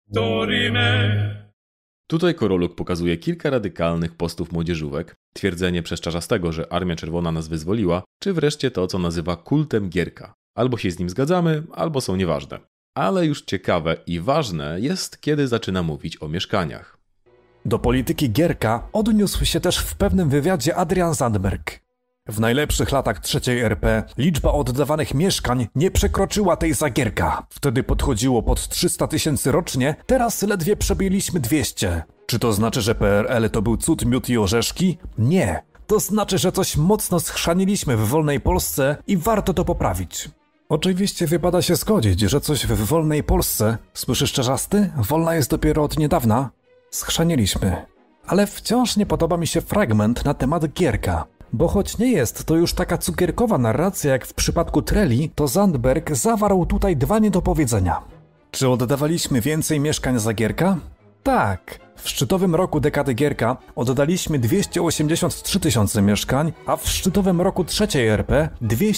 A: Tutaj Koroluk pokazuje kilka radykalnych postów młodzieżówek, twierdzenie przez Czarzastego, że Armia Czerwona nas wyzwoliła, czy wreszcie to, co nazywa kultem Gierka. Albo się z nim zgadzamy, albo są nieważne. Ale już ciekawe i ważne jest, kiedy zaczyna mówić o mieszkaniach.
C: Do polityki Gierka odniósł się też w pewnym wywiadzie Adrian Zandberg. W najlepszych latach III RP liczba oddawanych mieszkań nie przekroczyła tej za Gierka. Wtedy podchodziło pod 300 000 rocznie, teraz ledwie przebiliśmy 200. Czy to znaczy, że PRL to był cud, miód i orzeszki? Nie. To znaczy, że coś mocno schrzaniliśmy w wolnej Polsce i warto to poprawić. Oczywiście wypada się zgodzić, że coś w wolnej Polsce, słyszysz Czarzasty? Wolna jest dopiero od niedawna. Schrzaniliśmy. Ale wciąż nie podoba mi się fragment na temat Gierka. Bo choć nie jest to już taka cukierkowa narracja jak w przypadku Treli, to Zandberg zawarł tutaj dwa niedopowiedzenia. Czy oddawaliśmy więcej mieszkań za Gierka? Tak. W szczytowym roku dekady Gierka oddaliśmy 283 000 mieszkań, a w szczytowym roku III RP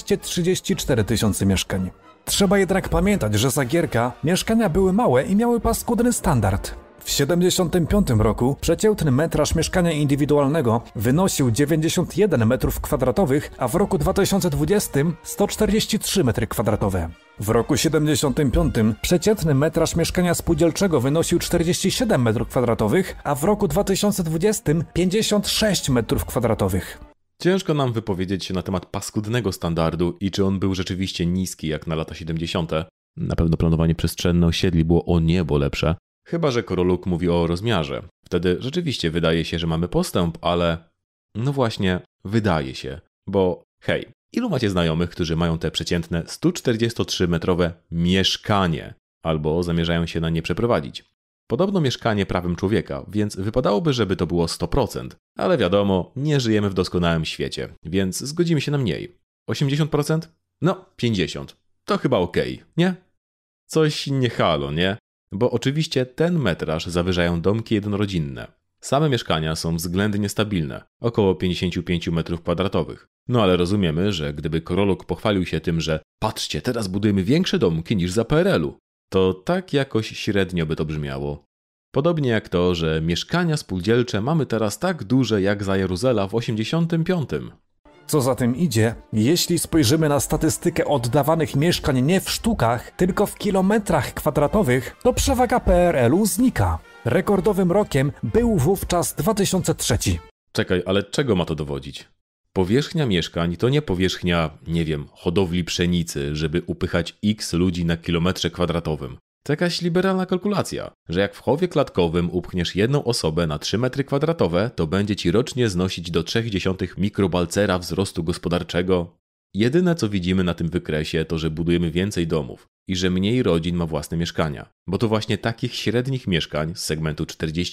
C: 234 000 mieszkań. Trzeba jednak pamiętać, że za Gierka mieszkania były małe i miały paskudny standard. W 1975 roku przeciętny metraż mieszkania indywidualnego wynosił 91 m2, a w roku 2020 143 m2. W roku 1975 przeciętny metraż mieszkania spółdzielczego wynosił 47 m2, a w roku 2020 56 m2.
A: Ciężko nam wypowiedzieć się na temat paskudnego standardu i czy on był rzeczywiście niski jak na lata 70. Na pewno planowanie przestrzenne osiedli było o niebo lepsze. Chyba że Koroluk mówi o rozmiarze. Wtedy rzeczywiście wydaje się, że mamy postęp, ale... No właśnie, wydaje się. Bo hej, ilu macie znajomych, którzy mają te przeciętne 143-metrowe mieszkanie? Albo zamierzają się na nie przeprowadzić? Podobno mieszkanie prawem człowieka, więc wypadałoby, żeby to było 100%. Ale wiadomo, nie żyjemy w doskonałym świecie, więc zgodzimy się na mniej. 80%? No, 50%. To chyba okej, nie? Coś nie halo, nie? Bo oczywiście ten metraż zawyżają domki jednorodzinne. Same mieszkania są względnie stabilne, około 55 m2. No ale rozumiemy, że gdyby Koroluk pochwalił się tym, że patrzcie, teraz budujemy większe domki niż za PRL-u, to tak jakoś średnio by to brzmiało. Podobnie jak to, że mieszkania spółdzielcze mamy teraz tak duże jak za Jaruzela w 85.
C: Co za tym idzie, jeśli spojrzymy na statystykę oddawanych mieszkań nie w sztukach, tylko w kilometrach kwadratowych, to przewaga PRL-u znika. Rekordowym rokiem był wówczas 2003.
A: Czekaj, ale czego ma to dowodzić? Powierzchnia mieszkań to nie powierzchnia, nie wiem, hodowli pszenicy, żeby upychać x ludzi na kilometrze kwadratowym. To jakaś liberalna kalkulacja, że jak w chowie klatkowym upchniesz jedną osobę na 3 metry kwadratowe, to będzie ci rocznie znosić do 0,3 mikrobalcera wzrostu gospodarczego. Jedyne co widzimy na tym wykresie to, że budujemy więcej domów i że mniej rodzin ma własne mieszkania. Bo to właśnie takich średnich mieszkań z segmentu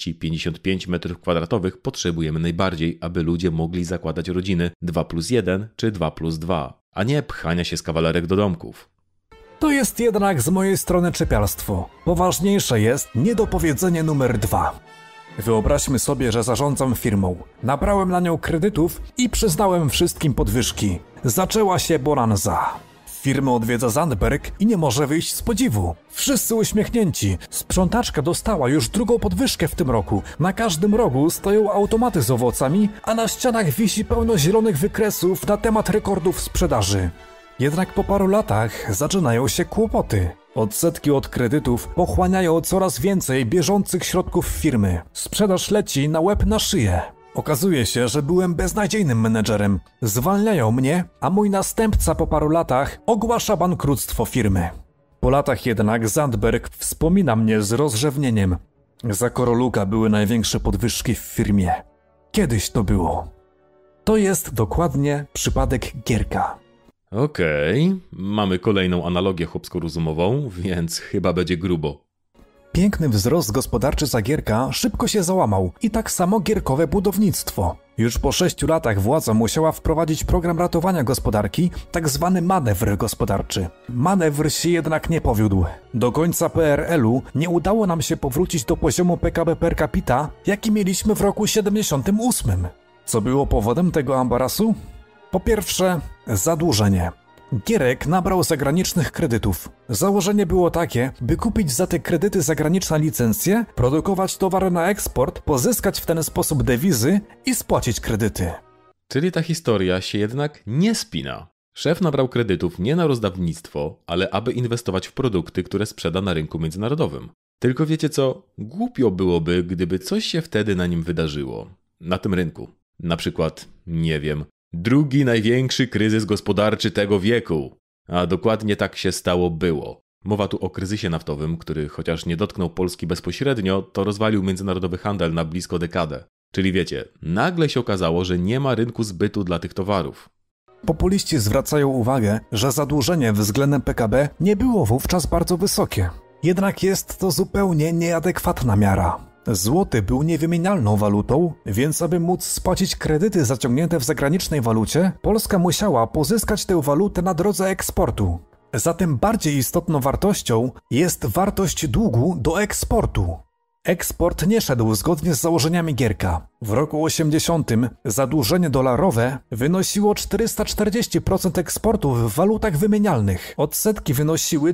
A: 40-55 m2 potrzebujemy najbardziej, aby ludzie mogli zakładać rodziny 2+1 czy 2+2, a nie pchania się z kawalerek do domków.
C: To jest jednak z mojej strony czepialstwo. Poważniejsze jest niedopowiedzenie numer 2. Wyobraźmy sobie, że zarządzam firmą. Nabrałem na nią kredytów i przyznałem wszystkim podwyżki. Zaczęła się bonanza. Firmę odwiedza Zandberg i nie może wyjść z podziwu. Wszyscy uśmiechnięci. Sprzątaczka dostała już drugą podwyżkę w tym roku. Na każdym rogu stoją automaty z owocami, a na ścianach wisi pełno zielonych wykresów na temat rekordów sprzedaży. Jednak po paru latach zaczynają się kłopoty. Odsetki od kredytów pochłaniają coraz więcej bieżących środków firmy. Sprzedaż leci na łeb na szyję. Okazuje się, że byłem beznadziejnym menedżerem. Zwalniają mnie, a mój następca po paru latach ogłasza bankructwo firmy. Po latach jednak Zandberg wspomina mnie z rozrzewnieniem. Za Koroluka były największe podwyżki w firmie. Kiedyś to było. To jest dokładnie przypadek Gierka.
A: Okej, mamy kolejną analogię chłopsko-rozumową, więc chyba będzie grubo.
C: Piękny wzrost gospodarczy za Gierka szybko się załamał i tak samo gierkowe budownictwo. Już po 6 latach władza musiała wprowadzić program ratowania gospodarki, tak zwany manewr gospodarczy. Manewr się jednak nie powiódł. Do końca PRL-u nie udało nam się powrócić do poziomu PKB per capita, jaki mieliśmy w roku 78. Co było powodem tego ambarasu? Po pierwsze, zadłużenie. Gierek nabrał zagranicznych kredytów. Założenie było takie, by kupić za te kredyty zagraniczne licencje, produkować towary na eksport, pozyskać w ten sposób dewizy i spłacić kredyty.
A: Czyli ta historia się jednak nie spina. Szef nabrał kredytów nie na rozdawnictwo, ale aby inwestować w produkty, które sprzeda na rynku międzynarodowym. Tylko wiecie co? Głupio byłoby, gdyby coś się wtedy na nim wydarzyło. Na tym rynku. Na przykład, nie wiem, drugi największy kryzys gospodarczy tego wieku. A dokładnie tak się było. Mowa tu o kryzysie naftowym, który chociaż nie dotknął Polski bezpośrednio, to rozwalił międzynarodowy handel na blisko dekadę. Czyli wiecie, nagle się okazało, że nie ma rynku zbytu dla tych towarów.
C: Populiści zwracają uwagę, że zadłużenie względem PKB nie było wówczas bardzo wysokie. Jednak jest to zupełnie nieadekwatna miara. Złoty był niewymienialną walutą, więc aby móc spłacić kredyty zaciągnięte w zagranicznej walucie, Polska musiała pozyskać tę walutę na drodze eksportu. Zatem bardziej istotną wartością jest wartość długu do eksportu. Eksport nie szedł zgodnie z założeniami Gierka. W roku 80 zadłużenie dolarowe wynosiło 440% eksportu w walutach wymienialnych. Odsetki wynosiły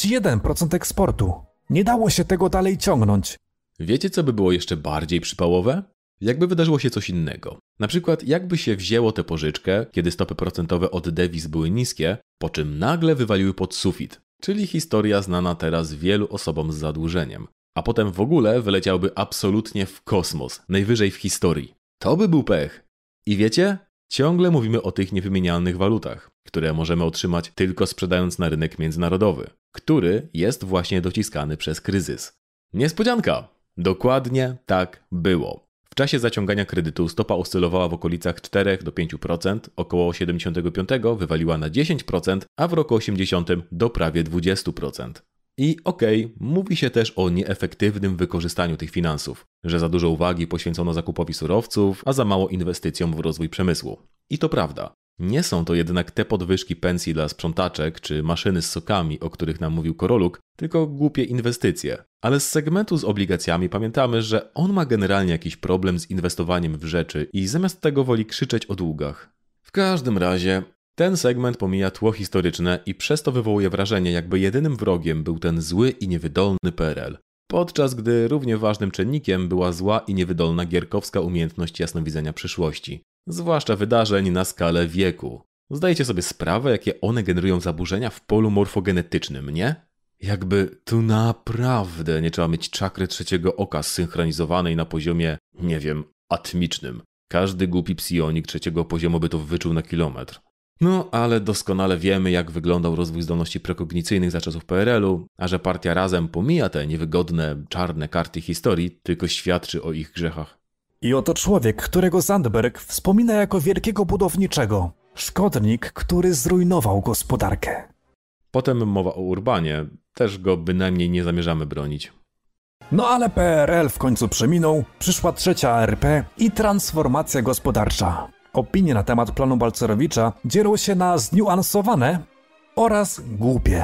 C: 31% eksportu. Nie dało się tego dalej ciągnąć.
A: Wiecie, co by było jeszcze bardziej przypałowe? Jakby wydarzyło się coś innego. Na przykład, jakby się wzięło tę pożyczkę, kiedy stopy procentowe od dewiz były niskie, po czym nagle wywaliły pod sufit. Czyli historia znana teraz wielu osobom z zadłużeniem. A potem w ogóle wyleciałby absolutnie w kosmos, najwyżej w historii. To by był pech. I wiecie? Ciągle mówimy o tych niewymienialnych walutach, które możemy otrzymać tylko sprzedając na rynek międzynarodowy, który jest właśnie dociskany przez kryzys. Niespodzianka! Dokładnie tak było. W czasie zaciągania kredytu stopa oscylowała w okolicach 4-5%, około 75 wywaliła na 10%, a w roku 80 do prawie 20%. I mówi się też o nieefektywnym wykorzystaniu tych finansów, że za dużo uwagi poświęcono zakupowi surowców, a za mało inwestycjom w rozwój przemysłu. I to prawda. Nie są to jednak te podwyżki pensji dla sprzątaczek czy maszyny z sokami, o których nam mówił Koroluk, tylko głupie inwestycje. Ale z segmentu z obligacjami pamiętamy, że on ma generalnie jakiś problem z inwestowaniem w rzeczy i zamiast tego woli krzyczeć o długach. W każdym razie ten segment pomija tło historyczne i przez to wywołuje wrażenie, jakby jedynym wrogiem był ten zły i niewydolny PRL. Podczas gdy równie ważnym czynnikiem była zła i niewydolna gierkowska umiejętność jasnowidzenia przyszłości. Zwłaszcza wydarzeń na skalę wieku. Zdajecie sobie sprawę, jakie one generują zaburzenia w polu morfogenetycznym, nie? Jakby tu naprawdę nie trzeba mieć czakry trzeciego oka zsynchronizowanej na poziomie, nie wiem, atmicznym. Każdy głupi psionik trzeciego poziomu by to wyczuł na kilometr. No, ale doskonale wiemy, jak wyglądał rozwój zdolności prekognicyjnych za czasów PRL-u, a że partia Razem pomija te niewygodne, czarne karty historii, tylko świadczy o ich grzechach.
C: I oto człowiek, którego Zandberg wspomina jako wielkiego budowniczego. Szkodnik, który zrujnował gospodarkę.
A: Potem mowa o Urbanie, też go bynajmniej nie zamierzamy bronić.
C: No ale PRL w końcu przeminął, przyszła trzecia ARP i transformacja gospodarcza. Opinie na temat planu Balcerowicza dzielą się na zniuansowane oraz głupie.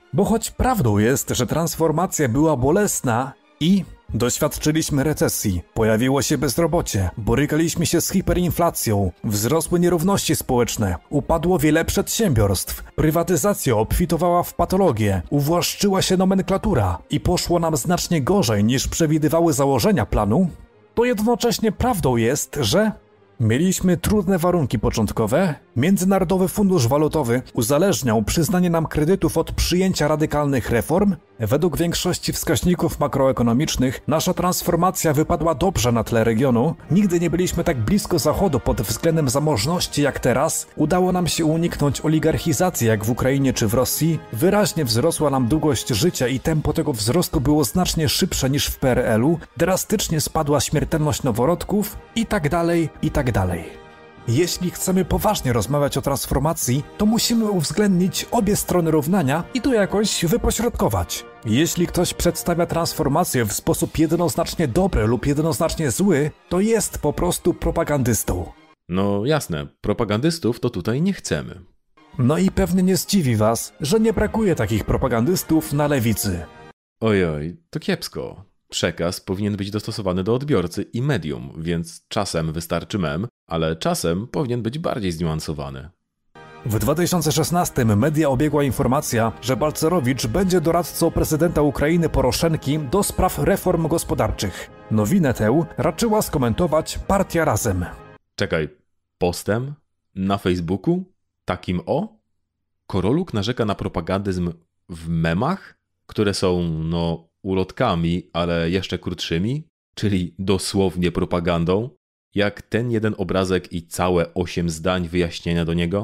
C: Bo choć prawdą jest, że transformacja była bolesna i doświadczyliśmy recesji, pojawiło się bezrobocie, borykaliśmy się z hiperinflacją, wzrosły nierówności społeczne, upadło wiele przedsiębiorstw, prywatyzacja obfitowała w patologię, uwłaszczyła się nomenklatura i poszło nam znacznie gorzej niż przewidywały założenia planu, to jednocześnie prawdą jest, że mieliśmy trudne warunki początkowe, Międzynarodowy Fundusz Walutowy uzależniał przyznanie nam kredytów od przyjęcia radykalnych reform. Według większości wskaźników makroekonomicznych nasza transformacja wypadła dobrze na tle regionu. Nigdy nie byliśmy tak blisko Zachodu pod względem zamożności jak teraz. Udało nam się uniknąć oligarchizacji jak w Ukrainie czy w Rosji. Wyraźnie wzrosła nam długość życia i tempo tego wzrostu było znacznie szybsze niż w PRL-u. Drastycznie spadła śmiertelność noworodków i tak dalej, i tak dalej. Jeśli chcemy poważnie rozmawiać o transformacji, to musimy uwzględnić obie strony równania i to jakoś wypośrodkować. Jeśli ktoś przedstawia transformację w sposób jednoznacznie dobry lub jednoznacznie zły, to jest po prostu propagandystą.
A: No jasne, propagandystów to tutaj nie chcemy.
C: No i pewnie nie zdziwi was, że nie brakuje takich propagandystów na lewicy.
A: Ojoj, to kiepsko. Przekaz powinien być dostosowany do odbiorcy i medium, więc czasem wystarczy mem, ale czasem powinien być bardziej zniuansowany.
C: W 2016 media obiegła informacja, że Balcerowicz będzie doradcą prezydenta Ukrainy Poroszenki do spraw reform gospodarczych. Nowinę tę raczyła skomentować Partia Razem.
A: Czekaj, postem? Na Facebooku? Takim o? Koroluk narzeka na propagandyzm w memach, które są, ulotkami, ale jeszcze krótszymi, czyli dosłownie propagandą, jak ten jeden obrazek i całe 8 zdań wyjaśnienia do niego?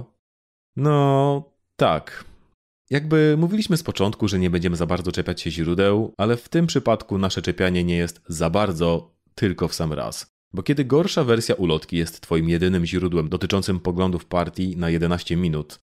A: No, tak. Jakby mówiliśmy z początku, że nie będziemy za bardzo czepiać się źródeł, ale w tym przypadku nasze czepianie nie jest za bardzo, tylko w sam raz. Bo kiedy gorsza wersja ulotki jest twoim jedynym źródłem dotyczącym poglądów partii na 11 minut,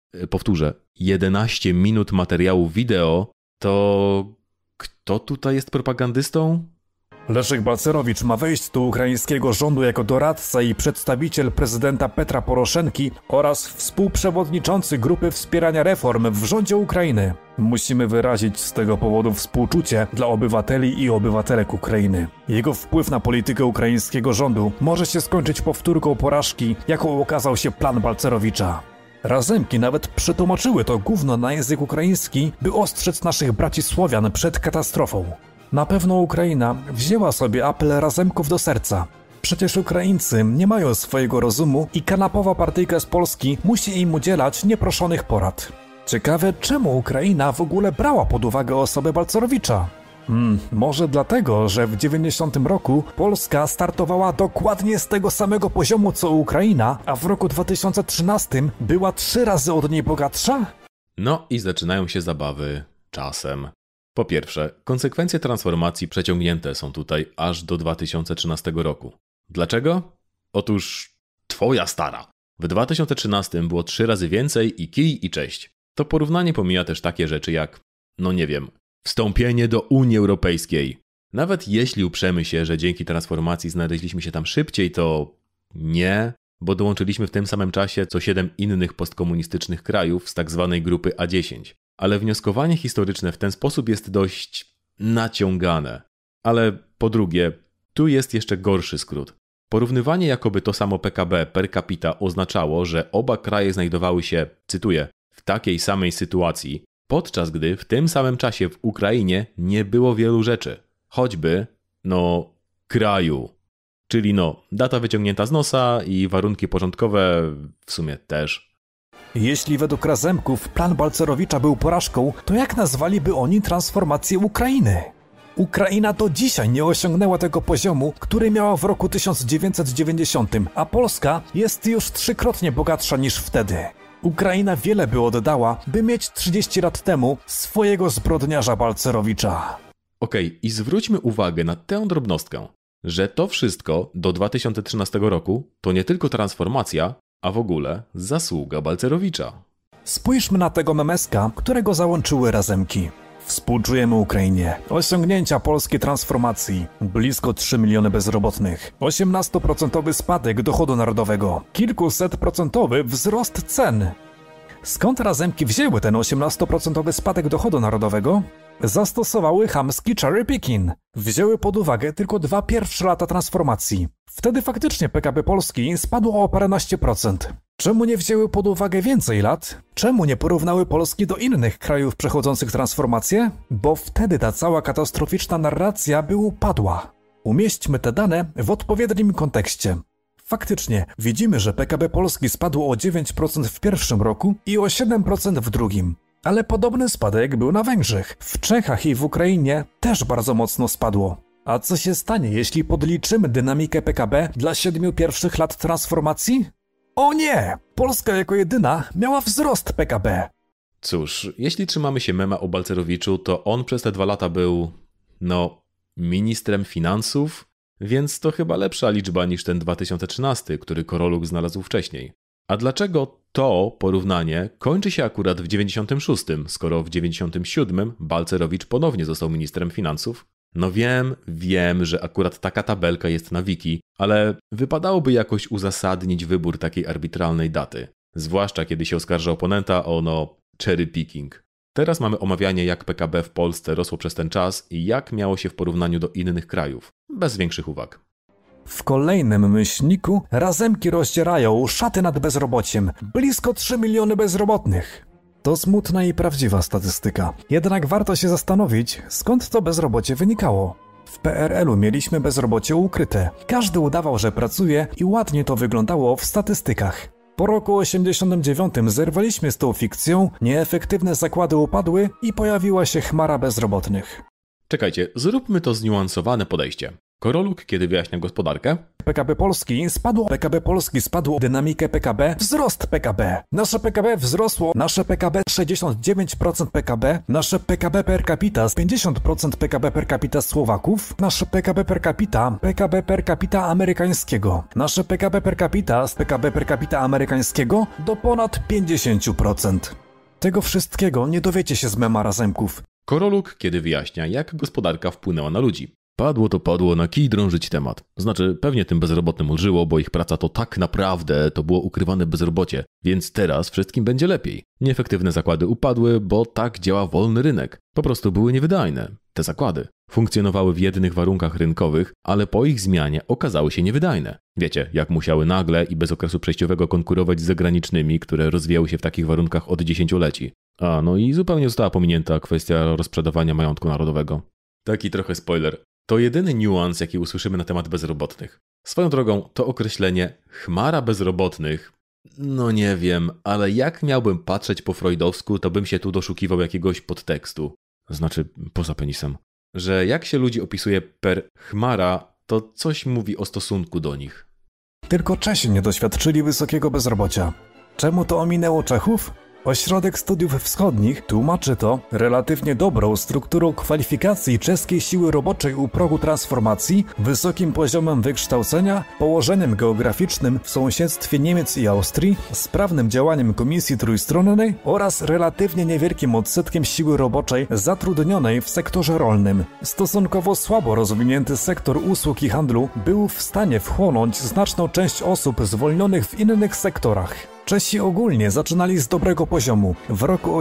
A: 11 minut materiału wideo, to kto tutaj jest propagandystą?
C: Leszek Balcerowicz ma wejść do ukraińskiego rządu jako doradca i przedstawiciel prezydenta Petra Poroszenki oraz współprzewodniczący grupy wspierania reform w rządzie Ukrainy. Musimy wyrazić z tego powodu współczucie dla obywateli i obywatelek Ukrainy. Jego wpływ na politykę ukraińskiego rządu może się skończyć powtórką porażki, jaką okazał się plan Balcerowicza. Razemki nawet przetłumaczyły to gówno na język ukraiński, by ostrzec naszych braci Słowian przed katastrofą. Na pewno Ukraina wzięła sobie apel Razemków do serca. Przecież Ukraińcy nie mają swojego rozumu i kanapowa partyjka z Polski musi im udzielać nieproszonych porad. Ciekawe, czemu Ukraina w ogóle brała pod uwagę osobę Balcerowicza? Może dlatego, że w 90 roku Polska startowała dokładnie z tego samego poziomu co Ukraina, a w roku 2013 była 3 razy od niej bogatsza?
A: No i zaczynają się zabawy czasem. Po pierwsze, konsekwencje transformacji przeciągnięte są tutaj aż do 2013 roku. Dlaczego? Otóż twoja stara. W 2013 było 3 razy więcej i kij i cześć. To porównanie pomija też takie rzeczy jak, wstąpienie do Unii Europejskiej. Nawet jeśli uprzemy się, że dzięki transformacji znaleźliśmy się tam szybciej, to nie, bo dołączyliśmy w tym samym czasie co 7 innych postkomunistycznych krajów z tak zwanej grupy A10. Ale wnioskowanie historyczne w ten sposób jest dość naciągane. Ale po drugie, tu jest jeszcze gorszy skrót. Porównywanie jakoby to samo PKB per capita oznaczało, że oba kraje znajdowały się, cytuję, w takiej samej sytuacji, podczas gdy w tym samym czasie w Ukrainie nie było wielu rzeczy. Choćby, kraju. Czyli data wyciągnięta z nosa i warunki porządkowe w sumie też.
C: Jeśli według Razemków plan Balcerowicza był porażką, to jak nazwaliby oni transformację Ukrainy? Ukraina do dzisiaj nie osiągnęła tego poziomu, który miała w roku 1990, a Polska jest już 3-krotnie bogatsza niż wtedy. Ukraina wiele by oddała, by mieć 30 lat temu swojego zbrodniarza Balcerowicza.
A: Okej, i zwróćmy uwagę na tę drobnostkę, że to wszystko do 2013 roku to nie tylko transformacja, a w ogóle zasługa Balcerowicza.
C: Spójrzmy na tego memeska, którego załączyły Razemki. Współczujemy Ukrainie. Osiągnięcia polskiej transformacji. Blisko 3 miliony bezrobotnych. 18% spadek dochodu narodowego. Kilkusetprocentowy wzrost cen. Skąd Razemki wzięły ten 18% spadek dochodu narodowego? Zastosowały chamski cherry picking. Wzięły pod uwagę tylko 2 pierwsze lata transformacji. Wtedy faktycznie PKB Polski spadło o paręnaście procent. Czemu nie wzięły pod uwagę więcej lat? Czemu nie porównały Polski do innych krajów przechodzących transformację? Bo wtedy ta cała katastroficzna narracja by upadła. Umieśćmy te dane w odpowiednim kontekście. Faktycznie, widzimy, że PKB Polski spadło o 9% w pierwszym roku i o 7% w drugim. Ale podobny spadek był na Węgrzech. W Czechach i w Ukrainie też bardzo mocno spadło. A co się stanie, jeśli podliczymy dynamikę PKB dla 7 pierwszych lat transformacji? O nie! Polska jako jedyna miała wzrost PKB.
A: Cóż, jeśli trzymamy się mema o Balcerowiczu, to on przez te 2 lata był, ministrem finansów, więc to chyba lepsza liczba niż ten 2013, który Koroluk znalazł wcześniej. A dlaczego to porównanie kończy się akurat w 96, skoro w 97 Balcerowicz ponownie został ministrem finansów? No wiem, że akurat taka tabelka jest na wiki, ale wypadałoby jakoś uzasadnić wybór takiej arbitralnej daty. Zwłaszcza kiedy się oskarża oponenta o cherry picking. Teraz mamy omawianie, jak PKB w Polsce rosło przez ten czas i jak miało się w porównaniu do innych krajów. Bez większych uwag.
C: W kolejnym myślniku Razemki rozdzierają szaty nad bezrobociem. Blisko 3 miliony bezrobotnych. To smutna i prawdziwa statystyka. Jednak warto się zastanowić, skąd to bezrobocie wynikało. W PRL-u mieliśmy bezrobocie ukryte. Każdy udawał, że pracuje i ładnie to wyglądało w statystykach. Po roku 89 zerwaliśmy z tą fikcją, nieefektywne zakłady upadły i pojawiła się chmara bezrobotnych.
A: Czekajcie, zróbmy to zniuansowane podejście. Koroluk, kiedy wyjaśnia gospodarkę,
C: PKB Polski spadło, dynamikę PKB, wzrost PKB. Nasze PKB wzrosło, nasze PKB 69% PKB, nasze PKB per capita 50% PKB per capita Słowaków, nasze PKB per capita amerykańskiego, nasze PKB per capita z PKB per capita amerykańskiego do ponad 50%. Tego wszystkiego nie dowiecie się z mema Razemków.
A: Koroluk, kiedy wyjaśnia, jak gospodarka wpłynęła na ludzi. Padło na kij drążyć temat. Znaczy, pewnie tym bezrobotnym ulżyło, bo ich praca to tak naprawdę to było ukrywane bezrobocie, więc teraz wszystkim będzie lepiej. Nieefektywne zakłady upadły, bo tak działa wolny rynek. Po prostu były niewydajne. Te zakłady funkcjonowały w jedynych warunkach rynkowych, ale po ich zmianie okazały się niewydajne. Wiecie, jak musiały nagle i bez okresu przejściowego konkurować z zagranicznymi, które rozwijały się w takich warunkach od dziesięcioleci. I zupełnie została pominięta kwestia rozprzedawania majątku narodowego. Taki trochę spoiler. To jedyny niuans, jaki usłyszymy na temat bezrobotnych. Swoją drogą, to określenie chmara bezrobotnych, nie wiem, ale jak miałbym patrzeć po freudowsku, to bym się tu doszukiwał jakiegoś podtekstu. Znaczy, poza penisem. Że jak się ludzi opisuje per chmara, to coś mówi o stosunku do nich.
C: Tylko Czesi nie doświadczyli wysokiego bezrobocia. Czemu to ominęło Czechów? Ośrodek Studiów Wschodnich tłumaczy to relatywnie dobrą strukturą kwalifikacji czeskiej siły roboczej u progu transformacji, wysokim poziomem wykształcenia, położeniem geograficznym w sąsiedztwie Niemiec i Austrii, sprawnym działaniem Komisji Trójstronnej oraz relatywnie niewielkim odsetkiem siły roboczej zatrudnionej w sektorze rolnym. Stosunkowo słabo rozwinięty sektor usług i handlu był w stanie wchłonąć znaczną część osób zwolnionych w innych sektorach. Czesi ogólnie zaczynali z dobrego poziomu. W roku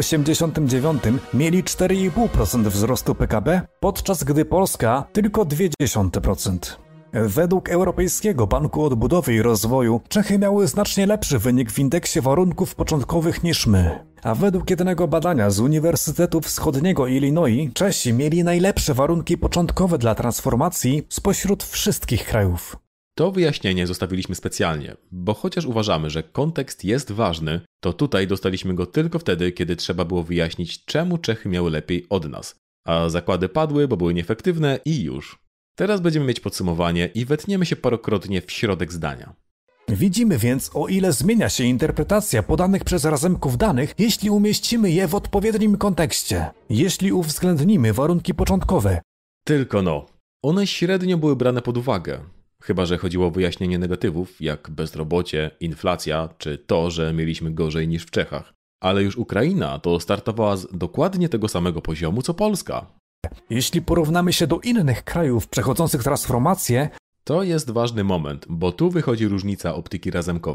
C: 89 mieli 4,5% wzrostu PKB, podczas gdy Polska tylko 0,2%. Według Europejskiego Banku Odbudowy i Rozwoju Czechy miały znacznie lepszy wynik w indeksie warunków początkowych niż my. A według jednego badania z Uniwersytetu Wschodniego Illinois Czesi mieli najlepsze warunki początkowe dla transformacji spośród wszystkich krajów.
A: To wyjaśnienie zostawiliśmy specjalnie, bo chociaż uważamy, że kontekst jest ważny, to tutaj dostaliśmy go tylko wtedy, kiedy trzeba było wyjaśnić, czemu Czechy miały lepiej od nas. A zakłady padły, bo były nieefektywne i już. Teraz będziemy mieć podsumowanie i wetniemy się parokrotnie w środek zdania.
C: Widzimy więc, o ile zmienia się interpretacja podanych przez Razemków danych, jeśli umieścimy je w odpowiednim kontekście, jeśli uwzględnimy warunki początkowe.
A: Tylko one średnio były brane pod uwagę. Chyba że chodziło o wyjaśnienie negatywów, jak bezrobocie, inflacja, czy to, że mieliśmy gorzej niż w Czechach. Ale już Ukraina to startowała z dokładnie tego samego poziomu, co Polska.
C: Jeśli porównamy się do innych krajów przechodzących transformację,
A: to jest ważny moment, bo tu wychodzi różnica optyki razemkowej.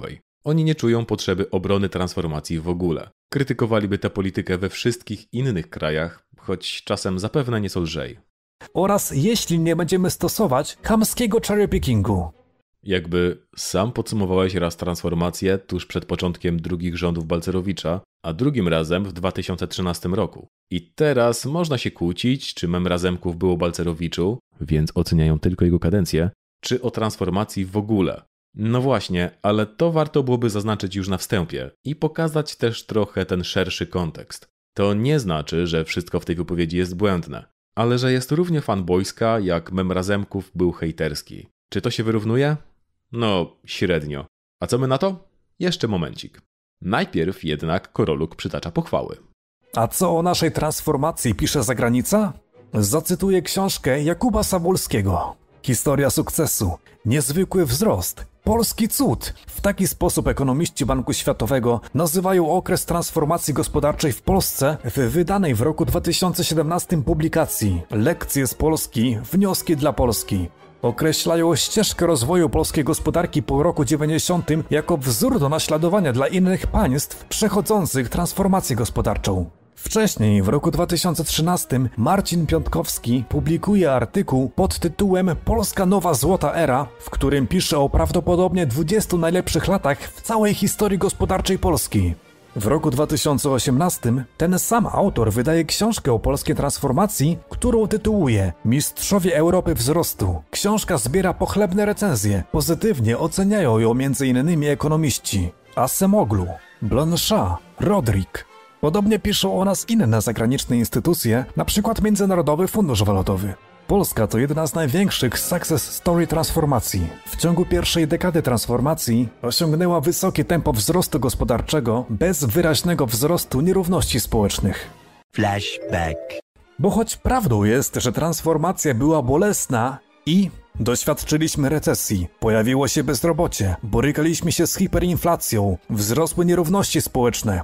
A: Oni nie czują potrzeby obrony transformacji w ogóle. Krytykowaliby tę politykę we wszystkich innych krajach, choć czasem zapewne nieco lżej.
C: Oraz jeśli nie będziemy stosować chamskiego cherry-pickingu.
A: Jakby sam podsumowałeś raz transformację tuż przed początkiem drugich rządów Balcerowicza, a drugim razem w 2013 roku. I teraz można się kłócić, czy mem Razemków było o Balcerowiczu, więc oceniają tylko jego kadencję, czy o transformacji w ogóle. No właśnie, ale to warto byłoby zaznaczyć już na wstępie i pokazać też trochę ten szerszy kontekst. To nie znaczy, że wszystko w tej wypowiedzi jest błędne, ale że jest równie fanboyska, jak mem Razemków był hejterski. Czy to się wyrównuje? No, średnio. A co my na to? Jeszcze momencik. Najpierw jednak Koroluk przytacza pochwały.
C: A co o naszej transformacji pisze zagranica? Zacytuję książkę Jakuba Sabulskiego. Historia sukcesu. Niezwykły wzrost. Polski cud. W taki sposób ekonomiści Banku Światowego nazywają okres transformacji gospodarczej w Polsce w wydanej w roku 2017 publikacji Lekcje z Polski, wnioski dla Polski. Określają ścieżkę rozwoju polskiej gospodarki po roku 90 jako wzór do naśladowania dla innych państw przechodzących transformację gospodarczą. Wcześniej, w roku 2013, Marcin Piątkowski publikuje artykuł pod tytułem Polska nowa złota era, w którym pisze o prawdopodobnie 20 najlepszych latach w całej historii gospodarczej Polski. W roku 2018 ten sam autor wydaje książkę o polskiej transformacji, którą tytułuje Mistrzowie Europy Wzrostu. Książka zbiera pochlebne recenzje. Pozytywnie oceniają ją m.in. ekonomiści Acemoglu, Blanchard, Rodrik. Podobnie piszą o nas inne zagraniczne instytucje, np. Międzynarodowy Fundusz Walutowy. Polska to jedna z największych success story transformacji. W ciągu pierwszej dekady transformacji osiągnęła wysokie tempo wzrostu gospodarczego bez wyraźnego wzrostu nierówności społecznych.
E: Flashback.
C: Bo choć prawdą jest, że transformacja była bolesna i doświadczyliśmy recesji, pojawiło się bezrobocie, borykaliśmy się z hiperinflacją, wzrosły nierówności społeczne.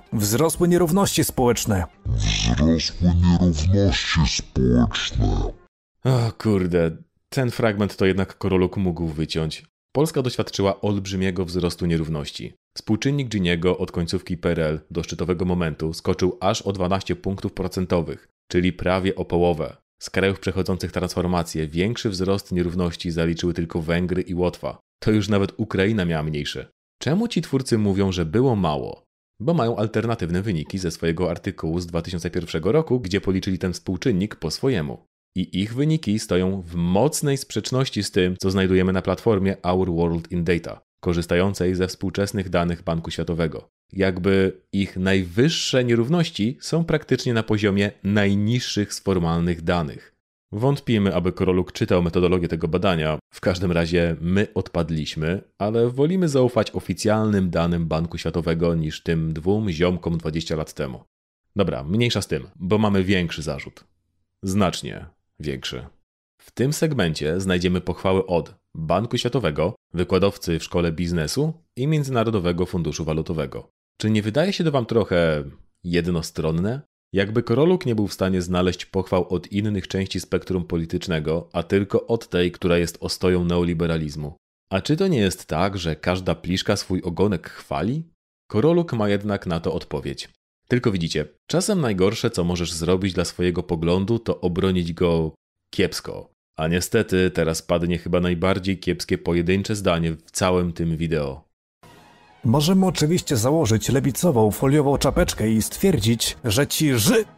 A: O kurde, ten fragment to jednak Koroluk mógł wyciąć. Polska doświadczyła olbrzymiego wzrostu nierówności. Współczynnik Giniego od końcówki PRL do szczytowego momentu skoczył aż o 12 punktów procentowych, czyli prawie o połowę. Z krajów przechodzących transformację większy wzrost nierówności zaliczyły tylko Węgry i Łotwa. To już nawet Ukraina miała mniejszy. Czemu ci twórcy mówią, że było mało? Bo mają alternatywne wyniki ze swojego artykułu z 2001 roku, gdzie policzyli ten współczynnik po swojemu. I ich wyniki stoją w mocnej sprzeczności z tym, co znajdujemy na platformie Our World in Data, korzystającej ze współczesnych danych Banku Światowego. Jakby ich najwyższe nierówności są praktycznie na poziomie najniższych z formalnych danych. Wątpimy, aby Koroluk czytał metodologię tego badania. W każdym razie my odpadliśmy, ale wolimy zaufać oficjalnym danym Banku Światowego niż tym dwóm ziomkom 20 lat temu. Dobra, mniejsza z tym, bo mamy większy zarzut. Znacznie większy. W tym segmencie znajdziemy pochwały od Banku Światowego, wykładowcy w Szkole Biznesu i Międzynarodowego Funduszu Walutowego. Czy nie wydaje się to wam trochę jednostronne? Jakby Koroluk nie był w stanie znaleźć pochwał od innych części spektrum politycznego, a tylko od tej, która jest ostoją neoliberalizmu. A czy to nie jest tak, że każda pliszka swój ogonek chwali? Koroluk ma jednak na to odpowiedź. Tylko widzicie, czasem najgorsze, co możesz zrobić dla swojego poglądu, to obronić go kiepsko. A niestety teraz padnie chyba najbardziej kiepskie pojedyncze zdanie w całym tym wideo.
C: Możemy oczywiście założyć lewicową foliową czapeczkę i stwierdzić, że ci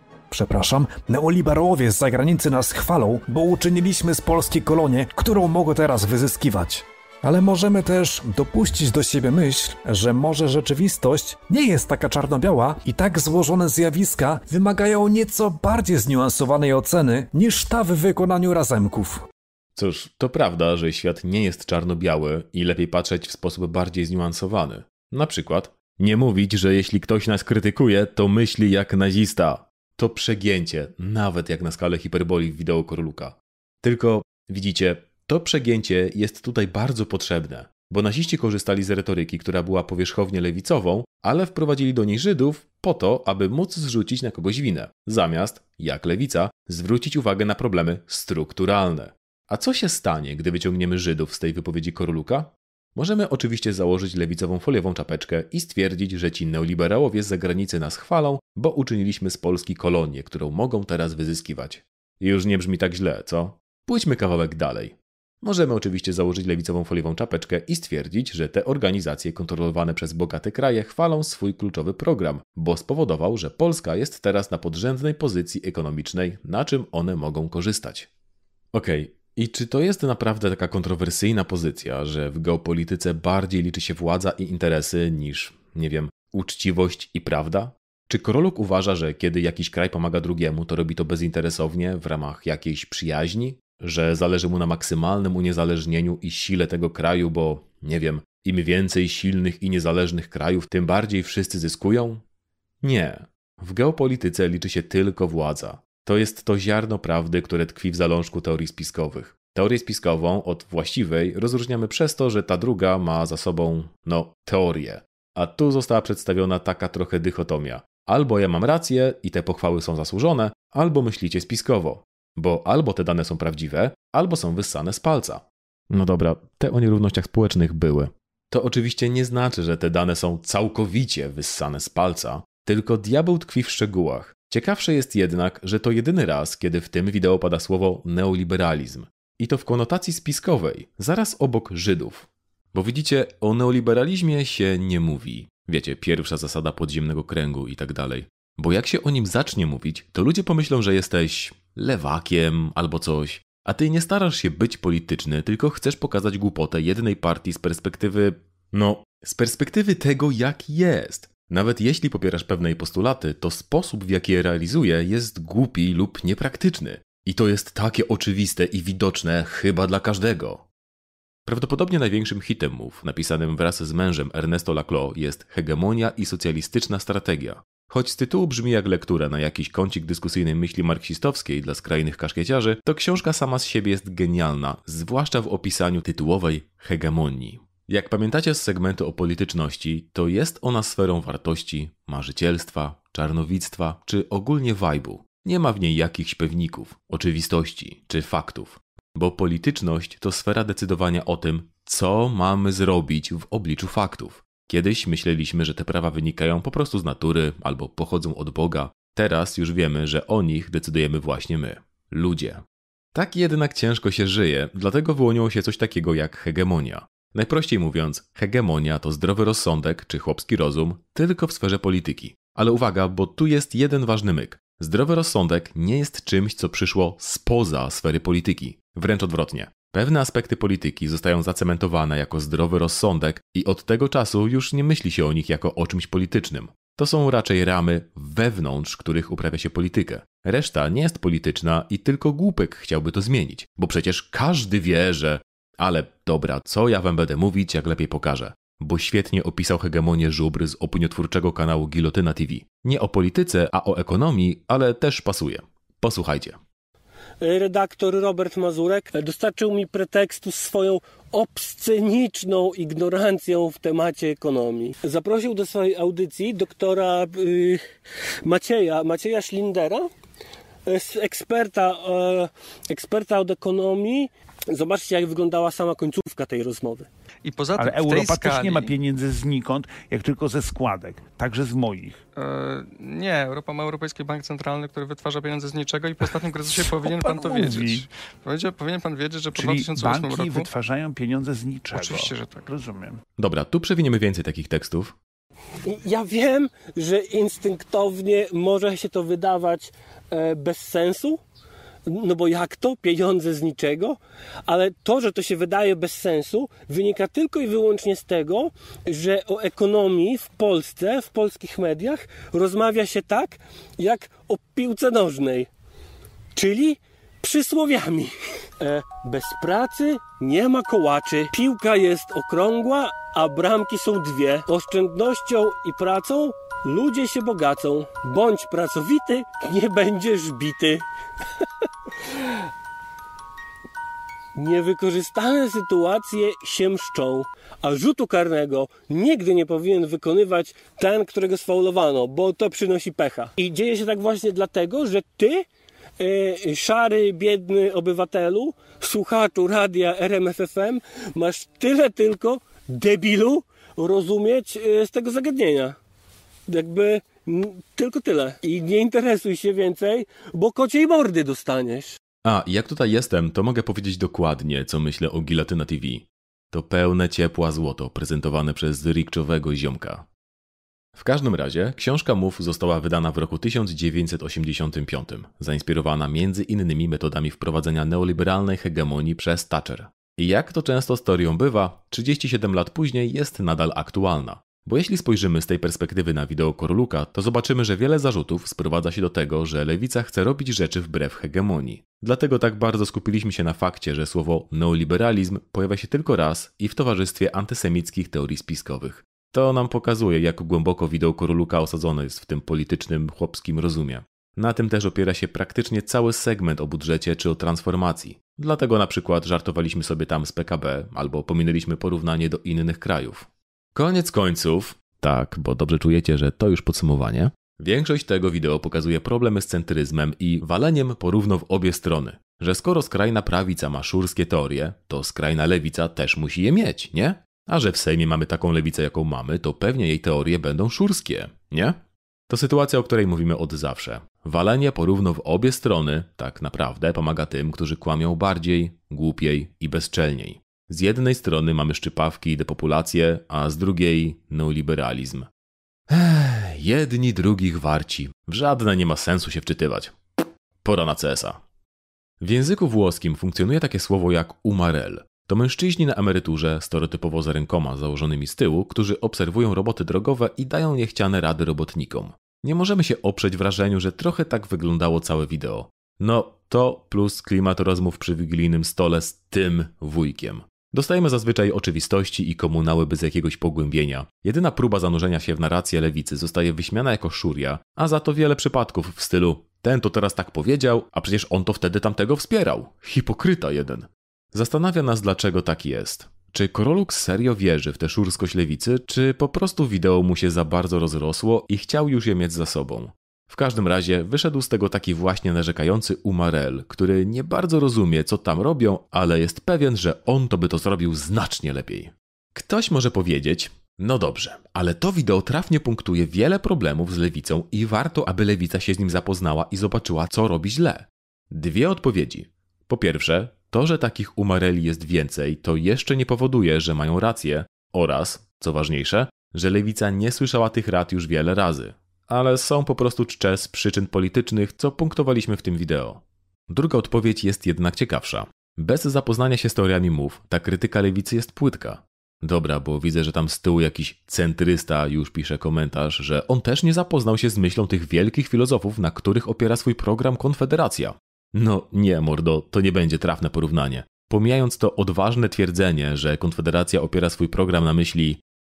C: neoliberałowie z zagranicy nas chwalą, bo uczyniliśmy z Polski kolonię, którą mogą teraz wyzyskiwać. Ale możemy też dopuścić do siebie myśl, że może rzeczywistość nie jest taka czarno-biała i tak złożone zjawiska wymagają nieco bardziej zniuansowanej oceny niż ta w wykonaniu Razemków.
A: Cóż, to prawda, że świat nie jest czarno-biały i lepiej patrzeć w sposób bardziej zniuansowany. Na przykład, nie mówić, że jeśli ktoś nas krytykuje, to myśli jak nazista. To przegięcie, nawet jak na skalę hiperboli w wideo Koroluka. Tylko, widzicie, to przegięcie jest tutaj bardzo potrzebne, bo naziści korzystali z retoryki, która była powierzchownie lewicową, ale wprowadzili do niej Żydów po to, aby móc zrzucić na kogoś winę, zamiast, jak lewica, zwrócić uwagę na problemy strukturalne. A co się stanie, gdy wyciągniemy Żydów z tej wypowiedzi Koroluka? Możemy oczywiście założyć lewicową foliową czapeczkę i stwierdzić, że ci neoliberałowie z zagranicy nas chwalą, bo uczyniliśmy z Polski kolonię, którą mogą teraz wyzyskiwać. I już nie brzmi tak źle, co? Pójdźmy kawałek dalej. Możemy oczywiście założyć lewicową foliową czapeczkę i stwierdzić, że te organizacje kontrolowane przez bogate kraje chwalą swój kluczowy program, bo spowodował, że Polska jest teraz na podrzędnej pozycji ekonomicznej, na czym one mogą korzystać. Okej, i czy to jest naprawdę taka kontrowersyjna pozycja, że w geopolityce bardziej liczy się władza i interesy niż, nie wiem, uczciwość i prawda? Czy Koroluk uważa, że kiedy jakiś kraj pomaga drugiemu, to robi to bezinteresownie, w ramach jakiejś przyjaźni? Że zależy mu na maksymalnym uniezależnieniu i sile tego kraju, bo, nie wiem, im więcej silnych i niezależnych krajów, tym bardziej wszyscy zyskują? Nie. W geopolityce liczy się tylko władza. To jest to ziarno prawdy, które tkwi w zalążku teorii spiskowych. Teorię spiskową od właściwej rozróżniamy przez to, że ta druga ma za sobą, teorię. A tu została przedstawiona taka trochę dychotomia. Albo ja mam rację i te pochwały są zasłużone, albo myślicie spiskowo. Bo albo te dane są prawdziwe, albo są wyssane z palca. No dobra, te o nierównościach społecznych były. To oczywiście nie znaczy, że te dane są całkowicie wyssane z palca, tylko diabeł tkwi w szczegółach. Ciekawsze jest jednak, że to jedyny raz, kiedy w tym wideo pada słowo neoliberalizm. I to w konotacji spiskowej, zaraz obok Żydów. Bo widzicie, o neoliberalizmie się nie mówi. Wiecie, pierwsza zasada podziemnego kręgu i tak dalej. Bo jak się o nim zacznie mówić, to ludzie pomyślą, że jesteś lewakiem albo coś. A ty nie starasz się być polityczny, tylko chcesz pokazać głupotę jednej partii z perspektywy tego, jak jest. Nawet jeśli popierasz pewne jej postulaty, to sposób, w jaki je realizuje, jest głupi lub niepraktyczny. I to jest takie oczywiste i widoczne chyba dla każdego. Prawdopodobnie największym hitem MOVE, napisanym wraz z mężem Ernesto Laclau, jest Hegemonia i socjalistyczna strategia. Choć z tytułu brzmi jak lektura na jakiś kącik dyskusyjnej myśli marksistowskiej dla skrajnych kaszkieciarzy, to książka sama z siebie jest genialna, zwłaszcza w opisaniu tytułowej hegemonii. Jak pamiętacie z segmentu o polityczności, to jest ona sferą wartości, marzycielstwa, czarnowictwa czy ogólnie wajbu. Nie ma w niej jakichś pewników, oczywistości czy faktów. Bo polityczność to sfera decydowania o tym, co mamy zrobić w obliczu faktów. Kiedyś myśleliśmy, że te prawa wynikają po prostu z natury albo pochodzą od Boga. Teraz już wiemy, że o nich decydujemy właśnie my, ludzie. Tak jednak ciężko się żyje, dlatego wyłoniło się coś takiego jak hegemonia. Najprościej mówiąc, hegemonia to zdrowy rozsądek czy chłopski rozum tylko w sferze polityki. Ale uwaga, bo tu jest jeden ważny myk. Zdrowy rozsądek nie jest czymś, co przyszło spoza sfery polityki. Wręcz odwrotnie. Pewne aspekty polityki zostają zacementowane jako zdrowy rozsądek i od tego czasu już nie myśli się o nich jako o czymś politycznym. To są raczej ramy, wewnątrz których uprawia się politykę. Reszta nie jest polityczna i tylko głupek chciałby to zmienić, bo przecież każdy wie, że... Ale dobra, co ja wam będę mówić, jak lepiej pokażę. Bo świetnie opisał hegemonię Żubr z opiniotwórczego kanału Gilotyna TV. Nie o polityce, a o ekonomii, ale też pasuje. Posłuchajcie.
E: Redaktor Robert Mazurek dostarczył mi pretekstu z swoją obsceniczną ignorancją w temacie ekonomii. Zaprosił do swojej audycji doktora Macieja Schlindera, eksperta od ekonomii. Zobaczcie, jak wyglądała sama końcówka tej rozmowy.
F: I poza tym,
G: ale Europa też nie ma pieniędzy znikąd, jak tylko ze składek, także z moich.
F: Nie, Europa ma Europejski Bank Centralny, który wytwarza pieniądze z niczego i po ostatnim kryzysie powinien pan to wiedzieć. Powinien pan wiedzieć, że po 2008
G: banki
F: roku...
G: wytwarzają pieniądze z niczego.
F: Oczywiście, że tak.
G: Rozumiem.
A: Dobra, tu przewiniemy więcej takich tekstów.
E: Ja wiem, że instynktownie może się to wydawać bez sensu, no bo jak to? Pieniądze z niczego? Ale to, że to się wydaje bez sensu, wynika tylko i wyłącznie z tego, że o ekonomii w Polsce, w polskich mediach rozmawia się tak, jak o piłce nożnej. Czyli przysłowiami. Bez pracy nie ma kołaczy. Piłka jest okrągła, a bramki są dwie. Oszczędnością i pracą ludzie się bogacą. Bądź pracowity, nie będziesz bity. Niewykorzystane sytuacje się mszczą, a rzutu karnego nigdy nie powinien wykonywać ten, którego sfaulowano, bo to przynosi pecha. I dzieje się tak właśnie dlatego, że ty, szary, biedny obywatelu, słuchaczu radia RMF FM, masz tyle tylko, debilu, rozumieć z tego zagadnienia. Jakby tylko tyle. I nie interesuj się więcej, bo kociej mordy dostaniesz.
A: A, jak tutaj jestem, to mogę powiedzieć dokładnie, co myślę o Gilatyna TV. To pełne ciepła złoto prezentowane przez rikczowego ziomka. W każdym razie, książka Mów została wydana w roku 1985, zainspirowana między innymi metodami wprowadzenia neoliberalnej hegemonii przez Thatcher. I jak to często z teorią bywa, 37 lat później jest nadal aktualna. Bo jeśli spojrzymy z tej perspektywy na wideo Koroluka, to zobaczymy, że wiele zarzutów sprowadza się do tego, że lewica chce robić rzeczy wbrew hegemonii. Dlatego tak bardzo skupiliśmy się na fakcie, że słowo neoliberalizm pojawia się tylko raz i w towarzystwie antysemickich teorii spiskowych. To nam pokazuje, jak głęboko wideo Koroluka osadzone jest w tym politycznym, chłopskim rozumie. Na tym też opiera się praktycznie cały segment o budżecie czy o transformacji. Dlatego na przykład żartowaliśmy sobie tam z PKB albo pominęliśmy porównanie do innych krajów. Koniec końców, tak, bo dobrze czujecie, że to już podsumowanie, większość tego wideo pokazuje problemy z centryzmem i waleniem porówno w obie strony. Że skoro skrajna prawica ma szurskie teorie, to skrajna lewica też musi je mieć, nie? A że w Sejmie mamy taką lewicę, jaką mamy, to pewnie jej teorie będą szurskie, nie? To sytuacja, o której mówimy od zawsze. Walenie porówno w obie strony tak naprawdę pomaga tym, którzy kłamią bardziej, głupiej i bezczelniej. Z jednej strony mamy szczypawki i depopulację, a z drugiej neoliberalizm. Jedni drugich warci. W żadne nie ma sensu się wczytywać. Pora na CS-a. W języku włoskim funkcjonuje takie słowo jak umarel. To mężczyźni na emeryturze, stereotypowo za rękoma założonymi z tyłu, którzy obserwują roboty drogowe i dają niechciane rady robotnikom. Nie możemy się oprzeć wrażeniu, że trochę tak wyglądało całe wideo. No, to plus klimat rozmów przy wigilijnym stole z tym wujkiem. Dostajemy zazwyczaj oczywistości i komunały bez jakiegoś pogłębienia. Jedyna próba zanurzenia się w narrację lewicy zostaje wyśmiana jako szuria, a za to wiele przypadków w stylu ten to teraz tak powiedział, a przecież on to wtedy tamtego wspierał. Hipokryta jeden. Zastanawia nas, dlaczego tak jest. Czy Koroluk serio wierzy w tę szurskość lewicy, czy po prostu wideo mu się za bardzo rozrosło i chciał już je mieć za sobą? W każdym razie wyszedł z tego taki właśnie narzekający umarel, który nie bardzo rozumie, co tam robią, ale jest pewien, że on to by to zrobił znacznie lepiej. Ktoś może powiedzieć, no dobrze, ale to wideo trafnie punktuje wiele problemów z lewicą i warto, aby lewica się z nim zapoznała i zobaczyła, co robi źle. Dwie odpowiedzi. Po pierwsze, to, że takich umareli jest więcej, to jeszcze nie powoduje, że mają rację oraz, co ważniejsze, że lewica nie słyszała tych rad już wiele razy. Ale są po prostu czcze z przyczyn politycznych, co punktowaliśmy w tym wideo. Druga odpowiedź jest jednak ciekawsza. Bez zapoznania się z teoriami Mów, ta krytyka lewicy jest płytka. Dobra, bo widzę, że tam z tyłu jakiś centrysta już pisze komentarz, że on też nie zapoznał się z myślą tych wielkich filozofów, na których opiera swój program Konfederacja. No nie, mordo, to nie będzie trafne porównanie. Pomijając to odważne twierdzenie, że Konfederacja opiera swój program na myśli,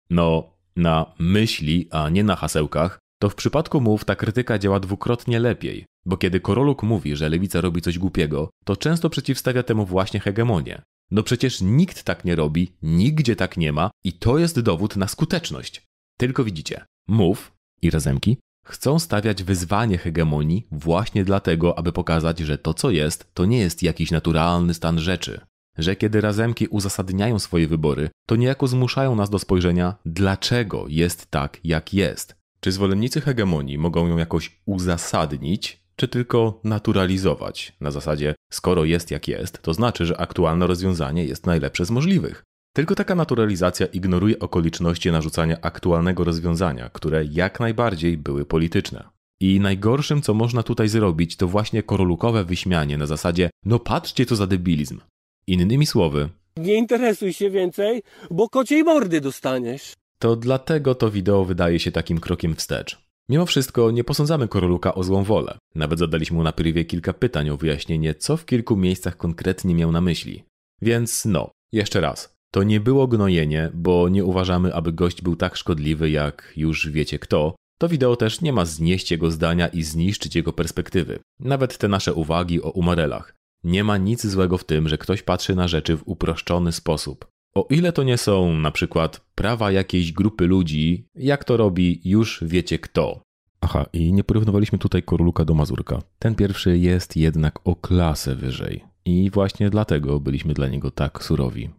A: na myśli, a nie na hasełkach, to w przypadku Mów ta krytyka działa dwukrotnie lepiej, bo kiedy Koroluk mówi, że lewica robi coś głupiego, to często przeciwstawia temu właśnie hegemonię. No przecież nikt tak nie robi, nigdzie tak nie ma i to jest dowód na skuteczność. Tylko widzicie, Mów i Razemki chcą stawiać wyzwanie hegemonii właśnie dlatego, aby pokazać, że to co jest, to nie jest jakiś naturalny stan rzeczy. Że kiedy Razemki uzasadniają swoje wybory, to niejako zmuszają nas do spojrzenia, dlaczego jest tak, jak jest. Czy zwolennicy hegemonii mogą ją jakoś uzasadnić, czy tylko naturalizować? Na zasadzie, skoro jest jak jest, to znaczy, że aktualne rozwiązanie jest najlepsze z możliwych. Tylko taka naturalizacja ignoruje okoliczności narzucania aktualnego rozwiązania, które jak najbardziej były polityczne. I najgorszym, co można tutaj zrobić, to właśnie korolukowe wyśmianie na zasadzie, no patrzcie co za debilizm. Innymi słowy,
E: nie interesuj się więcej, bo kociej mordy dostaniesz.
A: To dlatego to wideo wydaje się takim krokiem wstecz. Mimo wszystko nie posądzamy Koroluka o złą wolę. Nawet zadaliśmy mu na privie kilka pytań o wyjaśnienie, co w kilku miejscach konkretnie miał na myśli. Więc jeszcze raz. To nie było gnojenie, bo nie uważamy, aby gość był tak szkodliwy jak już wiecie kto. To wideo też nie ma znieść jego zdania i zniszczyć jego perspektywy. Nawet te nasze uwagi o umarelach. Nie ma nic złego w tym, że ktoś patrzy na rzeczy w uproszczony sposób. O ile to nie są na przykład prawa jakiejś grupy ludzi, jak to robi już wiecie kto. Aha, i nie porównywaliśmy tutaj Koroluka do Mazurka. Ten pierwszy jest jednak o klasę wyżej. I właśnie dlatego byliśmy dla niego tak surowi.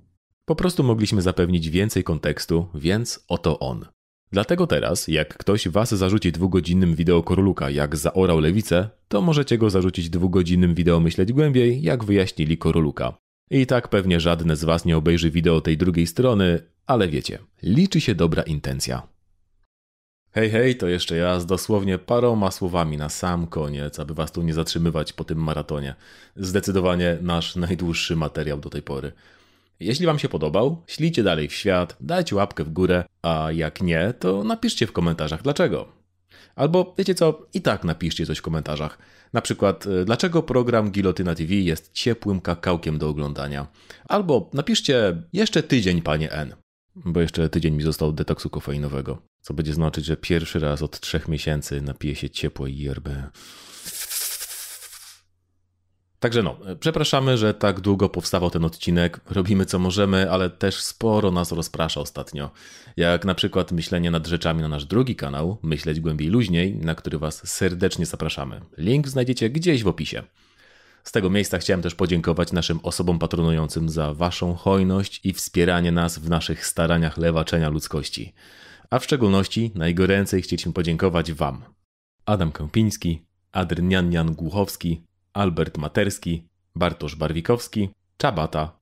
A: Po prostu mogliśmy zapewnić więcej kontekstu, więc oto on. Dlatego teraz, jak ktoś was zarzuci 2-godzinnym wideo Koroluka, jak zaorał lewicę, to możecie go zarzucić 2-godzinnym wideo Myśleć Głębiej, jak wyjaśnili Koroluka. I tak pewnie żadne z was nie obejrzy wideo tej drugiej strony, ale wiecie, liczy się dobra intencja. Hej, to jeszcze ja z dosłownie paroma słowami na sam koniec, aby was tu nie zatrzymywać po tym maratonie. Zdecydowanie nasz najdłuższy materiał do tej pory. Jeśli wam się podobał, ślijcie dalej w świat, dajcie łapkę w górę, a jak nie, to napiszcie w komentarzach dlaczego. Albo wiecie co, i tak napiszcie coś w komentarzach. Na przykład, dlaczego program Gilotyna TV jest ciepłym kakałkiem do oglądania. Albo napiszcie jeszcze tydzień, panie N. Bo jeszcze tydzień mi został detoksu kofeinowego. Co będzie znaczyć, że pierwszy raz od 3 miesięcy napiję się ciepłej yerby. Także przepraszamy, że tak długo powstawał ten odcinek. Robimy co możemy, ale też sporo nas rozprasza ostatnio. Jak na przykład myślenie nad rzeczami na nasz drugi kanał, Myśleć Głębiej Luźniej, na który was serdecznie zapraszamy. Link znajdziecie gdzieś w opisie. Z tego miejsca chciałem też podziękować naszym osobom patronującym za waszą hojność i wspieranie nas w naszych staraniach lewaczenia ludzkości. A w szczególności najgoręcej chcieliśmy podziękować wam. Adam Kępiński, Adrian Głuchowski, Albert Materski, Bartosz Barwikowski, Czabata,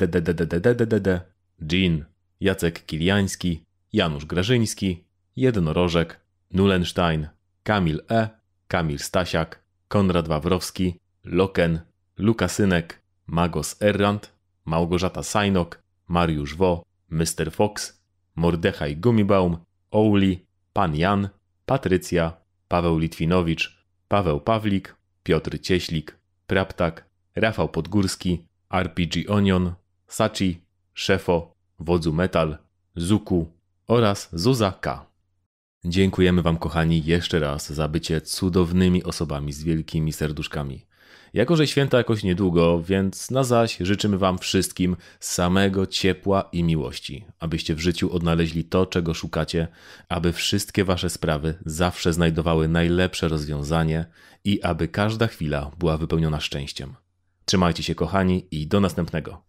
A: Jean, Jacek Kiliański, Janusz Grażyński, Jednorożek, Nulenstein, Kamil E., Kamil Stasiak, Konrad Wawrowski, Loken, Lukasynek, Magos Errant, Małgorzata Sajnok, Mariusz Wo, Mr. Fox, Mordechaj Gumibaum, Ouli, Pan Jan, Patrycja, Paweł Litwinowicz, Paweł Pawlik, Piotr Cieślik, Praptak, Rafał Podgórski, RPG Onion, Sachi, Szefo, Wodzu Metal, Zuku oraz Zuza K. Dziękujemy wam, kochani, jeszcze raz za bycie cudownymi osobami z wielkimi serduszkami. Jako że święta jakoś niedługo, więc na zaś życzymy wam wszystkim samego ciepła i miłości, abyście w życiu odnaleźli to, czego szukacie, aby wszystkie wasze sprawy zawsze znajdowały najlepsze rozwiązanie i aby każda chwila była wypełniona szczęściem. Trzymajcie się, kochani, i do następnego.